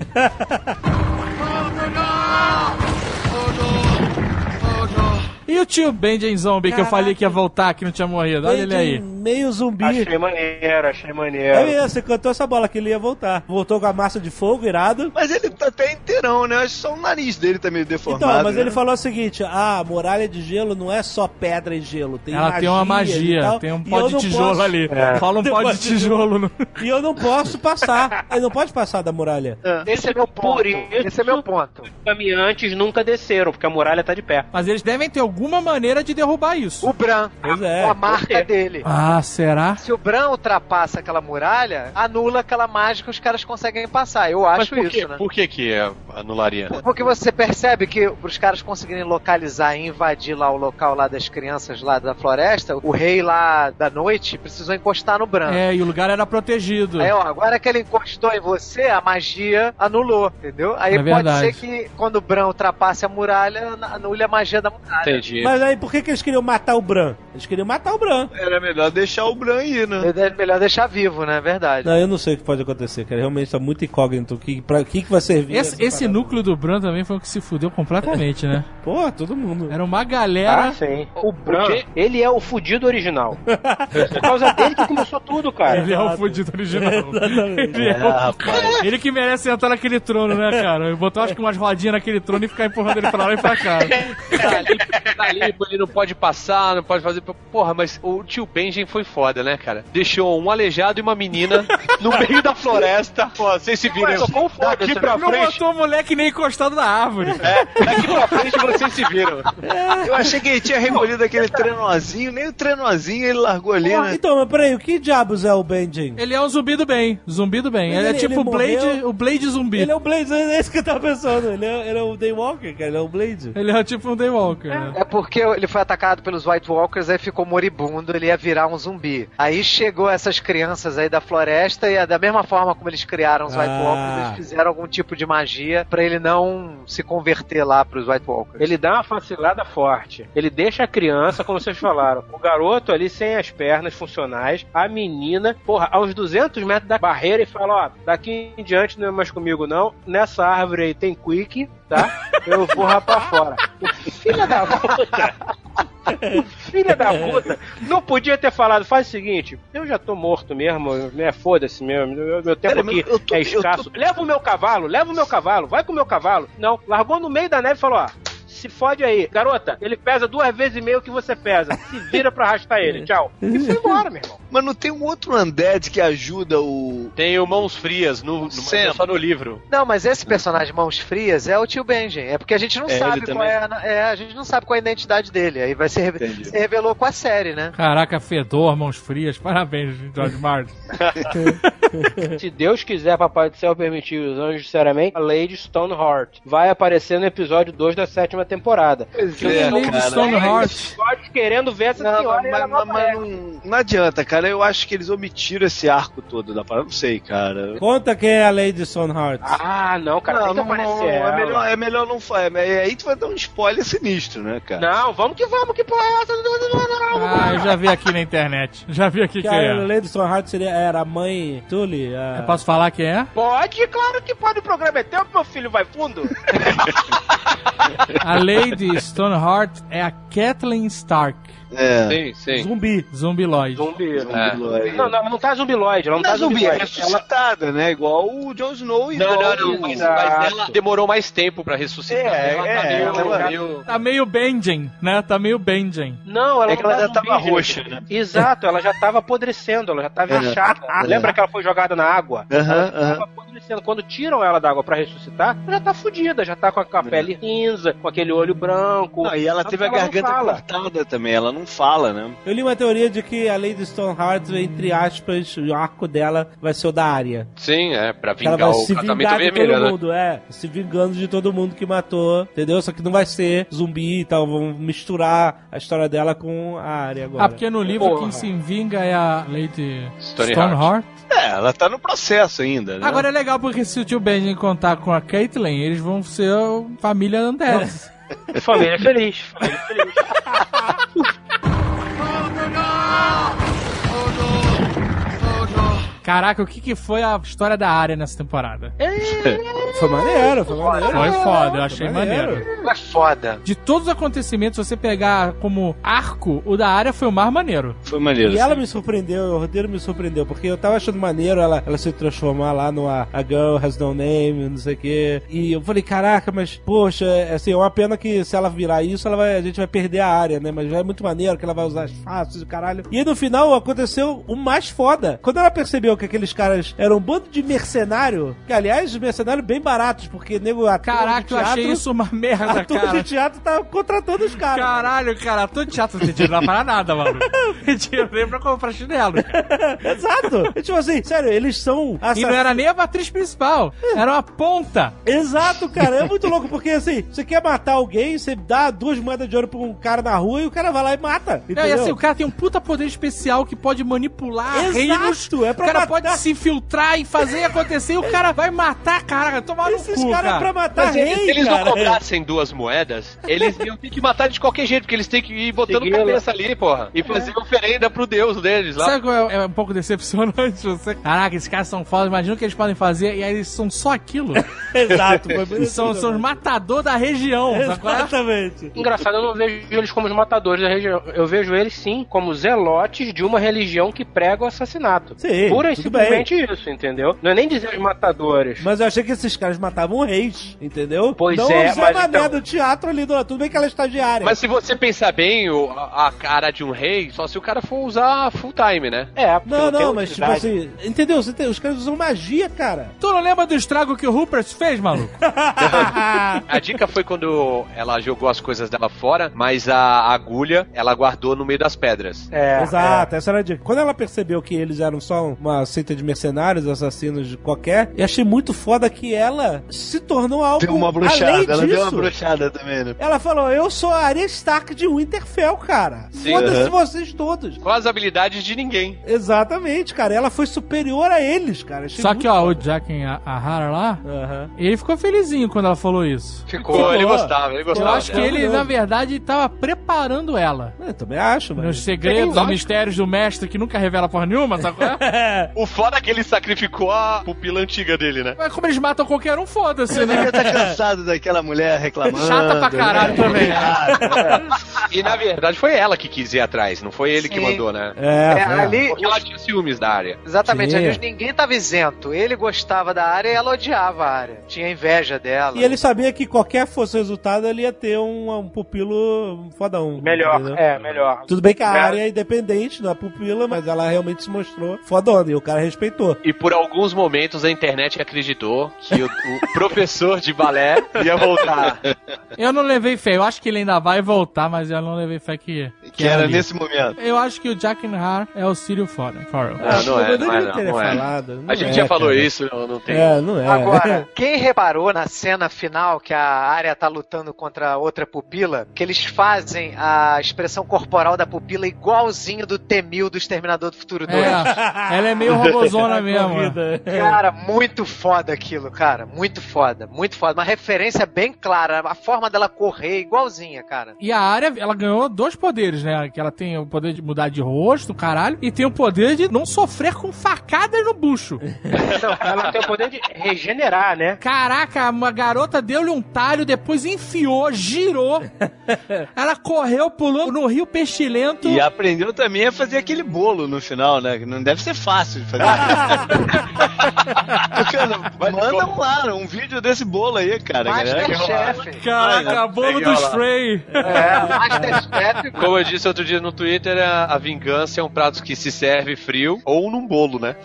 Speaker 6: E o tio Benjen Zombie, que eu falei que ia voltar, que não tinha morrido. Olha ele aí.
Speaker 9: Meio zumbi.
Speaker 4: Achei maneiro, achei maneiro.
Speaker 9: É mesmo, você cantou essa bola que ele ia voltar. Voltou com a massa de fogo, irado.
Speaker 5: Mas ele tá até inteirão, né? Acho que só o nariz dele tá meio deformado.
Speaker 9: Então, mas
Speaker 5: né?
Speaker 9: ele falou o seguinte, ah, a muralha de gelo não é só pedra e gelo. Tem
Speaker 6: Ela
Speaker 9: magia
Speaker 6: tem uma magia, tem um pó de tijolo posso... ali. É. Fala um pó de tijolo. No...
Speaker 9: E eu não posso passar. Ele não pode passar da muralha.
Speaker 8: É. Esse é meu ponto. Esse é meu ponto.
Speaker 4: Os caminhantes nunca desceram, porque a muralha tá de pé.
Speaker 6: Mas eles devem ter alguma maneira de derrubar isso.
Speaker 8: O Bran.
Speaker 9: Pois é.
Speaker 8: A marca dele.
Speaker 6: Ah, será?
Speaker 8: Se o Bran ultrapassa aquela muralha, anula aquela mágica que os caras conseguem passar. Eu acho
Speaker 3: Mas por
Speaker 8: isso,
Speaker 3: que,
Speaker 8: né?
Speaker 3: Por que que anularia?
Speaker 8: Porque você percebe que os caras conseguirem localizar e invadir lá o local lá das crianças lá da floresta, o rei lá da noite precisou encostar no Bran.
Speaker 6: É, e o lugar era protegido.
Speaker 8: Aí, ó, agora que ele encostou em você, a magia anulou, entendeu? Aí
Speaker 6: é
Speaker 8: pode
Speaker 6: verdade.
Speaker 8: ser que quando o Bran ultrapasse a muralha, anule a magia da muralha.
Speaker 3: Entendi.
Speaker 9: Mas aí por que que eles queriam matar o Bran? Eles queriam matar o Bran.
Speaker 5: Era melhor deixar o Bran ir, né?
Speaker 8: É melhor deixar vivo, né? Verdade.
Speaker 9: Não, eu não sei o que pode acontecer, cara. Realmente tá muito incógnito. O que, pra que, que vai servir?
Speaker 6: Esse, esse núcleo do Bran também foi o que se fudeu completamente, né?
Speaker 9: Pô, todo mundo.
Speaker 6: Era uma galera...
Speaker 4: Ah, sim. O Bran, ele é o fudido original. Por causa dele que começou tudo, cara.
Speaker 6: Ele é o fudido original. Ele, é é, o... ele que merece sentar naquele trono, né, cara? Botar acho que umas rodinhas naquele trono e ficar empurrando ele pra lá e pra cá.
Speaker 3: Tá ali, tá ali, ele não pode passar, não pode fazer... Porra, mas o tio Benjen foi foda, né, cara? Deixou um aleijado e uma menina no meio da floresta. Pô, vocês se viram. Daqui pra
Speaker 6: não
Speaker 3: frente...
Speaker 6: Não botou o moleque nem encostado na árvore.
Speaker 3: É, daqui pra frente vocês se viram.
Speaker 5: Eu achei que ele tinha recolhido aquele trenozinho, nem o trenozinho ele largou ali,
Speaker 9: Pô,
Speaker 5: né?
Speaker 9: Então, mas peraí, o que diabos é o Benjen?
Speaker 6: Ele é um zumbi do bem. Zumbi do bem. Ele, ele é tipo o Blade, o Blade zumbi.
Speaker 9: Ele é o Blade, é isso que eu tava pensando. Ele é, ele é o Daywalker, cara. Ele é o Blade.
Speaker 6: Ele é tipo um Daywalker. É,
Speaker 8: é porque ele foi atacado pelos White Walkers, aí ficou moribundo, ele ia virar um zumbi. Aí chegou essas crianças aí da floresta e da mesma forma como eles criaram os White
Speaker 9: Ah.
Speaker 8: Walkers, eles fizeram algum tipo de magia pra ele não se converter lá pros White Walkers.
Speaker 4: Ele dá uma facilidade forte. Ele deixa a criança, como vocês falaram, o garoto ali sem as pernas funcionais, a menina, porra, aos duzentos metros da barreira e fala, ó, daqui em diante não é mais comigo não, nessa árvore aí tem quick, tá? Eu vou rapar fora. Filha da puta! Filha da puta! Não podia ter falado, faz o seguinte, eu já tô morto mesmo, né? Foda-se mesmo, meu, meu tempo
Speaker 5: Pera,
Speaker 4: aqui
Speaker 5: eu tô-
Speaker 4: é
Speaker 5: eu
Speaker 4: escasso. Leva o meu cavalo, leva o meu cavalo, vai com o meu cavalo. Não, largou no meio da neve e falou, ó, se fode aí. Garota, ele pesa duas vezes e meio o que você pesa. Se vira pra arrastar ele. Tchau. E foi embora, meu irmão.
Speaker 5: Mas não tem um outro undead que ajuda o...
Speaker 3: Tem o Mãos Frias, no, no,
Speaker 5: Sam.
Speaker 3: é só no livro.
Speaker 8: Não, mas esse personagem Mãos Frias é o tio Benjen. É porque a gente não
Speaker 5: É,
Speaker 8: sabe
Speaker 5: ele
Speaker 8: qual
Speaker 5: também?
Speaker 8: é a, é, a gente não sabe qual é a identidade dele. Aí vai ser
Speaker 5: Entendi.
Speaker 8: se revelou com a série, né?
Speaker 6: Caraca, fedor, mãos frias. Parabéns, George Martin.
Speaker 4: Se Deus quiser, Papai do Céu permitir e os anjos sinceramente, a Lady Stoneheart vai aparecer no episódio dois da sétima temporada.
Speaker 5: Pois
Speaker 6: é,
Speaker 5: é,
Speaker 6: Lady
Speaker 5: cara.
Speaker 6: Stoneheart.
Speaker 4: Episódios querendo ver essa
Speaker 5: Não,
Speaker 4: senhora e ela
Speaker 5: mas,
Speaker 4: não
Speaker 5: mas- mas
Speaker 4: aparece.
Speaker 5: não, não adianta, cara. Eu acho que eles omitiram esse arco todo da parada. Não sei, cara.
Speaker 9: Conta quem é a Lady Stoneheart.
Speaker 4: Ah, não, cara,
Speaker 5: Não,
Speaker 4: tem que
Speaker 5: não, não,
Speaker 4: aparecer
Speaker 5: é,
Speaker 4: ela.
Speaker 5: melhor, é melhor não falar. Aí tu vai dar um spoiler sinistro, né, cara?
Speaker 4: Não, vamos que vamos, que porra é essa?
Speaker 6: Ah, eu já vi aqui na internet. Já vi aqui
Speaker 9: Que
Speaker 6: quem
Speaker 9: a
Speaker 6: é.
Speaker 9: Lady Stoneheart seria, era a mãe Tully. A...
Speaker 6: Eu posso falar quem é?
Speaker 4: Pode, claro que pode, o programa é teu, meu filho vai fundo.
Speaker 6: A Lady Stoneheart é a Kathleen Stark.
Speaker 5: É.
Speaker 3: Sim, sim.
Speaker 9: Zumbi.
Speaker 6: Zumbiloide.
Speaker 4: Zumbi.
Speaker 5: Zumbiloide.
Speaker 4: Não, não, ela não tá zumbiloide, ela não,
Speaker 5: Não
Speaker 4: tá
Speaker 5: é zumbi, é
Speaker 4: zumbiloide. Ela...
Speaker 5: ressuscitada, né? Igual o Jon Snow e
Speaker 3: Não,
Speaker 5: igual
Speaker 3: não, não,
Speaker 5: o-
Speaker 3: mas, mas ela demorou mais tempo pra ressuscitar.
Speaker 5: É,
Speaker 3: ela
Speaker 5: é,
Speaker 3: tá meio,
Speaker 5: ela-
Speaker 3: meio-
Speaker 6: Tá meio Benjen, né? Tá meio Benjen.
Speaker 4: Não, ela
Speaker 5: É que
Speaker 4: não
Speaker 5: ela
Speaker 4: tá
Speaker 5: já tava
Speaker 4: zumbi, gente.
Speaker 5: roxa, né?
Speaker 4: Exato, ela já tava apodrecendo, ela já tava
Speaker 5: É.
Speaker 4: inchada. Lembra que ela foi jogada na água?
Speaker 5: Aham,
Speaker 4: ela já
Speaker 5: aham.
Speaker 4: tava apodrecendo. Quando tiram ela da água pra ressuscitar, ela já tá fudida, já tá com a, com a pele cinza, com aquele olho branco.
Speaker 5: Não, e ela
Speaker 4: Só
Speaker 5: teve a
Speaker 4: que ela não
Speaker 5: garganta
Speaker 4: fala.
Speaker 5: cortada também, ela não fala, né?
Speaker 9: Eu li uma teoria de que a Lady Stoneheart, entre aspas, o arco dela vai ser o da Arya.
Speaker 3: Sim, é, pra
Speaker 9: Que ela
Speaker 3: vingar
Speaker 9: vai
Speaker 3: o
Speaker 9: se
Speaker 3: casamento
Speaker 9: vingar de
Speaker 3: vermelho,
Speaker 9: todo
Speaker 3: né?
Speaker 9: mundo, é. Se vingando de todo mundo que matou, entendeu? Só que não vai ser zumbi e tal. Vão misturar a história dela com a Arya agora.
Speaker 6: Ah, porque no livro
Speaker 4: Porra.
Speaker 6: quem se vinga é a Lady
Speaker 3: Stoneheart.
Speaker 6: Stoneheart.
Speaker 5: É, ela tá no processo ainda, né?
Speaker 6: Agora é legal porque se o tio Benjen contar com a Caitlyn, eles vão ser a família Andes.
Speaker 4: Família feliz, família feliz.
Speaker 6: Caraca, o que, que foi a história da área nessa temporada?
Speaker 9: Foi maneiro, foi maneiro.
Speaker 6: Foi foda, eu achei
Speaker 9: Foi
Speaker 6: maneiro.
Speaker 8: É foda.
Speaker 6: De todos os acontecimentos, se você pegar como arco, o da área foi o mais maneiro.
Speaker 5: Foi maneiro.
Speaker 9: E ela
Speaker 5: assim.
Speaker 9: me surpreendeu, o roteiro me surpreendeu, porque eu tava achando maneiro ela, ela se transformar lá no A, a Girl Has No Name, não sei o quê. E eu falei, caraca, mas, poxa, é, assim, é uma pena que se ela virar isso, ela vai, a gente vai perder a área, né? Mas já é muito maneiro que ela vai usar as faces e o caralho. E aí no final aconteceu o mais foda. Quando ela percebeu que aqueles caras eram um bando de mercenário, que aliás, mercenários bem baratos, porque nego ator
Speaker 6: Caraca,
Speaker 9: de
Speaker 6: eu
Speaker 9: teatro,
Speaker 6: achei isso uma merda,
Speaker 9: ator
Speaker 6: cara.
Speaker 9: de teatro tá contratando os caras.
Speaker 6: Caralho, cara, ator de teatro não tem dinheiro pra nada, mano. Tem dinheiro nem pra comprar chinelo, cara.
Speaker 9: Exato. E, tipo assim, sério, eles são
Speaker 6: E não era nem a atriz principal, era uma ponta.
Speaker 9: Exato, cara. É muito louco, porque assim, você quer matar alguém, você dá duas moedas de ouro pra um cara na rua e o cara vai lá e mata.
Speaker 6: Não,
Speaker 9: Entendeu?
Speaker 6: e assim, o cara tem um puta poder especial que pode manipular
Speaker 9: Exato,
Speaker 6: reinos.
Speaker 9: é pra
Speaker 6: o cara
Speaker 9: matar.
Speaker 6: pode se infiltrar e fazer acontecer e o cara vai matar, cara. Tomar no
Speaker 9: Esses
Speaker 6: cu,
Speaker 9: caras é
Speaker 6: cara.
Speaker 9: pra matar
Speaker 3: Mas
Speaker 9: rei,
Speaker 3: eles, se eles não
Speaker 9: cara.
Speaker 3: cobrassem duas moedas, eles iam ter que matar de qualquer jeito, porque eles têm que ir botando
Speaker 4: Segui-la.
Speaker 3: cabeça ali, porra. E fazer oferenda pro deus deles lá.
Speaker 6: Sabe qual é, é um pouco decepcionante? Você... Caraca, esses caras são fodas, imagina o que eles podem fazer e aí eles são só aquilo.
Speaker 9: Exato. Foi bem
Speaker 6: Eles são,
Speaker 9: assim,
Speaker 6: são os matadores da região, sacou?
Speaker 9: Exatamente.
Speaker 4: Engraçado, eu não vejo eles como os matadores da região. Eu vejo eles, sim, como zelotes de uma religião que prega o assassinato.
Speaker 9: Sim,
Speaker 4: Pura e
Speaker 9: tudo
Speaker 4: simplesmente isso, entendeu? Não é nem dizer os matadores.
Speaker 9: Mas eu achei que esses caras matavam reis, entendeu?
Speaker 4: Pois
Speaker 9: não
Speaker 4: é,
Speaker 9: o Zé
Speaker 4: mas
Speaker 9: Mané
Speaker 4: então-
Speaker 9: do teatro ali, do... tudo bem que ela é estagiária.
Speaker 3: Mas se você pensar bem, o- a, a cara de um rei, só se o cara for usar full time, né?
Speaker 4: É, porque
Speaker 9: Não,
Speaker 4: tem
Speaker 9: não, mas tipo
Speaker 4: utilidade.
Speaker 9: assim, entendeu? Você tem- os caras usam magia, cara.
Speaker 6: Tu não lembra do estrago que o Rupert fez, maluco?
Speaker 3: A dica foi quando ela jogou as coisas dela fora, mas a agulha ela guardou no meio das pedras.
Speaker 4: É,
Speaker 9: Exato, essa era a dica. Quando ela percebeu que eles eram só uma uma seita de mercenários, assassinos de qualquer, e achei muito foda que ela se tornou algo
Speaker 5: deu uma bruxada,
Speaker 9: além
Speaker 5: ela
Speaker 9: disso.
Speaker 5: deu uma bruxada também, né?
Speaker 9: Ela falou, eu sou a Arya Stark de Winterfell, cara. Foda-se
Speaker 5: uhum.
Speaker 9: vocês todos.
Speaker 3: Com as habilidades de ninguém.
Speaker 9: Exatamente, cara. Ela foi superior a eles, cara. Achei
Speaker 6: Só que, ó,
Speaker 9: foda.
Speaker 6: o Jaqen Ahara lá,
Speaker 9: Uhum.
Speaker 6: ele ficou felizinho quando ela falou isso.
Speaker 3: Ficou, ele gostava, ele gostava.
Speaker 6: Eu acho que ele, na verdade, tava preparando ela.
Speaker 9: Eu também acho, mano.
Speaker 6: Nos segredos, nos mistérios do mestre que nunca revela porra nenhuma, sabe qual é?
Speaker 3: O foda é que ele sacrificou a pupila antiga dele, né?
Speaker 6: Mas como eles matam qualquer um, foda-se, né?
Speaker 5: Ele tá cansado daquela mulher reclamando.
Speaker 6: Chata pra caralho
Speaker 5: né?
Speaker 6: também.
Speaker 3: E na verdade foi ela que quis ir atrás, não foi ele
Speaker 8: Sim.
Speaker 3: que mandou, né?
Speaker 9: É,
Speaker 8: É,
Speaker 9: foi.
Speaker 8: ali,
Speaker 3: Porque ela tinha ciúmes da área.
Speaker 8: exatamente,
Speaker 9: Tinha.
Speaker 8: ali ninguém tava isento. Ele gostava da área e ela odiava a área. Tinha inveja dela.
Speaker 9: E ele sabia que qualquer fosse o resultado, ele ia ter um, um pupilo fodão.
Speaker 4: Melhor,
Speaker 9: entendeu?
Speaker 4: é, melhor.
Speaker 9: Tudo bem que a
Speaker 4: É.
Speaker 9: área é independente da pupila, mas ela realmente se mostrou fodona e o cara respeitou.
Speaker 3: E por alguns momentos a internet acreditou que o, o professor de balé ia voltar.
Speaker 6: Eu não levei fé. Eu acho que ele ainda vai voltar, mas eu não levei fé que...
Speaker 5: Que era
Speaker 6: ali.
Speaker 5: nesse momento.
Speaker 6: Eu acho que o Jaqen Ahara é o Círio Foden. Farrell.
Speaker 3: Ah, não é,
Speaker 9: eu
Speaker 3: não é,
Speaker 9: deveria
Speaker 3: não,
Speaker 9: ter
Speaker 3: não é.
Speaker 9: falado. Não
Speaker 3: A gente
Speaker 9: é,
Speaker 3: já falou
Speaker 9: cara.
Speaker 3: isso, não, não tem.
Speaker 9: É, não é.
Speaker 8: Agora, quem reparou na cena final que a área tá lutando contra outra pupila, que eles fazem a expressão corporal da pupila igualzinho do T mil do Exterminador do Futuro dois.
Speaker 6: É, ela é meio robozona mesmo.
Speaker 9: Corrida.
Speaker 8: Cara, muito foda aquilo, cara. Muito foda, muito foda. Uma referência bem clara. A forma dela correr igualzinha, cara.
Speaker 6: E a área, ela ganhou dois poderes, né? Que ela tem o poder de mudar de rosto, caralho, e tem o poder de não sofrer com facadas no bucho.
Speaker 4: Então, ela tem o poder de regenerar, né?
Speaker 6: Caraca, uma garota deu-lhe um talho, depois enfiou, girou. Ela correu, pulou no rio pestilento.
Speaker 5: E aprendeu também a fazer aquele bolo no final, né? Que não deve ser fácil de fazer. Cara, manda um lá, um vídeo desse bolo aí, cara.
Speaker 8: Masterchef.
Speaker 6: Caraca, bolo dos Frey.
Speaker 8: É, Masterchef.
Speaker 3: Como eu disse outro dia no Twitter, a, a vingança é um prato que se serve frio ou num bolo, né?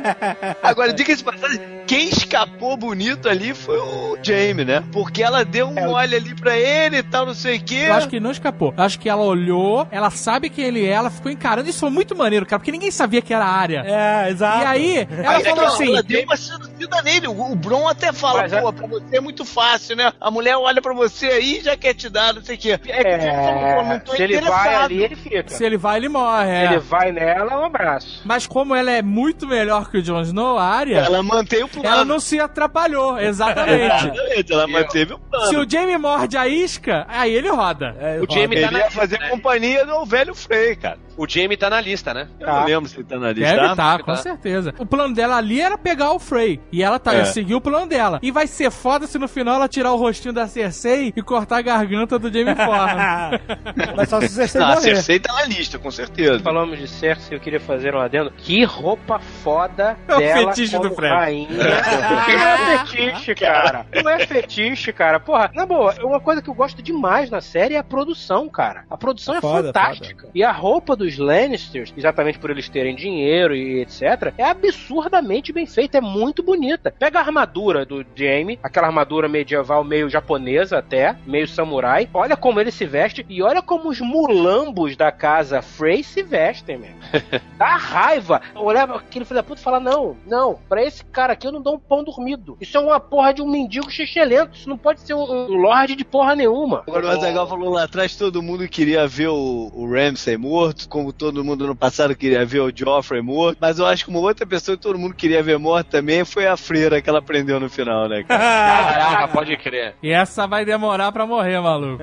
Speaker 5: Agora, diga-se de passagem, quem escapou bonito ali foi o Jaime, né? Porque ela deu um mole ali pra ele e tal, não sei o quê.
Speaker 6: Eu acho que não escapou. Eu acho que ela olhou, ela sabe quem ele é, ela ficou encarando. Isso foi muito maneiro, cara, porque ninguém sabia que era a área.
Speaker 9: É, exato.
Speaker 6: E aí, ela
Speaker 5: Aí,
Speaker 6: falou
Speaker 5: ela,
Speaker 6: assim...
Speaker 5: ela deu uma seduzida nele. O, o Bron até fala,
Speaker 4: Mas
Speaker 5: pô,
Speaker 4: é-
Speaker 5: pra você é muito fácil, né? A mulher olha pra você aí e já quer te dar, não sei o quê. É que ele falou, pô, não tô
Speaker 4: se ele vai
Speaker 5: interessado.
Speaker 4: ali, ele fica.
Speaker 6: Se ele vai, ele morre. é.
Speaker 4: Ele vai nela, um abraço.
Speaker 6: Mas como ela é muito melhor que o Jon Snow, a área, ela,
Speaker 5: Ela mantém o plano.
Speaker 6: não se atrapalhou. Exatamente.
Speaker 5: Exatamente, ela manteve o plano.
Speaker 6: Se o Jaime morde a isca, aí ele roda.
Speaker 9: É,
Speaker 3: O Jaime tá
Speaker 5: Ele
Speaker 3: na
Speaker 5: ia fazer
Speaker 3: né?
Speaker 5: companhia do velho Frey, cara.
Speaker 3: O Jaime tá na lista, né?
Speaker 5: Eu
Speaker 4: Tá.
Speaker 5: não lembro se ele tá na lista.
Speaker 6: Deve
Speaker 5: tá?
Speaker 6: estar, com
Speaker 3: Tá.
Speaker 6: certeza. O plano dela ali era pegar o Frey. E ela tá,
Speaker 5: É.
Speaker 6: seguiu o plano dela. E vai ser foda se no final ela tirar o rostinho da Cersei e cortar a garganta do Jaime Forman.
Speaker 9: Mas só se você
Speaker 5: Não, a
Speaker 9: morrer.
Speaker 5: Cersei tá na lista, com certeza.
Speaker 4: Falamos de Cersei, eu queria fazer um adendo. Que roupa foda
Speaker 6: É o
Speaker 4: dela
Speaker 6: fetiche
Speaker 4: como
Speaker 6: do Fred.
Speaker 4: rainha. Não é fetiche, cara. Não é fetiche, cara. Porra, na boa, uma coisa que eu gosto demais na série é a produção, cara. A produção é
Speaker 9: Foda,
Speaker 4: fantástica. E a roupa dos Lannisters, exatamente por eles terem dinheiro e etcétera, é absurdamente bem feita, é muito bonita. Pega a armadura do Jaime, aquela armadura medieval meio japonesa até, meio samurai. Olha como ele se veste e olha como os mulambos da casa Frey se vestem, meu. Dá raiva. Olhar aquele filho da puta e falar, não, não, pra esse cara aqui eu não dou um pão dormido. Isso é uma porra de um mendigo xixelento. Isso não pode ser um, um lorde de porra nenhuma.
Speaker 5: Agora o Azaghal falou lá atrás, todo mundo queria ver o, o Ramsay morto, como todo mundo no passado queria ver o Joffrey morto, mas eu acho que uma outra pessoa que todo mundo queria ver morta também foi a freira que ela prendeu no final, né, cara?
Speaker 3: Caraca, pode crer.
Speaker 6: E essa vai demorar pra morrer, maluco.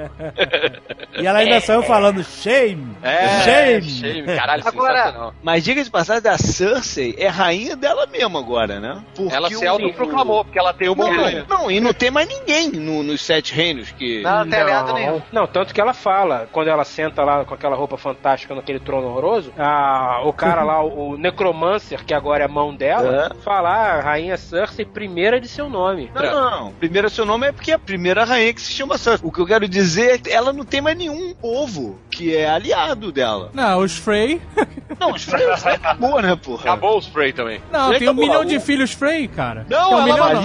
Speaker 9: E ela ainda saiu falando shame.
Speaker 3: É,
Speaker 9: Shame.
Speaker 3: shame. Caralho,
Speaker 8: Agora-
Speaker 3: sensacional.
Speaker 5: Mas diga de passagem, a Cersei é rainha dela mesma agora, né? Porque
Speaker 3: Ela se
Speaker 5: o-
Speaker 3: autoproclamou, porque ela tem uma
Speaker 5: Não,
Speaker 3: montanha.
Speaker 5: não, e não tem mais ninguém no- nos Sete Reinos que...
Speaker 8: Não, não tem aliado nenhum.
Speaker 4: Não, tanto que ela fala, quando ela senta lá com aquela roupa fantástica naquele trono horroroso, a, o cara lá, o, o Necromancer, que agora é a mão dela, fala, ah, Rainha Cersei, primeira de seu nome.
Speaker 5: Não, não, primeiro seu nome é porque é a primeira rainha que se chama Cersei. O que eu quero dizer é que ela não tem mais nenhum povo que é aliado dela.
Speaker 6: Não, os Frey...
Speaker 5: Não, os Frey acabou, né, porra?
Speaker 3: Acabou os Frey também.
Speaker 6: Não,
Speaker 5: Frey
Speaker 6: tem um
Speaker 5: acabou.
Speaker 6: milhão de filhos Frey, cara.
Speaker 5: Não,
Speaker 6: tem um
Speaker 5: ela
Speaker 6: milhão
Speaker 5: matou
Speaker 6: não.
Speaker 5: os Frey.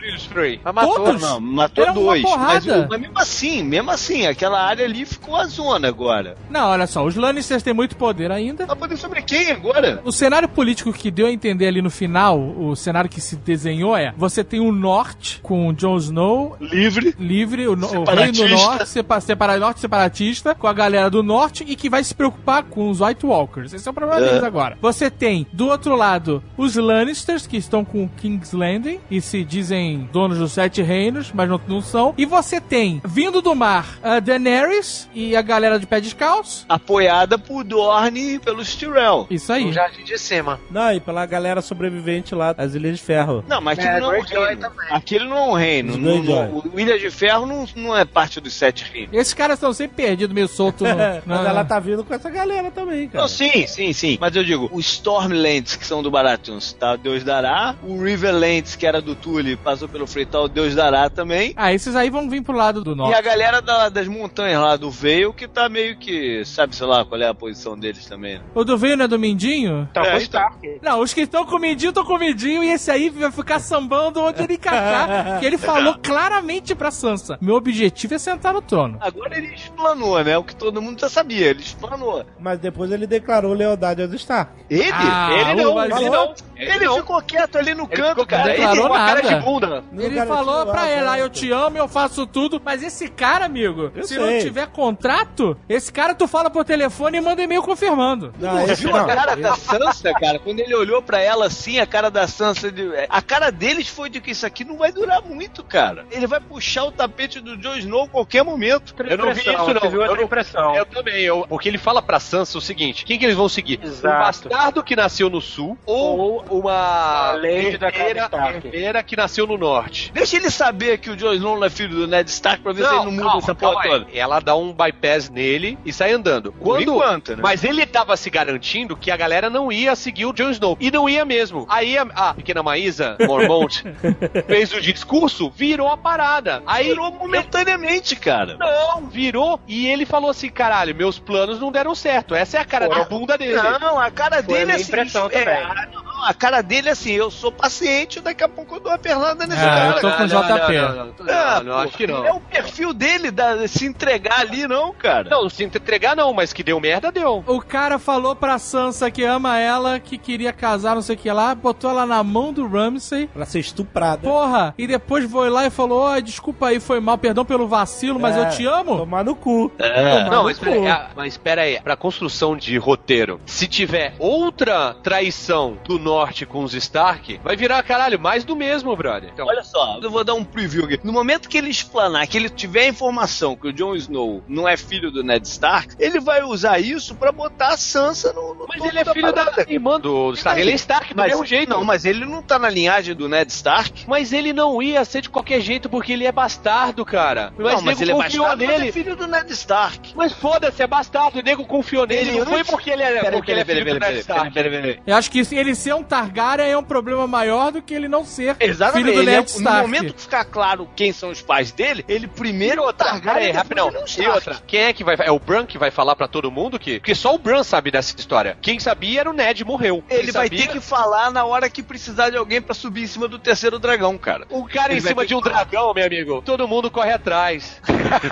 Speaker 3: filhos Frey?
Speaker 5: Mas matou,
Speaker 6: Todos?
Speaker 5: não, matou
Speaker 6: Era uma
Speaker 5: dois. Mas,
Speaker 6: porrada.
Speaker 5: o- mas mesmo assim, mesmo assim, aquela área ali ficou a zona agora.
Speaker 6: Não, olha só, os Lannisters têm muito poder ainda.
Speaker 5: Mas poder sobre quem agora?
Speaker 6: O cenário político que deu a entender ali no final, o cenário que se desenhou é: você tem o norte com o Jon Snow
Speaker 5: Livre.
Speaker 6: livre, o, no- o rei
Speaker 5: Separatista.
Speaker 6: do norte, sepa, separa, norte separatista, com a galera do norte e que vai se preocupar com os White Walkers. Esse é o problema
Speaker 5: É.
Speaker 6: deles agora. Você tem, do outro lado, os Lannisters, que estão com o King's Landing e se dizem donos dos Sete Reinos, mas não, não são. E você tem, vindo do mar, a Daenerys e a galera de pé descalço.
Speaker 5: Apoiada por Dorne e pelos Tyrell.
Speaker 6: Isso aí.
Speaker 8: No Jardim de Cima.
Speaker 9: Não, e pela galera sobrevivente lá, as Ilhas de Ferro.
Speaker 5: Não, mas aquilo
Speaker 8: É,
Speaker 5: não é um
Speaker 8: Greyjoy
Speaker 5: reino.
Speaker 8: também.
Speaker 5: Aquilo não é um reino.
Speaker 9: Os
Speaker 5: Não-
Speaker 9: Greyjoy.
Speaker 5: não- o Ilha de Ferro não, não é parte dos Sete Reinos.
Speaker 6: Esses caras estão sempre perdidos, meio soltos. No,
Speaker 9: Mas
Speaker 6: na-
Speaker 9: ela tá vindo com essa galera também, cara.
Speaker 5: Não, sim, sim, sim. Mas eu digo, os Stormlands, que são do Baratheons, tá? O Deus dará. O Riverlands, que era do Tully, passou pelo Freytal, o Deus dará também.
Speaker 6: Ah, esses aí vão vir pro lado do
Speaker 5: E
Speaker 6: norte.
Speaker 5: a galera da- das montanhas lá do Veil, que tá meio que, sabe, sei lá, qual é a posição deles também. Né?
Speaker 6: O do Veio não é do Mindinho?
Speaker 4: Então,
Speaker 5: É,
Speaker 4: é, Stark.
Speaker 6: Não, os que estão com o Mindinho estão com o Mindinho e esse aí vai ficar sambando onde ele encaixar. Que ele falou claramente pra Sansa: meu objetivo é sentar no trono.
Speaker 5: Agora ele explanou, né? O que todo mundo já sabia, ele explanou.
Speaker 9: Mas depois ele declarou lealdade aos Stark.
Speaker 5: Ele?
Speaker 6: Ah,
Speaker 5: ele não,
Speaker 6: o-
Speaker 5: ele não. Ele,
Speaker 3: Ele não.
Speaker 5: ficou quieto ali no
Speaker 3: Ele
Speaker 5: canto,
Speaker 3: ficou
Speaker 5: cara.
Speaker 6: declarou
Speaker 5: Ele
Speaker 3: com a cara
Speaker 6: nada.
Speaker 3: de bunda.
Speaker 6: Ele
Speaker 9: Garantiu
Speaker 6: falou pra
Speaker 9: lá,
Speaker 6: ela:
Speaker 9: né?
Speaker 6: eu te amo, eu faço tudo. Mas esse cara, amigo,
Speaker 9: Eu
Speaker 6: se
Speaker 9: sei.
Speaker 6: não tiver contrato, esse cara tu fala por telefone e manda e-mail confirmando.
Speaker 9: Não,
Speaker 5: Você
Speaker 9: esse
Speaker 5: viu
Speaker 9: não.
Speaker 5: a cara da Sansa, cara? Quando ele olhou pra ela assim, a cara da Sansa, de- a cara deles foi de que isso aqui não vai durar muito, cara. Ele vai puxar o tapete do Jon Snow a qualquer momento.
Speaker 3: Eu não vi isso, não.
Speaker 4: Você viu
Speaker 3: Eu
Speaker 4: outra
Speaker 3: não-
Speaker 4: impressão.
Speaker 3: Eu também, eu, porque ele fala pra Sansa o seguinte: quem que eles vão seguir?
Speaker 4: Exato.
Speaker 3: Um bastardo que nasceu no sul ou uma
Speaker 4: a lady da casa
Speaker 3: herdeira,
Speaker 4: Stark.
Speaker 3: herdeira que nasceu no norte?
Speaker 5: Deixa ele saber que o Jon Snow não é filho do Ned Stark pra ver se ele não muda
Speaker 3: calma,
Speaker 5: essa
Speaker 3: calma
Speaker 5: porra
Speaker 3: aí.
Speaker 5: toda.
Speaker 3: Ela dá um bypass nele e sai andando. Quando,
Speaker 5: enquanto, né?
Speaker 3: Mas ele tava se garantindo que a galera não ia seguir o Jon Snow. E não ia mesmo. Aí a, a pequena Maísa Mormont fez o discurso, virou a parada. Aí
Speaker 5: Virou momentaneamente, cara.
Speaker 3: Não, virou e ele falou assim: caralho, meus planos não deram certo. Essa é a cara
Speaker 4: Foram.
Speaker 3: da bunda dele.
Speaker 5: Não, a cara
Speaker 4: Foi a
Speaker 5: dele é
Speaker 4: minha
Speaker 5: assim.
Speaker 4: impressão
Speaker 5: é,
Speaker 4: também.
Speaker 5: ah, não, a cara dele é assim, eu sou paciente, daqui a pouco eu dou uma pernada nesse
Speaker 6: Ah,
Speaker 5: cara.
Speaker 6: eu tô com o
Speaker 3: não,
Speaker 6: J P.
Speaker 3: Não, não, não,
Speaker 5: Ah,
Speaker 3: não, não,
Speaker 5: pô,
Speaker 3: acho que não.
Speaker 5: É o perfil dele da, se entregar ali, não, cara.
Speaker 3: Não, se entregar não, mas que deu merda, deu.
Speaker 6: O cara falou pra Sansa que ama ela, que queria casar, não sei o que lá, botou ela na mão do Ramsay.
Speaker 9: Pra ser estuprada.
Speaker 6: Porra, e depois foi lá e falou: ó, desculpa aí, foi mal, perdão pelo vacilo, mas
Speaker 9: É,
Speaker 6: eu te amo.
Speaker 9: Tomar no cu.
Speaker 5: É.
Speaker 6: Tomar
Speaker 3: Não,
Speaker 6: no
Speaker 3: mas
Speaker 6: cu.
Speaker 3: pera, aí, ah, mas pera aí, pra construção de roteiro, se tiver outra traição do norte com os Stark, vai virar, caralho, mais do mesmo, brother. Então,
Speaker 5: Olha só, eu vou dar um preview aqui. No momento que ele explanar, que ele tiver a informação que o Jon Snow não é filho do Ned Stark, ele vai usar isso pra botar a Sansa no, no
Speaker 3: mas
Speaker 5: topo
Speaker 3: ele é filho da
Speaker 5: parada.
Speaker 3: irmã do Stark, ele é Stark do
Speaker 5: Mas,
Speaker 3: mesmo jeito.
Speaker 5: não, mas ele não tá na linhagem do Ned Stark.
Speaker 3: Mas ele não ia ser de qualquer jeito porque ele é bastardo, cara. Mas,
Speaker 5: não, mas
Speaker 3: nego
Speaker 5: ele é
Speaker 3: confiou
Speaker 5: bastardo, mas
Speaker 3: nele.
Speaker 5: é filho do Ned Stark.
Speaker 3: Mas foda-se, é bastardo, o nego confiou nele.
Speaker 5: Ele
Speaker 3: não foi
Speaker 5: antes-
Speaker 3: porque ele é,
Speaker 5: Peraí,
Speaker 3: porque ele é
Speaker 5: peraí,
Speaker 3: filho do
Speaker 5: peraí,
Speaker 3: Ned
Speaker 5: peraí,
Speaker 3: Stark.
Speaker 5: peraí, peraí, peraí.
Speaker 6: Eu acho que ele ser um Targaryen é um problema maior do que ele não ser
Speaker 5: Exatamente.
Speaker 6: filho do
Speaker 5: ele é-
Speaker 6: Ned Stark.
Speaker 5: No momento que ficar claro quem são os pais dele, ele primeiro é o
Speaker 3: Peraí,
Speaker 5: Targaryen,
Speaker 3: rapidão.
Speaker 5: depois ele é o
Speaker 3: E
Speaker 5: Stark.
Speaker 3: outra, quem é que vai... É o Bran que vai falar pra todo mundo que... Porque só o Bran sabe dessa história. Quem sabia era o Ned, morreu.
Speaker 5: Ele
Speaker 3: Quem
Speaker 5: vai
Speaker 3: sabia-
Speaker 5: ter que falar na hora que precisar de alguém pra subir em cima do terceiro dragão, cara.
Speaker 3: O cara
Speaker 5: Ele
Speaker 3: em
Speaker 5: vai
Speaker 3: cima
Speaker 5: ter
Speaker 3: de um
Speaker 5: que-
Speaker 3: dragão, meu amigo, todo mundo corre atrás.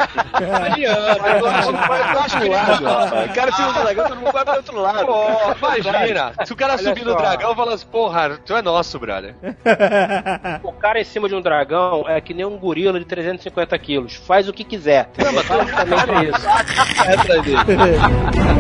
Speaker 3: Não adianta.
Speaker 5: Mas eu acho que vai pro outro lado, rapaz. O cara em cima do dragão, todo mundo vai pro outro lado.
Speaker 3: Pô, imagina. Se o cara
Speaker 4: Olha
Speaker 3: subir no
Speaker 4: só.
Speaker 3: dragão, fala assim, porra, tu é nosso, brother.
Speaker 4: O cara em cima de um dragão é que nem um gorila de trezentos e cinquenta quilos. Faz o que quiser. Não, mas basicamente é isso.
Speaker 5: É atrás dele.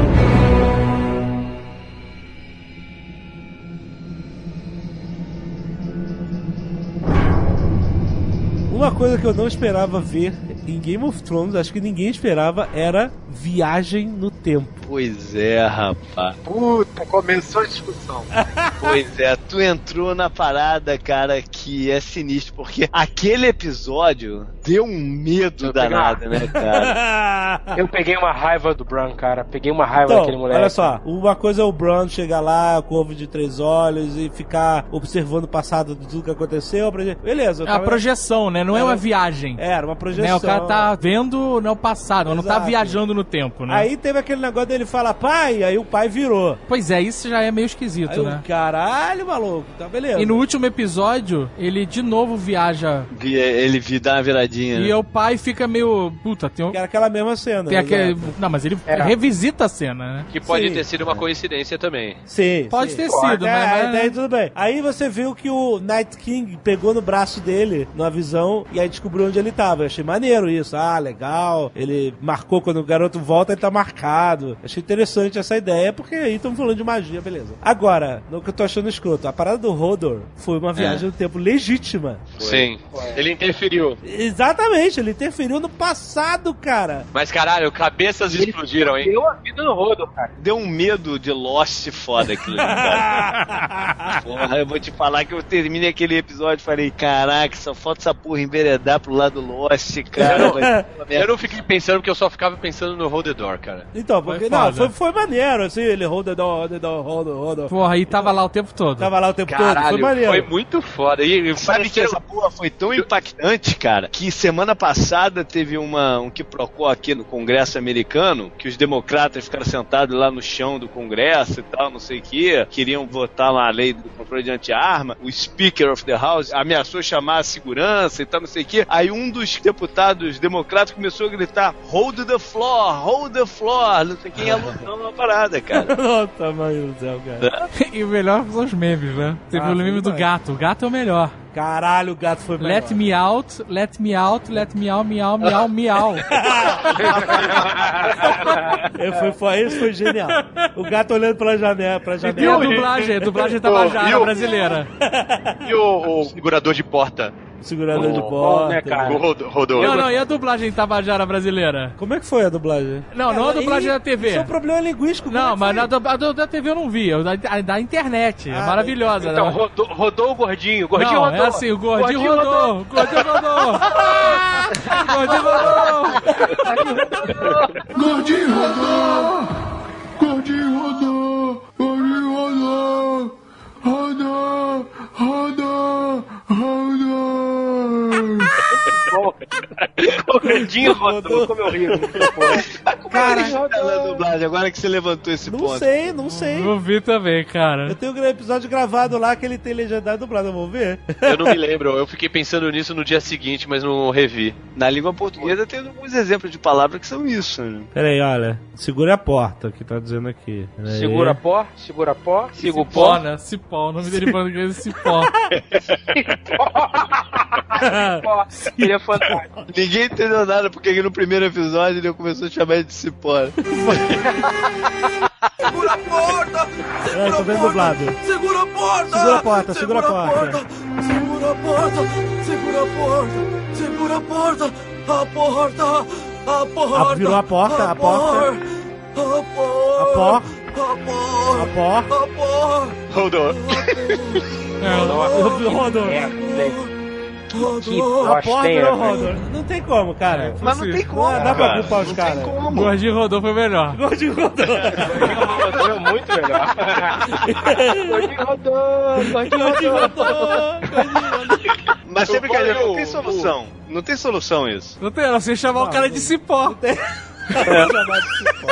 Speaker 9: Uma coisa que eu não esperava ver em Game of Thrones, acho que ninguém esperava, era viagem no tempo.
Speaker 5: Pois é, rapaz.
Speaker 8: Puta, começou a discussão.
Speaker 5: Pois é, tu entrou na parada, cara, que é sinistro, porque aquele episódio deu um medo
Speaker 4: Eu
Speaker 5: danado, né, cara?
Speaker 4: Eu peguei uma raiva do Bran, cara. Peguei uma raiva
Speaker 9: Então,
Speaker 4: daquele moleque.
Speaker 9: olha só, uma coisa é o Bran chegar lá, com o ovo de três olhos e ficar observando o passado de tudo que aconteceu. pra gente- Beleza. eu
Speaker 6: É uma
Speaker 9: tava-
Speaker 6: projeção, né? Não é
Speaker 9: Era-
Speaker 6: uma viagem.
Speaker 9: Era uma projeção.
Speaker 6: Né? O cara tá vendo não, o passado, não tá
Speaker 9: Exato.
Speaker 6: viajando no tempo, né?
Speaker 9: Aí teve aquele negócio dele falar pai, aí o pai virou.
Speaker 6: Pois Pois é, isso já é meio esquisito,
Speaker 9: Aí,
Speaker 6: né?
Speaker 9: Caralho, maluco. Tá beleza.
Speaker 6: E no último episódio, ele de novo viaja.
Speaker 5: Ele vi, dá uma viradinha.
Speaker 6: E
Speaker 5: né?
Speaker 6: o pai fica meio... Puta, tem um...
Speaker 9: Que era aquela mesma cena.
Speaker 6: Tem aquele...
Speaker 9: exato.
Speaker 6: Não, mas ele
Speaker 4: É.
Speaker 6: revisita a cena, né?
Speaker 3: Que pode
Speaker 9: Sim.
Speaker 3: ter sido uma coincidência também.
Speaker 9: Sim.
Speaker 6: Pode
Speaker 9: sim.
Speaker 6: ter sido,
Speaker 9: É,
Speaker 6: mas...
Speaker 9: aí,
Speaker 6: mas-
Speaker 9: daí tudo bem. Aí você viu que o Night King pegou no braço dele, numa visão, e aí descobriu onde ele tava. Eu achei maneiro isso. Ah, legal. Ele marcou quando o garoto volta, ele tá marcado. Achei interessante essa ideia, porque aí estamos falando de magia, beleza. Agora, no que eu tô achando escroto, a parada do Hodor foi uma viagem no tempo legítima.
Speaker 3: Sim. Ele interferiu.
Speaker 9: Exatamente, ele interferiu no passado, cara.
Speaker 3: Mas caralho, cabeças explodiram, hein?
Speaker 4: Deu a vida no rodo, cara.
Speaker 5: Deu um medo de Lost foda aquilo ali, cara. Porra, eu vou te falar que eu terminei aquele episódio e falei, caraca, só falta essa porra enveredar pro lado Lost, cara.
Speaker 3: Eu não-
Speaker 5: Vai-
Speaker 3: Eu não fiquei pensando porque eu só ficava pensando no Hold the Door, cara.
Speaker 9: Então, porque,
Speaker 6: Foi
Speaker 9: não,
Speaker 6: foda.
Speaker 9: foi, foi maneiro, assim, ele hold the door, hold the door, hold, hold.
Speaker 6: Porra, aí tava lá o tempo todo.
Speaker 9: Tava lá o tempo todo, foi
Speaker 3: Caralho,
Speaker 9: maneiro.
Speaker 3: foi muito foda. E, e
Speaker 5: Sabe que essa porra foi tão impactante, cara, que semana passada teve uma, um quiprocó aqui no Congresso americano, que os democratas ficaram sentados lá no chão do Congresso e tal, não sei o que, queriam votar lá a lei do controle de anti-arma, o Speaker of the House ameaçou chamar a segurança e tal, não sei o que, aí um dos deputados democratas começou a gritar, hold the floor, hold the floor, não sei quem é lutando na parada, cara.
Speaker 9: Olha o tamanho do céu, cara.
Speaker 6: E o melhor são os memes, né? Teve
Speaker 9: Ah,
Speaker 6: o meme
Speaker 9: foi
Speaker 6: do
Speaker 9: demais.
Speaker 6: gato. O gato é o melhor.
Speaker 9: Caralho, o gato foi melhor.
Speaker 6: Let me out, let me out, let me out, miau, miau, miau.
Speaker 9: É, foi, foi, isso foi genial. O gato olhando pela janela, pra
Speaker 6: E a
Speaker 9: janela.
Speaker 6: dublagem, a dublagem
Speaker 3: Ô, e
Speaker 6: tabajara
Speaker 3: o-
Speaker 6: brasileira.
Speaker 3: E o, o segurador de porta?
Speaker 9: Segurador de
Speaker 4: Bom,
Speaker 9: porta.
Speaker 4: né, cara?
Speaker 3: O Rod- Rodolfo.
Speaker 6: Não, não, e a dublagem tabajara brasileira?
Speaker 9: Como é que foi a dublagem?
Speaker 6: Não, não a dublagem da T V.
Speaker 9: Isso é um problema linguístico. como é
Speaker 6: Não,
Speaker 9: que
Speaker 6: mas
Speaker 9: foi?
Speaker 6: na do- a do- da T V eu não vi, a da, a da internet, é
Speaker 9: Ah,
Speaker 6: maravilhosa.
Speaker 4: Então,
Speaker 6: né?
Speaker 4: rodou, rodou o gordinho. O gordinho
Speaker 6: Não,
Speaker 4: rodou.
Speaker 6: é assim, o gordinho rodou, o gordinho rodou. O gordinho rodou.
Speaker 1: Gordinho rodou! Gordinho rodou! Gordinho rodou! Rodou! Rodou! Rodou!
Speaker 4: O gordinho rodou. Como eu rio.
Speaker 5: Cara, na dublagem, agora que você levantou esse
Speaker 9: Não
Speaker 5: ponto.
Speaker 9: sei, não sei.
Speaker 6: Não vi também, cara.
Speaker 9: Eu tenho um episódio gravado lá que ele tem legendado dublado, vamos ver?
Speaker 3: Eu não me lembro, eu fiquei pensando nisso no dia seguinte, mas não revi.
Speaker 5: Na língua portuguesa tem alguns exemplos de palavras que são isso, né?
Speaker 9: Pera aí, olha. Segura a porta, que tá dizendo aqui. Pera aí.
Speaker 4: Segura pó, segura pó, siga o
Speaker 6: Cipó,
Speaker 4: pó.
Speaker 6: né? Cipó, o nome dele em português é Cipó.
Speaker 4: Pó. Ele é fantástico.
Speaker 5: Ninguém entendeu nada porque aqui no primeiro episódio ele começou a chamar ele de cipó.
Speaker 11: Segura a porta!
Speaker 9: É, tô vendo dublado.
Speaker 11: Segura a porta!
Speaker 9: Segura a porta, segura a porta.
Speaker 11: Segura a porta! Segura a porta! Segura a porta! A porta! A porta!
Speaker 9: Ah, virou a porta, a porta.
Speaker 11: A porta!
Speaker 9: A pó.
Speaker 11: A porta!
Speaker 9: A pó.
Speaker 11: A porta!
Speaker 3: Rodou.
Speaker 9: Rodor.
Speaker 4: Que
Speaker 9: A porra
Speaker 4: bosta,
Speaker 9: virou
Speaker 4: hein,
Speaker 9: Rodor. Não tem como, cara.
Speaker 5: Mas não tem como,
Speaker 9: Não dá pra
Speaker 5: cara.
Speaker 9: culpar os
Speaker 5: Não
Speaker 9: caras.
Speaker 5: tem
Speaker 6: O
Speaker 5: como.
Speaker 6: gordinho rodou foi melhor.
Speaker 9: Gordinho Rodor.
Speaker 4: Rodou é muito melhor. Gordinho rodou, gordinho
Speaker 9: Gordinho
Speaker 4: rodou.
Speaker 9: Rodor. Gordinho Rodor.
Speaker 5: Mas sem brincadeira, não tem
Speaker 3: O-
Speaker 5: solução. Não tem solução isso.
Speaker 6: Não tem, não, você chamar o cara de Cipó.
Speaker 9: Chamado de cipó.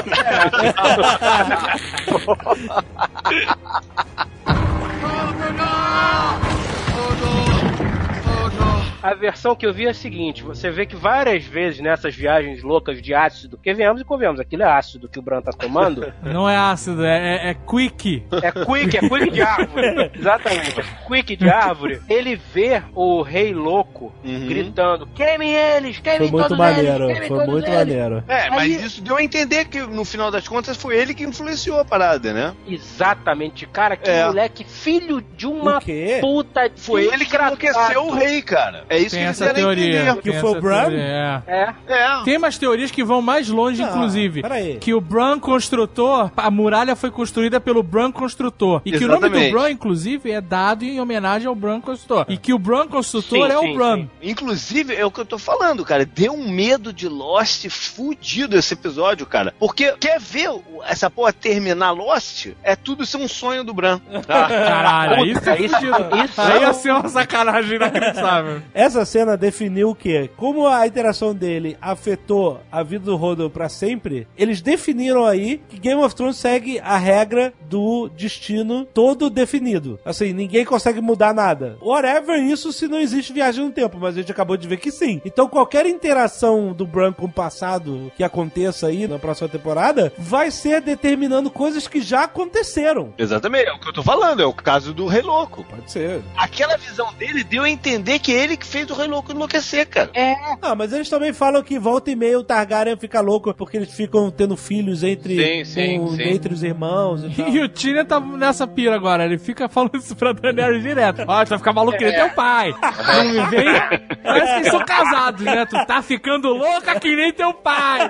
Speaker 4: A versão que eu vi é a seguinte: você vê que várias vezes nessas viagens loucas de ácido, que venhamos e convenhamos, aquilo é ácido que o Bran tá tomando,
Speaker 6: Não é ácido, é, é, é quick.
Speaker 4: é quick, é quick de árvore. Exatamente, quick de árvore. Ele vê o rei louco
Speaker 5: Uhum.
Speaker 4: gritando: queimem eles, queimem
Speaker 9: Foi muito
Speaker 4: todos
Speaker 9: maneiro.
Speaker 4: eles, queimem
Speaker 9: Foi
Speaker 4: todos
Speaker 9: muito
Speaker 4: eles.
Speaker 9: maneiro.
Speaker 5: É, mas
Speaker 4: Aí-
Speaker 5: isso deu a entender que no final das contas foi ele que influenciou a parada, né?
Speaker 4: Exatamente, cara, que
Speaker 5: É.
Speaker 4: moleque filho de uma
Speaker 9: O quê?
Speaker 4: puta
Speaker 5: Foi ele que enlouqueceu o rei, cara. É isso
Speaker 6: Tem
Speaker 5: que eles
Speaker 6: essa
Speaker 5: deram a
Speaker 6: teoria.
Speaker 5: entender.
Speaker 9: Que
Speaker 6: tem
Speaker 9: foi
Speaker 6: essa
Speaker 9: o Bran?
Speaker 6: teoria, é.
Speaker 4: É.
Speaker 5: É.
Speaker 6: Tem umas teorias que vão mais longe,
Speaker 9: Não,
Speaker 6: inclusive.
Speaker 9: peraí.
Speaker 6: Que o Bran Construtor, a muralha foi construída pelo Bran Construtor. E que o nome do
Speaker 5: Exatamente.
Speaker 6: Bran, inclusive, é dado em homenagem ao Bran Construtor. E que o Bran Construtor
Speaker 4: Sim,
Speaker 6: é
Speaker 4: sim,
Speaker 6: o Bran.
Speaker 4: sim.
Speaker 5: Inclusive, é o que eu tô falando, cara. Deu um medo de Lost fudido esse episódio, cara. Porque quer ver o- essa porra terminar Lost? É tudo ser um sonho do Bran.
Speaker 6: Caralho,
Speaker 4: Puta,
Speaker 6: isso é
Speaker 4: isso-
Speaker 6: fudido.
Speaker 4: isso
Speaker 6: Aí
Speaker 4: é
Speaker 6: ia
Speaker 4: um-
Speaker 6: ser uma sacanagem inacreditável.
Speaker 9: É essa cena definiu o quê? Como a interação dele afetou a vida do Hodor pra sempre, eles definiram aí que Game of Thrones segue a regra do destino todo definido. Assim, ninguém consegue mudar nada. Whatever isso se não existe viagem no tempo, mas a gente acabou de ver que sim. Então qualquer interação do Bran com o passado que aconteça aí na próxima temporada vai ser determinando coisas que já aconteceram.
Speaker 5: Exatamente, é o que eu tô falando, é o caso do Rei Louco.
Speaker 9: Pode ser.
Speaker 5: Aquela visão dele deu a entender que é ele que fez o Rei Louco enlouquecer, cara.
Speaker 9: É. Ah, mas eles também falam que volta e meia o Targaryen fica louco porque eles ficam tendo filhos entre,
Speaker 3: sim, sim,
Speaker 9: com,
Speaker 3: sim.
Speaker 9: entre os irmãos e tal.
Speaker 6: E o Tyrion tá nessa pira agora, ele fica falando isso pra Daenerys direto. Ó, tu vai ficar maluco que nem teu pai. Não me vem? Parece que eles são casados, né? Tu tá ficando louca que nem teu pai.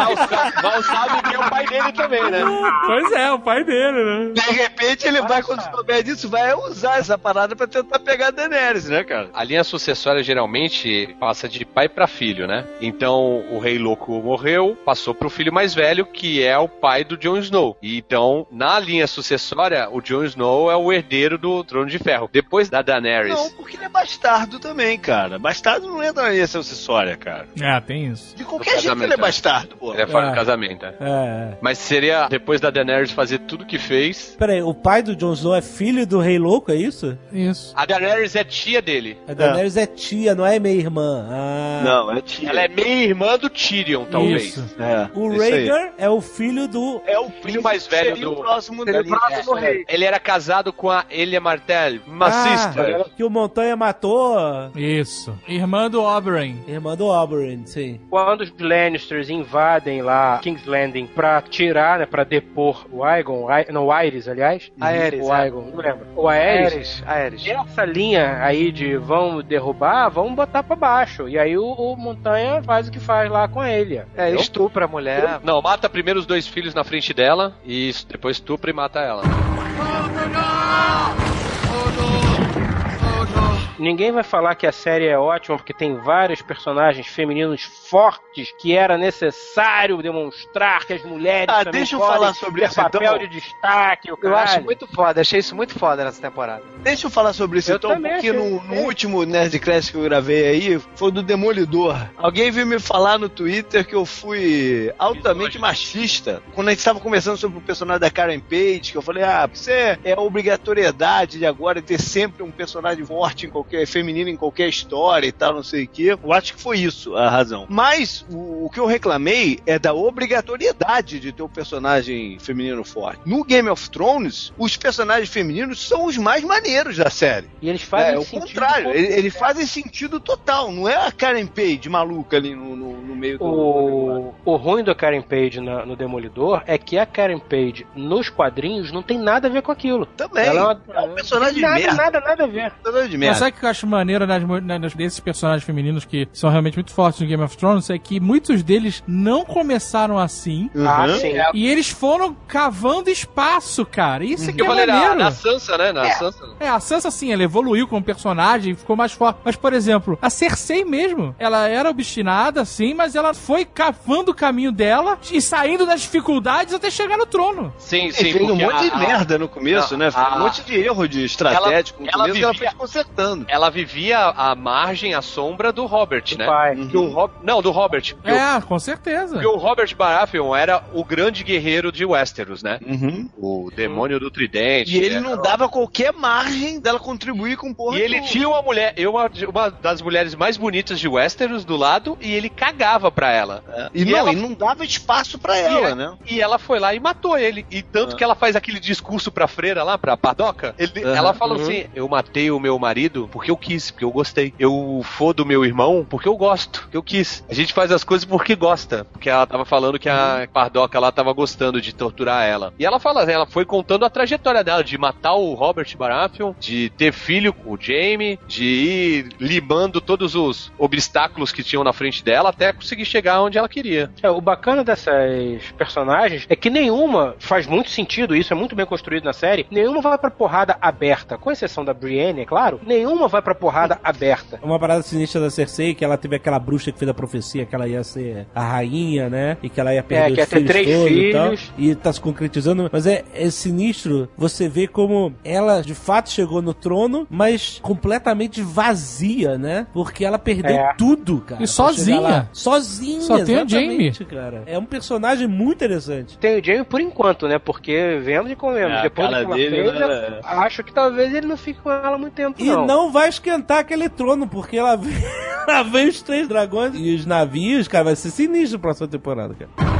Speaker 3: Val sabe que é o pai dele também, né?
Speaker 6: Pois é, o pai dele, né?
Speaker 5: De repente ele vai, quando souber disso, vai usar essa parada pra tentar pegar a Daenerys, né, cara?
Speaker 3: A linha sucessória geralmente passa de pai pra filho, né? Então o Rei Louco morreu, passou pro filho mais velho, que é o pai do Jon Snow. E então, na linha sucessória, o Jon Snow é o herdeiro do Trono de Ferro. Depois da Daenerys.
Speaker 5: Não, porque ele é bastardo também, cara. Bastardo não entra na linha sucessória, cara.
Speaker 6: É, tem isso.
Speaker 5: De qualquer jeito ele é bastardo, pô.
Speaker 3: Ele é fora
Speaker 9: É.
Speaker 3: do casamento, é.
Speaker 9: É.
Speaker 3: Mas seria, depois da Daenerys fazer tudo que fez...
Speaker 9: Peraí, o pai do Jon Snow é filho do Rei Louco, é isso?
Speaker 6: Isso.
Speaker 3: A Daenerys é tia dele.
Speaker 9: A Daenerys é, é tia, não é meia irmã. Ah.
Speaker 5: Não, é tia.
Speaker 3: Ela é meia-irmã do Tyrion, talvez.
Speaker 6: Isso.
Speaker 5: É,
Speaker 9: O
Speaker 5: isso aí.
Speaker 9: Rhaegar é o filho do...
Speaker 5: É o
Speaker 3: filho mais velho do...
Speaker 5: o próximo
Speaker 3: Seria
Speaker 5: dele.
Speaker 3: o próximo rei. Ele era casado com a Elia Martell, uma
Speaker 9: Ah,
Speaker 3: sister.
Speaker 9: que o Montanha matou.
Speaker 6: Isso. Irmã do Oberyn.
Speaker 9: Irmã do Oberyn, sim.
Speaker 4: Quando os Lannisters invadem lá King's Landing pra tirar, né, pra depor o Aegon, I, não, o Aerys, aliás.
Speaker 8: Aerys,
Speaker 4: O
Speaker 8: é.
Speaker 4: Aegon, não lembro. O Aerys.
Speaker 8: Aerys, Aerys.
Speaker 4: Essa linha aí de vão derrubar, vão botar pra baixo. E aí o, o Montanha faz o que faz lá com a Elia.
Speaker 8: É,
Speaker 4: entendeu?
Speaker 8: estupra a mulher.
Speaker 3: Não, mata primeiro os dois filhos na frente dela e depois estupra e mata ela.
Speaker 4: Ninguém vai falar que a série é ótima porque tem vários personagens femininos fortes que era necessário demonstrar que as mulheres
Speaker 5: Ah,
Speaker 4: também
Speaker 5: deixa eu
Speaker 4: podem
Speaker 5: falar sobre
Speaker 4: ter
Speaker 5: isso,
Speaker 4: papel
Speaker 5: então.
Speaker 4: de destaque. O
Speaker 8: Eu
Speaker 4: caralho.
Speaker 8: acho muito foda, achei isso muito foda nessa temporada.
Speaker 5: Deixa eu falar sobre isso
Speaker 4: Eu
Speaker 5: então,
Speaker 4: também
Speaker 5: porque
Speaker 4: achei.
Speaker 5: no, no último Nerdcast que eu gravei aí, foi do Demolidor. Alguém veio me falar no Twitter que eu fui altamente machista. Quando a gente estava conversando sobre o personagem da Karen Page, que eu falei, ah, isso é, é a obrigatoriedade de agora ter sempre um personagem forte em qualquer, feminino em qualquer história e tal, não sei o quê. Eu acho que foi isso a razão. Mas o, o que eu reclamei é da obrigatoriedade de ter um personagem feminino forte. No Game of Thrones, os personagens femininos são os mais maneiros da série.
Speaker 4: E eles fazem
Speaker 5: É, o
Speaker 4: sentido.
Speaker 5: contrário, eles, eles fazem sentido total, não é a Karen Page maluca ali no, no, no meio do...
Speaker 4: O, o ruim da Karen Page na- no Demolidor é que a Karen Page nos quadrinhos não tem nada a ver com aquilo.
Speaker 5: Também,
Speaker 4: Ela é, uma,
Speaker 5: é um personagem de
Speaker 4: nada,
Speaker 5: merda.
Speaker 4: nada, nada a ver.
Speaker 5: Personagem de
Speaker 6: Mas
Speaker 5: merda.
Speaker 6: sabe o que eu acho maneiro nas, nas, desses personagens femininos que são realmente muito fortes no Game of Thrones? É que muitos deles não começaram assim.
Speaker 5: Uhum.
Speaker 4: Ah, sim.
Speaker 6: E eles foram cavando espaço, cara. Isso é que
Speaker 3: Eu
Speaker 6: é
Speaker 3: falei na,
Speaker 6: maneiro.
Speaker 3: na Sansa, né? Na Sansa.
Speaker 6: É, a Sansa, sim, ela evoluiu como personagem, ficou mais forte. Mas, por exemplo, a Cersei mesmo, ela era obstinada, sim, mas ela foi cavando o caminho dela e saindo das dificuldades até chegar no trono.
Speaker 3: Sim,
Speaker 5: E
Speaker 3: sim.
Speaker 5: fez um
Speaker 3: porque
Speaker 5: monte de
Speaker 3: a-
Speaker 5: merda no começo,
Speaker 3: Não,
Speaker 5: né? Fez
Speaker 3: a-
Speaker 5: um monte de erro de estratégico no
Speaker 3: ela
Speaker 5: começo que ela
Speaker 3: vivia-
Speaker 5: fez consertando.
Speaker 3: Ela vivia à margem, à sombra do Robert,
Speaker 4: Do
Speaker 3: né?
Speaker 4: pai.
Speaker 3: Porque o Rob- Não, do Robert. Porque, o...
Speaker 6: É, com certeza.
Speaker 3: porque o Robert Baratheon era o grande guerreiro de Westeros, né?
Speaker 5: Uhum.
Speaker 3: O demônio do tridente.
Speaker 5: E ele
Speaker 3: era-
Speaker 5: não dava qualquer margem dela contribuir com porra
Speaker 3: E ele
Speaker 5: nenhuma.
Speaker 3: tinha uma mulher, eu, uma, uma das mulheres mais bonitas de Westeros do lado, e ele cagava pra ela.
Speaker 5: É. E,
Speaker 3: E
Speaker 5: não,
Speaker 3: ela-
Speaker 5: e não dava espaço pra ela,
Speaker 3: e, é-
Speaker 5: né?
Speaker 3: e ela foi lá e matou ele. E tanto
Speaker 5: Ah.
Speaker 3: que ela faz aquele discurso pra freira lá, pra padoca. Ele,
Speaker 5: Aham.
Speaker 3: Ela falou
Speaker 4: Uhum.
Speaker 3: assim: eu matei o meu marido porque eu quis, porque eu gostei. Eu fodo meu irmão porque eu gosto, porque eu quis. A gente faz as coisas porque gosta. Porque ela tava falando que a Pardoca lá tava gostando de torturar ela. E ela fala, ela foi contando a trajetória dela de matar o Robert Baratheon, de ter filho com o Jaime, de ir limando todos os obstáculos que tinham na frente dela até conseguir chegar onde ela queria.
Speaker 4: É, o bacana dessas personagens é que nenhuma faz muito sentido, isso é muito bem construído na série, nenhuma vai pra porrada aberta, com exceção da Brienne, é claro, nenhuma ou vai pra porrada aberta?
Speaker 9: Uma parada sinistra da Cersei, que ela teve aquela bruxa que fez a profecia que ela ia ser a rainha, né? E que ela ia perder
Speaker 4: é, que
Speaker 9: os
Speaker 4: ia ter
Speaker 9: filhos
Speaker 4: três
Speaker 9: todos
Speaker 4: filhos.
Speaker 9: e tal. E tá se concretizando. Mas é, é sinistro você ver como ela, de fato, chegou no trono, mas completamente vazia, né? Porque ela perdeu
Speaker 4: É.
Speaker 9: tudo, cara.
Speaker 6: E
Speaker 9: pra
Speaker 6: sozinha.
Speaker 9: chegar lá. Sozinha,
Speaker 6: Só tem o Jaime.
Speaker 9: exatamente, cara. É um personagem muito interessante.
Speaker 4: Tem o Jaime por enquanto, né? Porque vemos e comemos.
Speaker 5: É, a
Speaker 4: Depois do
Speaker 5: cara
Speaker 4: que ela
Speaker 5: dele,
Speaker 4: fez,
Speaker 5: né?
Speaker 4: eu acho que talvez ele não fique com ela muito tempo,
Speaker 9: E
Speaker 4: não.
Speaker 9: não vai esquentar aquele trono, porque ela vem, ela vem os três dragões e os navios, cara, vai ser sinistro a próxima temporada, cara.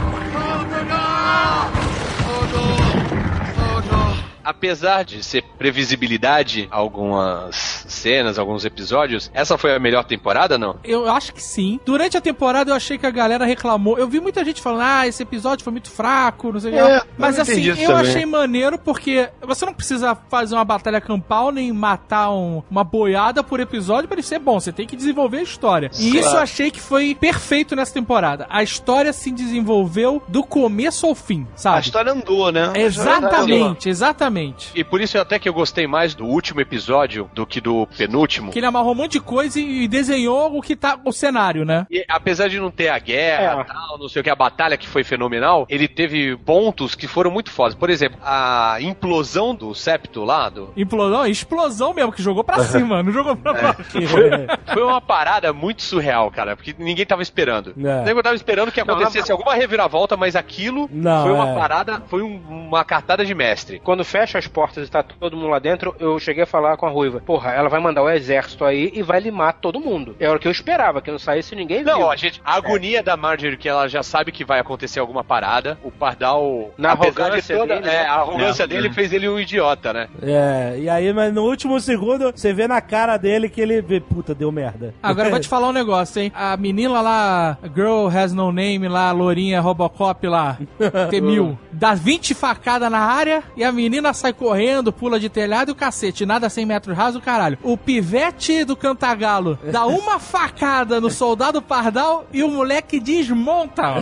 Speaker 3: Apesar de ser previsibilidade algumas cenas, alguns episódios, essa foi a melhor temporada, não?
Speaker 6: Eu acho que sim. Durante a temporada eu achei que a galera reclamou. Eu vi muita gente falando, ah, esse episódio foi muito fraco, não sei o que.
Speaker 5: É,
Speaker 6: Mas
Speaker 5: eu
Speaker 6: assim,
Speaker 5: entendi isso
Speaker 6: eu
Speaker 5: também.
Speaker 6: achei maneiro porque você não precisa fazer uma batalha campal nem matar um- uma boiada por episódio pra ele ser bom. Você tem que desenvolver a história. E
Speaker 5: Claro.
Speaker 6: isso eu achei que foi perfeito nessa temporada. A história se desenvolveu do começo ao fim,
Speaker 5: A
Speaker 6: sabe?
Speaker 5: história andou, né?
Speaker 6: Exatamente, exatamente.
Speaker 3: E por isso até que eu gostei mais do último episódio do que do penúltimo.
Speaker 6: Que ele amarrou um monte de coisa e desenhou o que tá o cenário, né?
Speaker 3: E apesar de não ter a guerra,
Speaker 4: É.
Speaker 3: tal, não sei o que, a batalha que foi fenomenal, ele teve pontos que foram muito fodas. Por exemplo, a implosão do septo lá, do...
Speaker 6: Implosão, explosão mesmo, que jogou pra cima, não jogou pra baixo.
Speaker 3: foi uma parada muito surreal, cara, porque ninguém tava esperando.
Speaker 9: É.
Speaker 3: Ninguém tava esperando que acontecesse
Speaker 4: Não,
Speaker 3: alguma reviravolta, mas aquilo
Speaker 9: Não,
Speaker 3: foi uma
Speaker 9: é.
Speaker 3: parada, foi um- uma cartada de mestre.
Speaker 4: Quando fecha as portas e tá todo mundo lá dentro, eu cheguei a falar com a Ruiva, porra, ela vai mandar o exército aí e vai limar todo mundo. Era o que eu esperava, que não saísse ninguém vivo.
Speaker 3: Não, a gente, a agonia da Marjorie, que ela já sabe que vai acontecer alguma parada, o Pardal,
Speaker 4: Na
Speaker 3: apesar
Speaker 4: arrogância
Speaker 3: de toda,
Speaker 4: dele,
Speaker 3: é,
Speaker 4: né?
Speaker 3: a arrogância
Speaker 5: É.
Speaker 3: dele fez ele um idiota, né?
Speaker 9: É, e aí, mas no último segundo, você vê na cara dele que ele vê, puta, deu merda.
Speaker 6: Agora eu vou te falar um negócio, hein? A menina lá, Girl Has No Name lá, lourinha Robocop lá, T mil, dá vinte facadas na área e a menina sai correndo, pula de telhado e o cacete, nada cem metros raso, caralho. O pivete do Cantagalo dá uma facada no soldado Pardal e o moleque desmonta.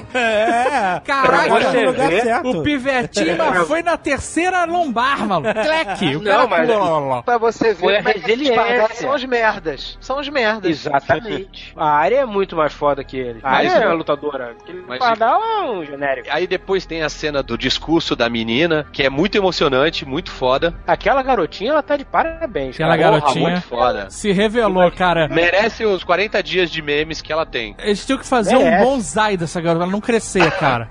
Speaker 9: É,
Speaker 6: Caraca,
Speaker 9: tá no lugar
Speaker 4: ver,
Speaker 9: certo.
Speaker 6: o pivetinho mas foi na terceira lombar, mano. Cleque. O cara
Speaker 4: Não, mas-
Speaker 6: pulou.
Speaker 8: Pra você ver
Speaker 4: Foi a
Speaker 8: como é que esses
Speaker 4: resiliência.
Speaker 8: pardais são os merdas. São os merdas.
Speaker 4: Exatamente. A área é muito mais foda que ele. A
Speaker 3: Mas-
Speaker 4: área é uma lutadora. Aquele
Speaker 3: Mas-
Speaker 4: pardal é um genérico.
Speaker 3: Aí depois tem a cena do discurso da menina, que é muito emocionante, muito foda.
Speaker 4: Aquela garotinha, ela tá de parabéns.
Speaker 6: Aquela
Speaker 4: cara.
Speaker 6: garotinha
Speaker 3: muito foda.
Speaker 6: se revelou, cara.
Speaker 3: Merece os quarenta dias de memes que ela tem.
Speaker 6: Eles tinham que fazer
Speaker 4: É.
Speaker 6: um bonsai dessa garota, ela não crescer, cara.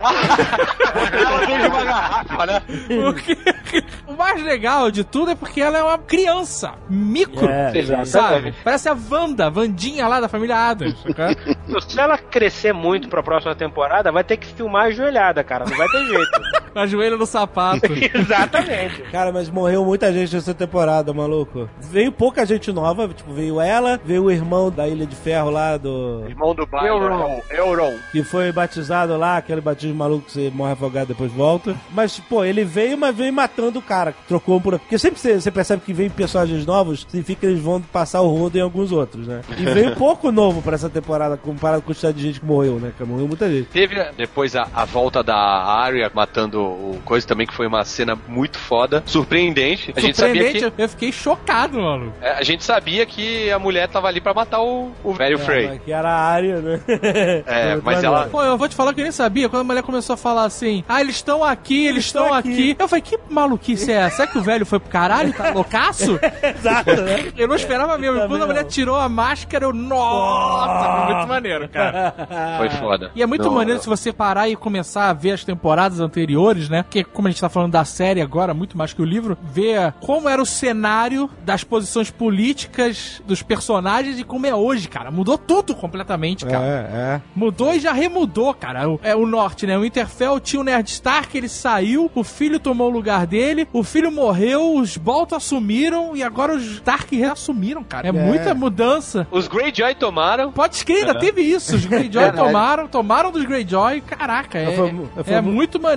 Speaker 3: Ela veio de uma garrafa, né?
Speaker 6: Porque o mais legal de tudo é porque ela é uma criança, micro,
Speaker 9: É,
Speaker 6: sabe? Parece a Wanda, a Wandinha lá da família Adams. saca?
Speaker 4: Se ela crescer muito pra próxima temporada, vai ter que filmar ajoelhada, cara. Não vai ter jeito.
Speaker 6: Com a joelha no sapato.
Speaker 4: Exatamente.
Speaker 9: Cara, mas morreu muita gente nessa temporada, maluco. Veio pouca gente nova, tipo, veio ela, veio o irmão da Ilha de Ferro lá, do...
Speaker 3: Irmão do Euron. Euron.
Speaker 9: que foi batizado lá, aquele batismo maluco que você morre afogado e depois volta. Mas, pô, ele veio, mas veio matando o cara, trocou um por... Porque sempre você, você percebe que vem personagens novos, significa que eles vão passar o rodo em alguns outros, né? E veio pouco novo pra essa temporada, comparado com a quantidade de gente que morreu, né? Que morreu muita gente.
Speaker 3: Teve depois a, a volta da Arya matando o coisa também, que foi uma cena muito foda, surpreendente. A gente sabia
Speaker 6: Surpreendente,
Speaker 3: que
Speaker 6: eu fiquei chocado, mano.
Speaker 3: é, a gente sabia que a mulher tava ali pra matar o, o velho Frey.
Speaker 9: É, que era a área, né?
Speaker 3: É,
Speaker 9: Muito
Speaker 3: mas
Speaker 9: maneiro.
Speaker 3: ela-
Speaker 6: Pô, eu vou te falar que eu nem sabia. Quando a mulher começou a falar assim, ah, eles estão aqui, eles estão
Speaker 9: estão
Speaker 6: aqui.
Speaker 9: aqui.
Speaker 6: Eu falei, que maluquice é essa? Será que o velho foi pro caralho? Tá loucaço?
Speaker 9: Exato, né?
Speaker 6: Eu não esperava mesmo.
Speaker 9: Eu
Speaker 6: Quando a
Speaker 9: também
Speaker 6: mulher
Speaker 9: não.
Speaker 6: tirou a máscara, eu, nossa, foi muito maneiro, cara.
Speaker 3: Foi foda.
Speaker 6: E é muito
Speaker 3: Não,
Speaker 6: maneiro
Speaker 3: não.
Speaker 6: se você parar e começar a ver as temporadas anteriores, né? Porque como a gente tá falando da série agora, muito mais que o livro, ver como era o cenário das posições políticas dos personagens e como é hoje, cara. Mudou tudo completamente, cara.
Speaker 9: É, é.
Speaker 6: Mudou e já remudou, cara. O, é o norte, né? O Winterfell tinha o Ned Stark, ele saiu, o filho tomou o lugar dele, o filho morreu, os Bolton assumiram e agora os Stark reassumiram, cara. É,
Speaker 9: É.
Speaker 6: muita mudança.
Speaker 3: Os Greyjoy tomaram.
Speaker 6: Pode escrever, ainda teve isso. Os Greyjoy tomaram, tomaram dos Greyjoy. Caraca, é,
Speaker 9: Foi- foi
Speaker 6: é
Speaker 9: mu-
Speaker 6: muito maneiro, cara.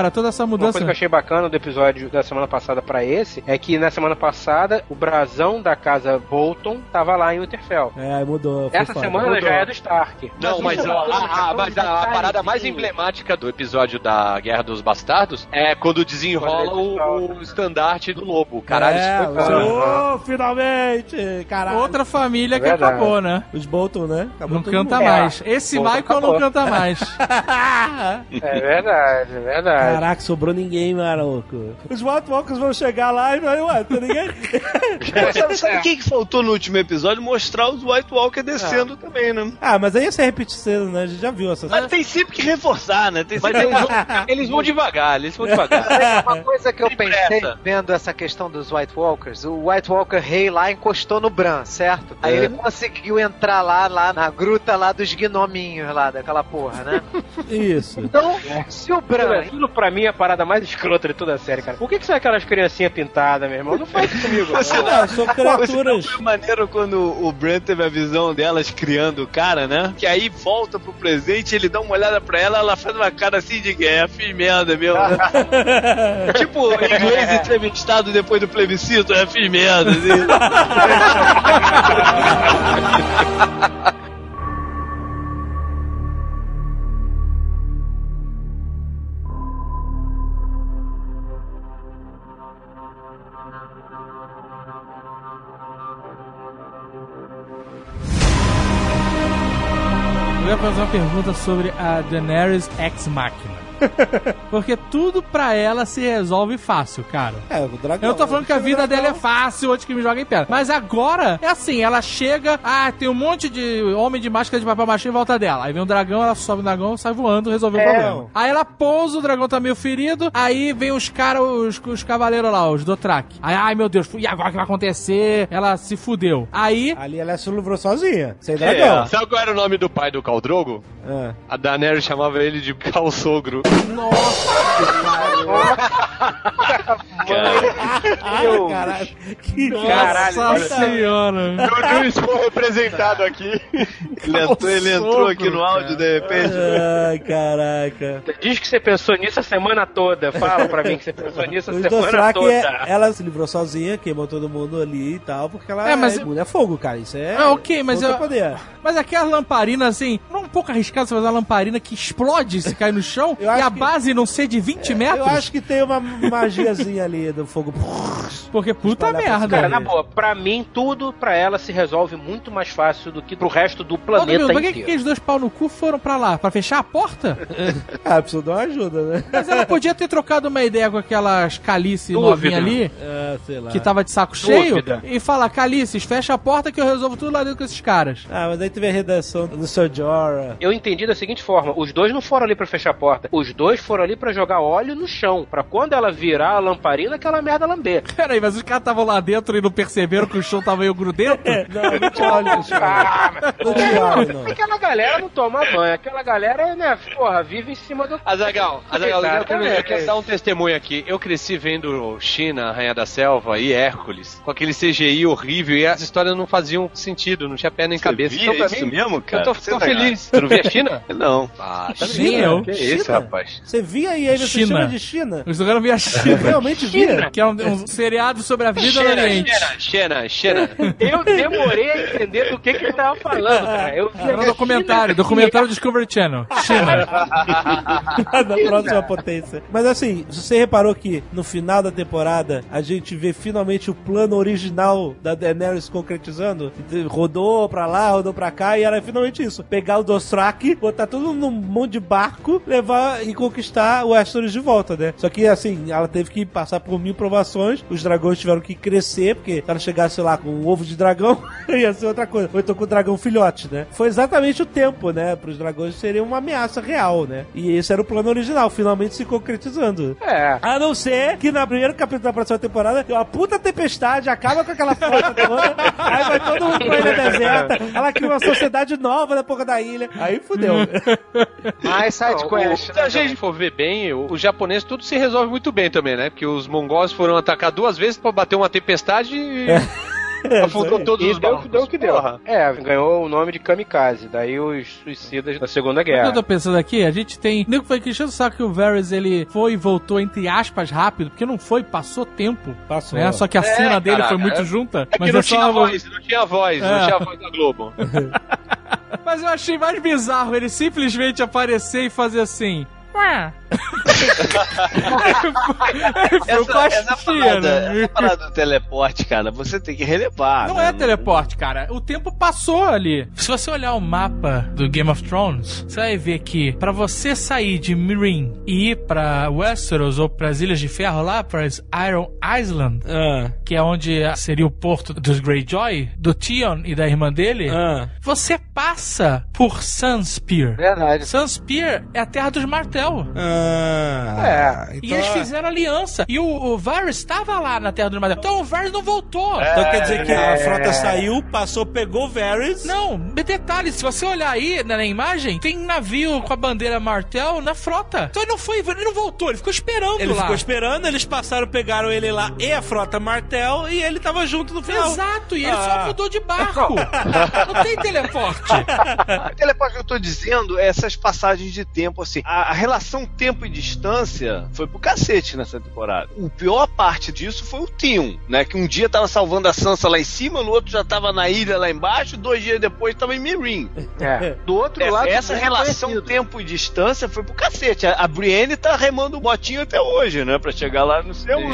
Speaker 6: cara, toda essa mudança.
Speaker 4: Uma coisa que eu achei bacana do episódio da semana passada pra esse é que na semana passada o brasão da casa Bolton tava lá em Winterfell.
Speaker 9: É, aí mudou.
Speaker 4: Essa
Speaker 9: foda.
Speaker 4: semana
Speaker 9: mudou.
Speaker 4: já é do Stark.
Speaker 3: Não, mas,
Speaker 4: mas,
Speaker 3: ó, a, a, mas a, a parada mais emblemática do episódio da Guerra dos Bastardos é quando desenrola o, o estandarte do lobo. Caralho,
Speaker 9: é,
Speaker 3: isso foi
Speaker 9: oh, finalmente! Caralho.
Speaker 6: Outra família
Speaker 4: É
Speaker 6: que
Speaker 4: verdade.
Speaker 6: acabou, né?
Speaker 9: Os Bolton, né? Acabou
Speaker 6: Não
Speaker 9: todo
Speaker 6: canta
Speaker 9: mundo.
Speaker 6: mais. Esse
Speaker 4: Bolton
Speaker 6: Michael
Speaker 4: acabou.
Speaker 6: não canta mais.
Speaker 4: É verdade, é verdade.
Speaker 9: Caraca, sobrou ninguém, maluco. Os White Walkers vão chegar lá e vai, ué, tem ninguém.
Speaker 5: Sabe, sabe o que, que faltou no último episódio? Mostrar os White Walker descendo também, né?
Speaker 9: Ah, mas aí ia ser repetição, né? A gente já viu essa
Speaker 5: Mas tem sempre que reforçar, né? Tem
Speaker 3: Mas
Speaker 5: sempre...
Speaker 3: eles vão, eles vão devagar, eles vão devagar.
Speaker 8: Uma coisa que eu
Speaker 3: Sem
Speaker 8: pensei
Speaker 3: pressa.
Speaker 8: vendo essa questão dos White Walkers, o White Walker rei lá encostou no Bran, certo? Aí
Speaker 5: É.
Speaker 8: ele conseguiu entrar lá, lá na gruta lá dos gnominhos lá, daquela porra, né?
Speaker 9: Isso.
Speaker 8: Então, se o Bran...
Speaker 4: Aquilo pra mim é a parada mais escrota de toda a série, cara. Por que que são aquelas criancinhas pintadas, meu irmão? Não faz isso comigo.
Speaker 5: Você
Speaker 4: não.
Speaker 9: Ah, são criaturas.
Speaker 5: Foi maneiro quando o Bran teve a visão delas criando o cara, né? Que aí volta pro presente, ele dá uma olhada pra ela, ela faz uma cara assim de que é filho merda mesmo. Né? Tipo, inglês entrevistado depois do plebiscito, é filho merda. Assim.
Speaker 6: Eu ia fazer uma pergunta sobre a Daenerys Ex Machina. Porque tudo pra ela se resolve fácil, cara.
Speaker 9: É, o dragão.
Speaker 6: Eu não tô falando que a vida dela é fácil antes que me joguem pedra. Mas agora, é assim, ela chega, ah, tem um monte de homem de máscara de papel machê em volta dela. Aí vem um dragão, ela sobe o dragão, sai voando, resolveu
Speaker 9: É.
Speaker 6: o problema. Aí ela pousa, o dragão tá meio ferido, aí vem os caras, os, os cavaleiros lá, os Dothraki. Aí, ai meu Deus, e agora o que vai acontecer? Ela se fudeu. Aí...
Speaker 9: Ali ela se livrou sozinha, sem dragão.
Speaker 3: É, sabe qual era o nome do pai do Khal Drogo?
Speaker 9: É.
Speaker 3: A Daenerys chamava ele de Khal Sogro.
Speaker 9: Ai, caralho. Que
Speaker 4: Caralho,
Speaker 6: Nossa senhora.
Speaker 3: Eu não estou representado aqui.
Speaker 5: Ele entrou, ele entrou aqui no áudio, de repente.
Speaker 9: Ai, caraca.
Speaker 4: Diz que você pensou nisso a semana toda. Fala pra mim que você pensou nisso a
Speaker 9: Os
Speaker 4: semana
Speaker 9: Dothraki,
Speaker 4: toda.
Speaker 9: é, ela se livrou sozinha, queimou todo mundo ali e tal, porque ela
Speaker 6: É, mas-
Speaker 9: é mulher fogo, cara. Isso é.
Speaker 6: Ah, ok, mas
Speaker 9: outro
Speaker 6: eu-
Speaker 9: poder.
Speaker 6: Mas aquela lamparina, assim, não é um pouco arriscado você fazer uma lamparina que explode se cair no chão
Speaker 9: Eu
Speaker 6: e
Speaker 9: acho
Speaker 6: a
Speaker 9: que-
Speaker 6: base não ser de vinte metros?
Speaker 9: Eu acho que tem uma magiazinha ali do fogo.
Speaker 6: Porque puta
Speaker 9: Espalhar pra
Speaker 6: merda.
Speaker 4: Cara, na boa, pra mim, tudo pra ela se resolve muito mais fácil do que pro resto do planeta
Speaker 6: Ô, Domingo, por que, que
Speaker 4: inteiro.
Speaker 6: aqueles dois pau no cu foram pra lá? Pra fechar a porta?
Speaker 9: Ah, precisa dar uma ajuda, né?
Speaker 6: Mas ela podia ter trocado uma ideia com aquelas Calice
Speaker 4: Dúvida.
Speaker 6: novinha ali,
Speaker 9: Ah, sei lá.
Speaker 6: que tava de saco cheio,
Speaker 4: Dúvida.
Speaker 6: e falar, Calices, fecha a porta que eu resolvo tudo lá dentro com esses caras.
Speaker 9: Ah, mas aí teve a redação do Sir Jorah.
Speaker 4: Eu entendi da seguinte forma, os dois não foram ali pra fechar a porta, os dois foram ali pra jogar óleo no chão, pra quando ela virar a lamparina, aquela merda lamber.
Speaker 6: Peraí, mas os caras estavam lá dentro e não perceberam que o chão tava meio grudento?
Speaker 9: Não, não tinha óleo no chão.
Speaker 4: Ah, mas-
Speaker 9: Não tinha óleo, não.
Speaker 4: Aquela galera não toma banho, aquela galera, né, porra, vive em cima do...
Speaker 3: Azaghal, Azaghal, eu quero, eu quero
Speaker 4: Exatamente.
Speaker 3: dar um testemunho aqui. Eu cresci vendo China, Rainha da Selva e Hércules, com aquele C G I horrível, e as histórias não faziam sentido, não tinha pé nem cabeça.
Speaker 5: Via
Speaker 3: Então, pra
Speaker 5: isso
Speaker 3: mim,
Speaker 5: mesmo, cara?
Speaker 3: eu tô,
Speaker 5: Você
Speaker 3: tô
Speaker 5: tá
Speaker 3: feliz. Você não via a China?
Speaker 5: Não.
Speaker 3: Ah, tá
Speaker 6: China?
Speaker 3: vendo?
Speaker 6: Eu?
Speaker 3: Que isso,
Speaker 9: China?
Speaker 3: rapaz.
Speaker 9: Você via aí, aí você
Speaker 6: China.
Speaker 9: chama de China?
Speaker 6: Os caras não viam a
Speaker 9: Você
Speaker 6: China.
Speaker 9: realmente via?
Speaker 6: Que é um, um seriado sobre a vida no
Speaker 3: China,
Speaker 6: Oriente.
Speaker 3: China, China, China.
Speaker 4: Eu demorei a entender do que que ele tava falando, cara. Eu vi
Speaker 6: Era um documentário, documentário Discovery Channel. China.
Speaker 9: Da próxima potência. Mas assim, você reparou que no final da temporada a gente vê finalmente o plano original da Daenerys concretizando? Rodou pra lá, rodou pra cá, e era finalmente isso. Pegar o Dothraki, botar tudo num monte de barco, levar e conquistar o Westeros de volta, né? Só que assim, ela teve que passar por mil provações, os dragões tiveram que crescer, porque se ela chegasse lá com um ovo de dragão, ia ser outra coisa. Ou então com o dragão filhote, né? Foi exatamente o tempo, né? Para os dragões serem uma ameaça real, né? E esse era o plano original, finalmente se concretizando.
Speaker 4: É.
Speaker 9: A não ser que no primeiro capítulo da próxima temporada tem uma puta tempestade, acaba com aquela foto toda, aí vai todo mundo pra ilha deserta, ela cria uma sociedade nova na porra da ilha, aí fudeu.
Speaker 8: Mais sidequest,
Speaker 3: Se a gente for ver bem, o, o japonês tudo se resolve muito bem também, né? Porque os mongóis foram atacar duas vezes pra bater uma tempestade e... Afundou todos
Speaker 4: E
Speaker 3: os
Speaker 4: deu,
Speaker 3: barcos.
Speaker 4: deu o que deu.
Speaker 3: Porra.
Speaker 4: É, ganhou o nome de Kamikaze. Daí os suicidas da Segunda
Speaker 6: O que eu
Speaker 4: Guerra.
Speaker 6: tô pensando aqui, a gente tem... Nego foi que enchendo o saco que o Varys, ele foi e voltou, entre aspas, rápido, porque não foi, passou tempo.
Speaker 9: Passou.
Speaker 6: Né? Só que a
Speaker 3: É,
Speaker 6: cena dele
Speaker 3: caraca,
Speaker 6: foi muito
Speaker 3: é-
Speaker 6: junta.
Speaker 3: É que
Speaker 6: mas
Speaker 3: não
Speaker 6: é
Speaker 3: tinha
Speaker 6: só...
Speaker 3: voz, não tinha voz,
Speaker 6: É.
Speaker 3: não tinha voz da Globo.
Speaker 6: Mas eu achei mais bizarro ele simplesmente aparecer e fazer assim... Ué.
Speaker 5: Essa, essa, parada, essa parada do teleporte, cara, você tem que relevar.
Speaker 6: Não
Speaker 5: né?
Speaker 6: é teleporte, cara. O tempo passou ali. Se você olhar o mapa do Game of Thrones, você vai ver que pra você sair de Meereen e ir pra Westeros ou pras Ilhas de Ferro lá, pras Iron Island,
Speaker 2: Ah,
Speaker 6: que é onde seria o porto dos Greyjoy, do Theon e da irmã dele,
Speaker 2: ah.
Speaker 6: você passa por Sunspear.
Speaker 8: Verdade.
Speaker 6: Sunspear é a terra dos martel.
Speaker 2: Ah,
Speaker 4: É.
Speaker 6: E eles fizeram aliança. E o, o Varys estava lá na Terra do Martel. Então o Varys não voltou.
Speaker 2: Então quer dizer que a frota saiu, passou, pegou o Varys.
Speaker 6: Não, detalhe, se você olhar aí na, na imagem, tem um navio com a bandeira Martel na frota. Então ele não foi, ele não voltou, ele ficou esperando
Speaker 2: Ele
Speaker 6: lá.
Speaker 2: ficou esperando, eles passaram, pegaram ele lá e a frota Martel e ele tava junto no final.
Speaker 6: Exato, e ele
Speaker 2: Ah.
Speaker 6: só mudou de barco. Não tem teleporte.
Speaker 5: O teleporte que eu tô dizendo é essas passagens de tempo, assim. A, a relação tempo e distância foi pro cacete nessa temporada. O pior parte disso foi o Theon, né? Que um dia tava salvando a Sansa lá em cima, no outro já tava na ilha lá embaixo, dois dias depois tava em Meereen.
Speaker 4: É. Do outro
Speaker 5: Essa,
Speaker 4: lado...
Speaker 5: essa relação tempo e distância foi pro cacete. A, a Brienne tá remando o botinho até hoje, né? Pra chegar lá no céu.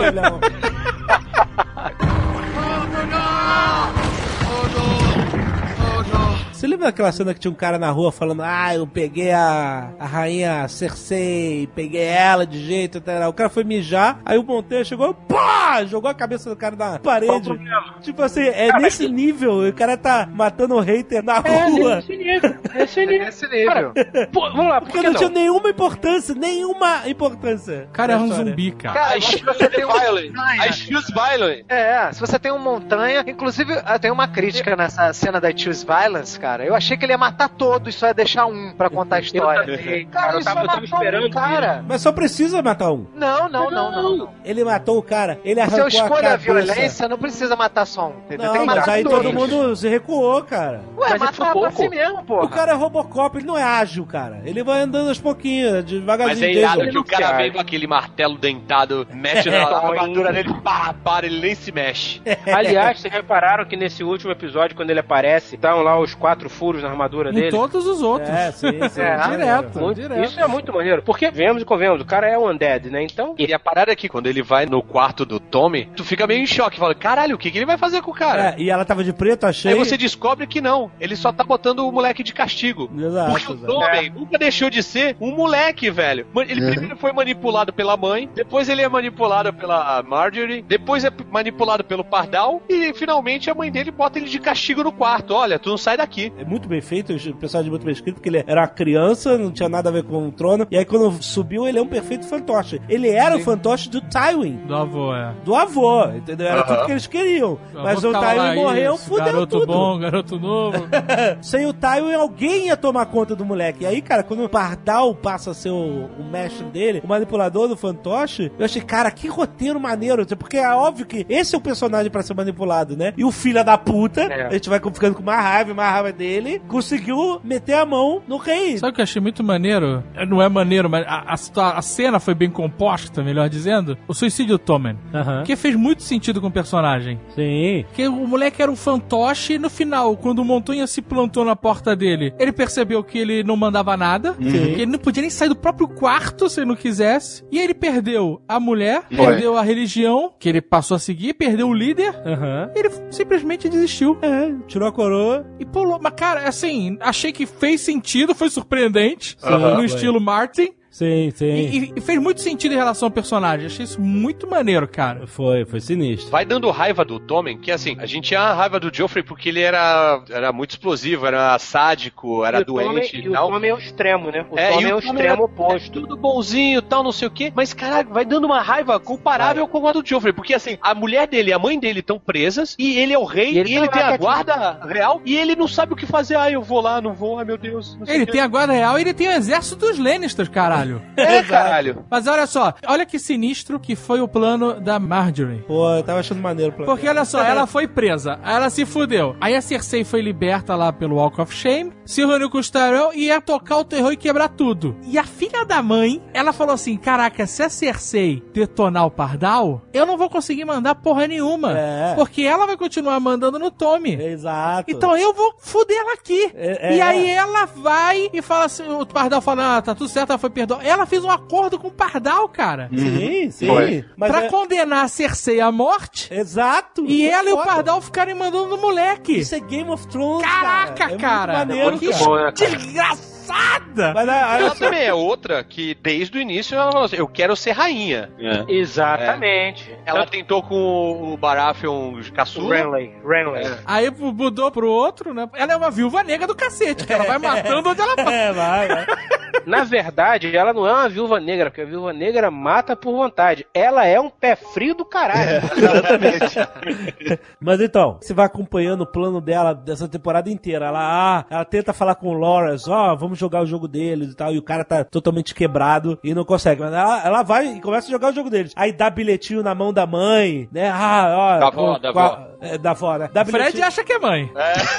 Speaker 9: Você lembra daquela cena que tinha um cara na rua falando: ah, eu peguei a, a rainha Cersei, peguei ela de jeito, tal. O cara foi mijar, aí o Monteiro chegou, pá, jogou a cabeça do cara na parede. Tipo assim, é
Speaker 4: Cara,
Speaker 9: nesse nível, o cara tá matando o hater na
Speaker 4: É,
Speaker 9: rua.
Speaker 4: nesse nível. Nesse nível.
Speaker 8: Nesse nível.
Speaker 4: Cara, pô, vamos lá, por
Speaker 9: Porque
Speaker 4: que
Speaker 9: não
Speaker 4: não?
Speaker 9: tinha nenhuma importância, nenhuma importância.
Speaker 6: O cara é
Speaker 9: na
Speaker 6: um
Speaker 9: história.
Speaker 6: zumbi, cara.
Speaker 8: Cara,
Speaker 3: I
Speaker 8: se
Speaker 3: choose
Speaker 8: você tem um
Speaker 3: violence.
Speaker 8: montanha,
Speaker 3: I choose violence.
Speaker 8: É, se você tem uma montanha, inclusive eu tenho uma crítica nessa cena da Choose Violence, cara. Eu achei que ele ia matar todos, só ia deixar um pra contar a história.
Speaker 4: Eu também,
Speaker 8: Cara,
Speaker 4: cara, eu
Speaker 8: ele
Speaker 4: tava-
Speaker 8: só
Speaker 4: eu tava
Speaker 8: matou
Speaker 4: esperando
Speaker 8: um cara.
Speaker 9: Mas só precisa matar um.
Speaker 8: Não, não, não, não, não.
Speaker 9: Ele matou o cara, ele
Speaker 8: Se eu
Speaker 9: arrancou a
Speaker 8: escolho a
Speaker 9: cabeça.
Speaker 8: violência, não precisa matar só um, entendeu?
Speaker 9: Não,
Speaker 8: Tem que
Speaker 9: mas
Speaker 8: matar
Speaker 9: aí
Speaker 8: todos.
Speaker 9: todo mundo se recuou, cara.
Speaker 8: Ué,
Speaker 4: Mas
Speaker 8: mata
Speaker 4: isso
Speaker 8: pra
Speaker 4: pouco.
Speaker 8: si mesmo, porra.
Speaker 9: O cara é Robocop, ele não é ágil, cara. Ele vai andando aos pouquinhos,
Speaker 3: Mas
Speaker 9: devagarzinho.
Speaker 3: é irado
Speaker 9: desde-
Speaker 3: que o cara vem com aquele martelo dentado, mexe na armadura dele, pá, para, ele nem se mexe.
Speaker 4: Aliás, vocês repararam que nesse último episódio, quando ele aparece, estão lá os quatro furos na armadura
Speaker 6: Em
Speaker 4: dele?
Speaker 6: todos os outros.
Speaker 9: É, sim, sim.
Speaker 8: É,
Speaker 6: direto,
Speaker 4: Muito-
Speaker 6: direto.
Speaker 4: Isso é muito maneiro. Porque, vemos e convenhamos, o cara é um undead, né? Então,
Speaker 3: E a parada é que quando ele vai no quarto do Tommy, tu fica meio em choque, fala, caralho, o que, que ele vai fazer com o cara?
Speaker 9: É, e ela tava de preto, achei.
Speaker 3: Aí você descobre que não, ele só tá botando o moleque de castigo.
Speaker 9: Exato,
Speaker 3: Porque o
Speaker 9: exato.
Speaker 3: Tommy nunca deixou de ser um moleque, velho. Ele primeiro foi manipulado pela mãe, depois ele é manipulado pela Marjorie, depois é manipulado pelo Pardal, e finalmente a mãe dele bota ele de castigo no quarto. Olha, tu não sai daqui.
Speaker 9: É muito bem feito, o personagem é muito bem escrito, porque ele era uma criança, não tinha nada a ver com o trono, e aí quando subiu, ele é um perfeito fantoche. Ele era o fantoche do Tywin,
Speaker 6: Do avô, é.
Speaker 9: do avô, entendeu? Era tudo que eles queriam. Mas o Tywin morreu, fudeu
Speaker 6: Garoto
Speaker 9: tudo.
Speaker 6: bom, garoto novo.
Speaker 9: Sem o Tywin, alguém ia tomar conta do moleque. E aí, cara, quando o Pardal passa a ser o, o mestre dele, o manipulador do fantoche, eu achei, cara, que roteiro maneiro. Porque é óbvio que esse é o personagem pra ser manipulado, né? E o filho da puta,
Speaker 4: É.
Speaker 9: a gente vai ficando com mais raiva e mais raiva dele, conseguiu meter a mão no rei.
Speaker 6: Sabe o que eu achei muito maneiro? Não é maneiro, mas a, a situa- a cena foi bem composta, melhor dizendo. O suicídio do Tommen.
Speaker 9: Aham.
Speaker 6: Porque fez muito sentido com o personagem.
Speaker 9: Sim.
Speaker 6: Porque o moleque era um fantoche e no final, quando o Montanha se plantou na porta dele, ele percebeu que ele não mandava nada, que ele não podia nem sair do próprio quarto se ele não quisesse. E aí ele perdeu a mulher,
Speaker 8: Foi.
Speaker 6: perdeu a religião, que ele passou a seguir, perdeu o líder.
Speaker 9: Aham.
Speaker 6: E ele simplesmente desistiu.
Speaker 9: É, tirou a coroa.
Speaker 6: E pulou. Mas, cara, assim, achei que fez sentido, foi surpreendente.
Speaker 9: Aham,
Speaker 6: no
Speaker 9: foi.
Speaker 6: estilo Martin.
Speaker 9: Sim, sim.
Speaker 6: E, e- e fez muito sentido em relação ao personagem. Achei isso muito maneiro, cara.
Speaker 9: Foi, foi sinistro.
Speaker 3: Vai dando raiva do Tommen, que assim, a gente tinha a raiva do Joffrey porque ele era, era muito explosivo, era sádico, era
Speaker 4: e o
Speaker 3: doente
Speaker 4: Tommy,
Speaker 3: e
Speaker 4: e o
Speaker 3: tal.
Speaker 4: Tommy é o extremo, né? O
Speaker 3: É,
Speaker 4: Tommy
Speaker 3: e
Speaker 4: é
Speaker 3: o
Speaker 4: o
Speaker 3: Tommy
Speaker 4: extremo
Speaker 3: é-
Speaker 4: oposto.
Speaker 3: Tudo bonzinho, tal, não sei o quê. Mas, caralho, vai dando uma raiva comparável com a do Joffrey. Porque, assim, a mulher dele e a mãe dele estão presas, e ele é o rei,
Speaker 4: E
Speaker 3: e
Speaker 4: ele
Speaker 3: ele,
Speaker 4: tá
Speaker 3: tem
Speaker 4: lá
Speaker 3: a
Speaker 4: quietinho.
Speaker 3: guarda real, e ele não sabe o que fazer. Ah, eu vou lá, não vou, ai meu Deus. Não sei
Speaker 6: Ele
Speaker 3: o quê.
Speaker 6: tem a guarda real e ele tem o exército dos Lannisters, caralho. caralho.
Speaker 3: É, caralho.
Speaker 6: Mas olha só, olha que sinistro que foi o plano da Marjorie.
Speaker 9: Pô, eu tava achando maneiro o plano.
Speaker 6: Porque olha só, ela foi presa, aí ela se fudeu. Aí a Cersei foi liberta lá pelo Walk of Shame, se reuniu com os Tyrell e ia tocar o terror e quebrar tudo. E a filha da mãe, ela falou assim, caraca, se a Cersei detonar o Pardal, eu não vou conseguir mandar porra nenhuma. É. Porque ela vai continuar mandando no Tommy.
Speaker 9: Exato.
Speaker 6: Então eu vou fuder ela aqui.
Speaker 9: É, é.
Speaker 6: E aí ela vai e fala assim, o Pardal fala, ah, tá tudo certo, ela foi perdoada. Ela fez um acordo com o Pardal, cara.
Speaker 9: Sim, sim.
Speaker 6: Mas pra é... condenar a Cersei à morte.
Speaker 9: Exato.
Speaker 6: E ela foda. E o Pardal ficarem mandando no moleque.
Speaker 9: Isso é Game of Thrones,
Speaker 6: Caraca, cara. cara.
Speaker 9: É maneiro,
Speaker 6: que
Speaker 9: cara.
Speaker 6: desgraçado.
Speaker 3: Mas a, ela também é outra que desde o início ela falou assim, eu quero ser rainha.
Speaker 4: É. Exatamente.
Speaker 3: É. Ela tentou com o Baratheon caçula.
Speaker 4: Renly. Renly. É.
Speaker 6: Aí mudou pro outro, né? Ela é uma viúva negra do cacete, que ela vai matando onde ela vai.
Speaker 9: É, vai, vai.
Speaker 4: Na verdade, ela não é uma viúva negra, porque a viúva negra mata por vontade. Ela é um pé frio do caralho. É,
Speaker 9: exatamente. Mas então, você vai acompanhando o plano dela dessa temporada inteira. Ela, ah, ela tenta falar com o Loras, ó, oh, vamos jogar o jogo deles e tal, e o cara tá totalmente quebrado e não consegue. Mas ela, ela vai e começa a jogar o jogo deles. Aí dá bilhetinho na mão da mãe, né? Ah, ó.
Speaker 3: Da avó, da avó.
Speaker 9: É, da avó, né?
Speaker 6: Dá bilhetinho... Fred acha que é mãe.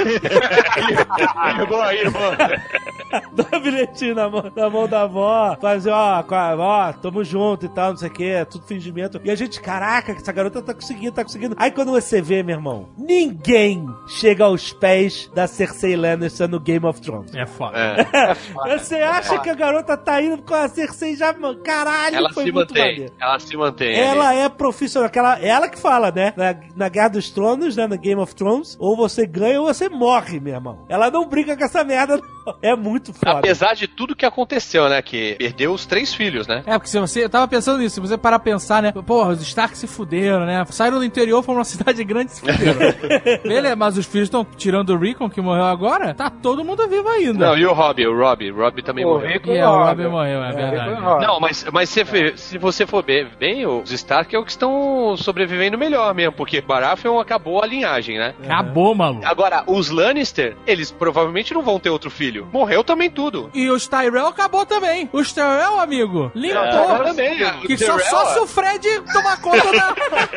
Speaker 3: É. Irmão, irmão.
Speaker 9: Dá bilhetinho na mão, na mão da avó, fazer, ó, ó, tamo junto e tal, não sei o que, tudo fingimento. E a gente, caraca, essa garota tá conseguindo, tá conseguindo. Aí quando você vê, meu irmão, ninguém chega aos pés da Cersei Lannister no Game of Thrones.
Speaker 6: É foda.
Speaker 3: É.
Speaker 9: Você acha é que a garota tá indo com a Cersei já, caralho,
Speaker 3: ela
Speaker 9: foi
Speaker 3: se
Speaker 9: muito
Speaker 3: mantém,
Speaker 9: maneiro.
Speaker 3: Ela se mantém.
Speaker 9: Ela
Speaker 3: ali.
Speaker 9: é profissional, ela, ela que fala, né, na, na Guerra dos Tronos, né, no Game of Thrones, ou você ganha ou você morre, meu irmão. Ela não brinca com essa merda, não. É muito foda.
Speaker 3: Apesar de tudo que aconteceu, né, que perdeu os três filhos, né?
Speaker 6: É, porque se você, eu tava pensando nisso, se você parar pra pensar, né, porra, os Stark se fuderam, né, saíram do interior, foram uma cidade grande e se fuderam. Beleza, mas os filhos estão tirando o Rickon, que morreu agora, tá todo mundo vivo ainda.
Speaker 3: Não, e o Robbie, o Robbie, o Robbie também
Speaker 4: o
Speaker 3: morreu.
Speaker 4: Rickon
Speaker 6: é, o Robbie morreu, é, é verdade.
Speaker 3: Não, mas, mas se, se você for bem, bem, os Stark é o que estão sobrevivendo melhor mesmo, porque Baratheon acabou a linhagem, né?
Speaker 6: Acabou, maluco.
Speaker 3: Agora, os Lannister, eles provavelmente não vão ter outro filho. Morreu também tudo.
Speaker 6: E os Tyrell acabou também. Os Tyrell, amigo, limpou.
Speaker 3: É, também.
Speaker 6: Que só, só se o Fred tomar conta da...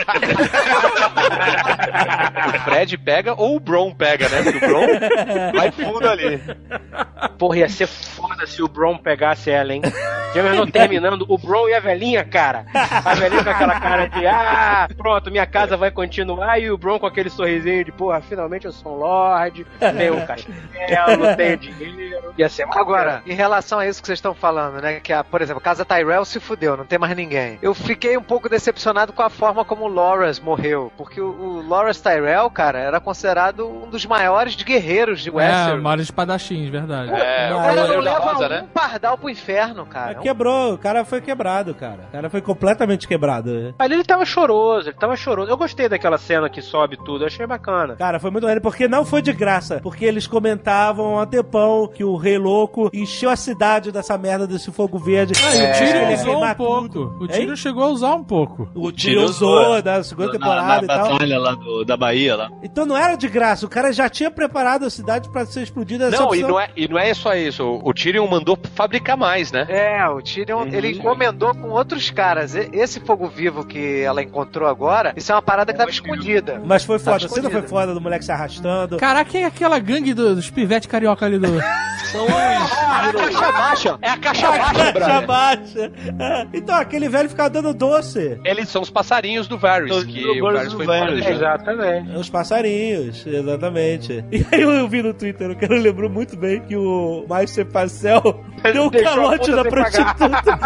Speaker 3: O Fred pega ou o Bron pega, né? Porque o Bron vai fundo ali.
Speaker 4: Porra, ia ser foda se o Bron pegasse ela, hein? Já não terminando, o Bron e a velhinha, cara. A velhinha com aquela cara de, ah, pronto, minha casa vai continuar, e o Bron com aquele sorrisinho de, porra, finalmente eu sou um lord, tenho um castelo, tenho dinheiro. Ia ser
Speaker 8: Agora, em relação a isso que vocês estão falando, né, que, a, por exemplo, a casa Tyrell se fudeu, não tem mais ninguém. Eu fiquei um pouco decepcionado com a forma como o Loras morreu, porque o, o Loras Tyrell, cara, era considerado um dos maiores guerreiros de Westeros.
Speaker 6: É, maiores espadachins, verdade.
Speaker 3: É,
Speaker 8: o cara não leva rosa, um né? pardal pro inferno, cara.
Speaker 9: É, quebrou, o cara foi quebrado, cara. O cara foi completamente quebrado.
Speaker 4: Ali ele tava choroso, ele tava choroso. Eu gostei daquela cena que sobe tudo, eu achei bacana.
Speaker 9: Cara, foi muito maneiro, porque não foi de graça, porque eles comentavam há tempão que o Rei Louco encheu a cidade dessa merda desse fogo verde.
Speaker 6: Ah, e o Tyrion usou um pouco. Tudo. O Tyrion chegou a usar um pouco.
Speaker 9: O Tyrion usou da segunda temporada
Speaker 5: na, na
Speaker 9: e tal.
Speaker 5: batalha lá do, da Bahia lá.
Speaker 9: Então não era de graça, o cara já tinha preparado a cidade pra ser explodida.
Speaker 3: Não, e não, é, e não é só isso, o, o Tyrion mandou fabricar mais, né?
Speaker 8: É, o Tyrion, uhum. ele encomendou com outros caras. Esse fogo vivo que ela encontrou agora, isso é uma parada que tava escondida.
Speaker 9: Mas foi foda, você não foi foda do moleque se arrastando.
Speaker 6: Caraca, quem é aquela gangue do, dos pivete carioca ali do...
Speaker 3: São os... É a caixa baixa. É a caixa baixa,
Speaker 9: caixa baixa. Então, aquele velho ficava dando doce.
Speaker 3: Eles são os passarinhos do Varys, que o Varys foi embora.
Speaker 4: Exatamente.
Speaker 9: Os passarinhos, exatamente. E aí eu vi no Twitter, o cara lembrou muito bem que o Master Parcel deu um calote na prostituta.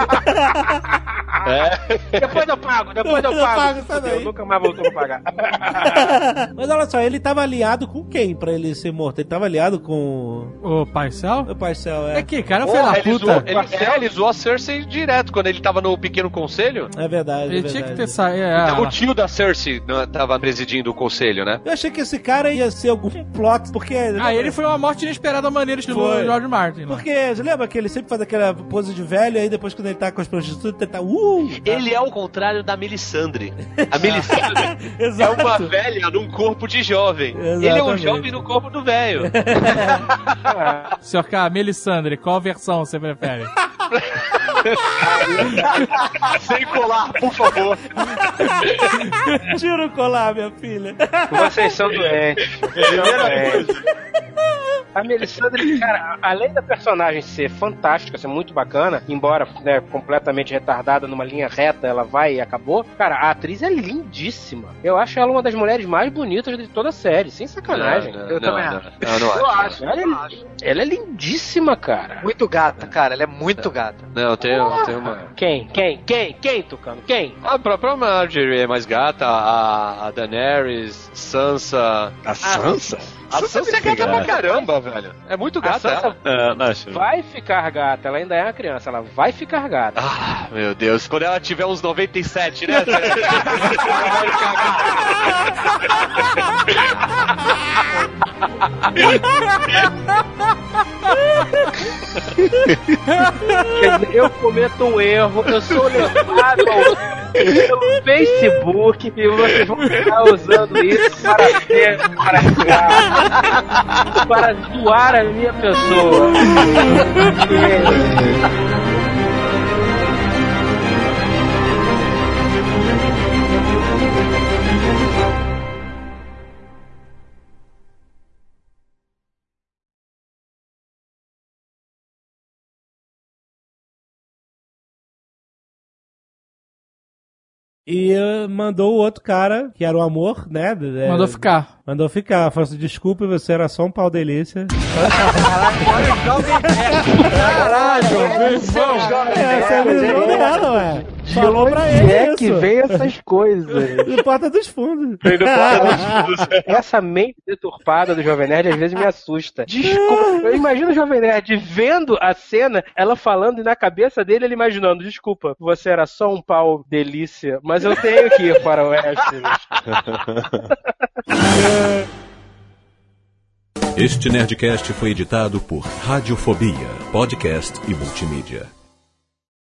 Speaker 4: É. Depois eu pago, depois eu, eu pago. pago eu nunca mais voltou pra pagar.
Speaker 9: Mas olha só, ele tava aliado com quem pra ele ser morto? Ele tava aliado com...
Speaker 6: O Parcel?
Speaker 9: O Parcel, é.
Speaker 6: É que, cara, foi lá, puta.
Speaker 3: Zoou, ele, é, ele zoou a Cersei direto quando ele tava no Pequeno Conselho.
Speaker 9: É verdade,
Speaker 6: Ele
Speaker 9: é verdade.
Speaker 6: tinha que ter saído. É,
Speaker 3: então, o tio da Cersei tava presidindo o conselho, né?
Speaker 9: Eu achei que esse cara ia ser algum plot, porque...
Speaker 6: Ah, ele foi uma morte inesperada maneira estilo George Martin.
Speaker 9: Porque, né? Você lembra que ele sempre faz aquela pose de velho, e aí depois quando ele tá com as prostitutas, ele tá... Uh, tá.
Speaker 3: Ele é o contrário da Melisandre. A Melisandre é uma velha num corpo de jovem. Exatamente. Ele é um jovem no corpo do velho.
Speaker 6: Senhor K, Melisandre, qual versão você prefere?
Speaker 3: Sem colar, por favor.
Speaker 9: Tira o colar, minha filha.
Speaker 4: Vocês são doentes. Vocês são doentes. A Melisandre, cara, além da personagem ser fantástica, ser muito bacana, embora, né, completamente retardada numa linha reta, ela vai e acabou. Cara, a atriz é lindíssima. Eu acho ela uma das mulheres mais bonitas de toda a série, sem sacanagem.
Speaker 3: Não, não,
Speaker 4: eu
Speaker 3: não,
Speaker 4: também
Speaker 3: não,
Speaker 4: acho.
Speaker 3: não, não
Speaker 4: eu
Speaker 3: acho.
Speaker 4: acho. Ela, é, ela é lindíssima, cara.
Speaker 8: Muito gata, cara. Ela é muito gata.
Speaker 3: Não, tem, tem uma...
Speaker 4: Quem? Quem? Quem? Quem, Tucano? Quem?
Speaker 3: A própria Marjorie é mais gata, a, a Daenerys, Sansa...
Speaker 5: A Sansa?
Speaker 3: A Sansa é gata pra caramba, velho. É muito gata.
Speaker 4: Sansa
Speaker 5: É, não, acho...
Speaker 4: vai ficar gata. Ela ainda é uma criança. Ela vai ficar gata.
Speaker 3: Ah, meu Deus. Quando ela tiver uns noventa e sete, né?
Speaker 4: Eu cometo um erro, eu sou levado ao, pelo Facebook e vocês vão ficar usando isso para ver, para, para zoar a minha pessoa.
Speaker 9: E uh, mandou o outro cara, que era o amor, né? É,
Speaker 6: Mandou ficar.
Speaker 9: Mandou ficar. Falou assim, desculpe, você era só um pau delícia.
Speaker 4: Caralho,
Speaker 9: Essa é a visão dela, ué. Falou pra ele
Speaker 4: é
Speaker 9: isso.
Speaker 4: que vem essas coisas.
Speaker 9: No Porta dos Fundos.
Speaker 4: Essa mente deturpada do Jovem Nerd às vezes me assusta. Desculpa, eu imagino o Jovem Nerd vendo a cena, ela falando e na cabeça dele ele imaginando, desculpa, você era só um pau delícia, mas eu tenho que ir para o oeste.
Speaker 1: Este Nerdcast foi editado por Radiofobia, podcast e multimídia.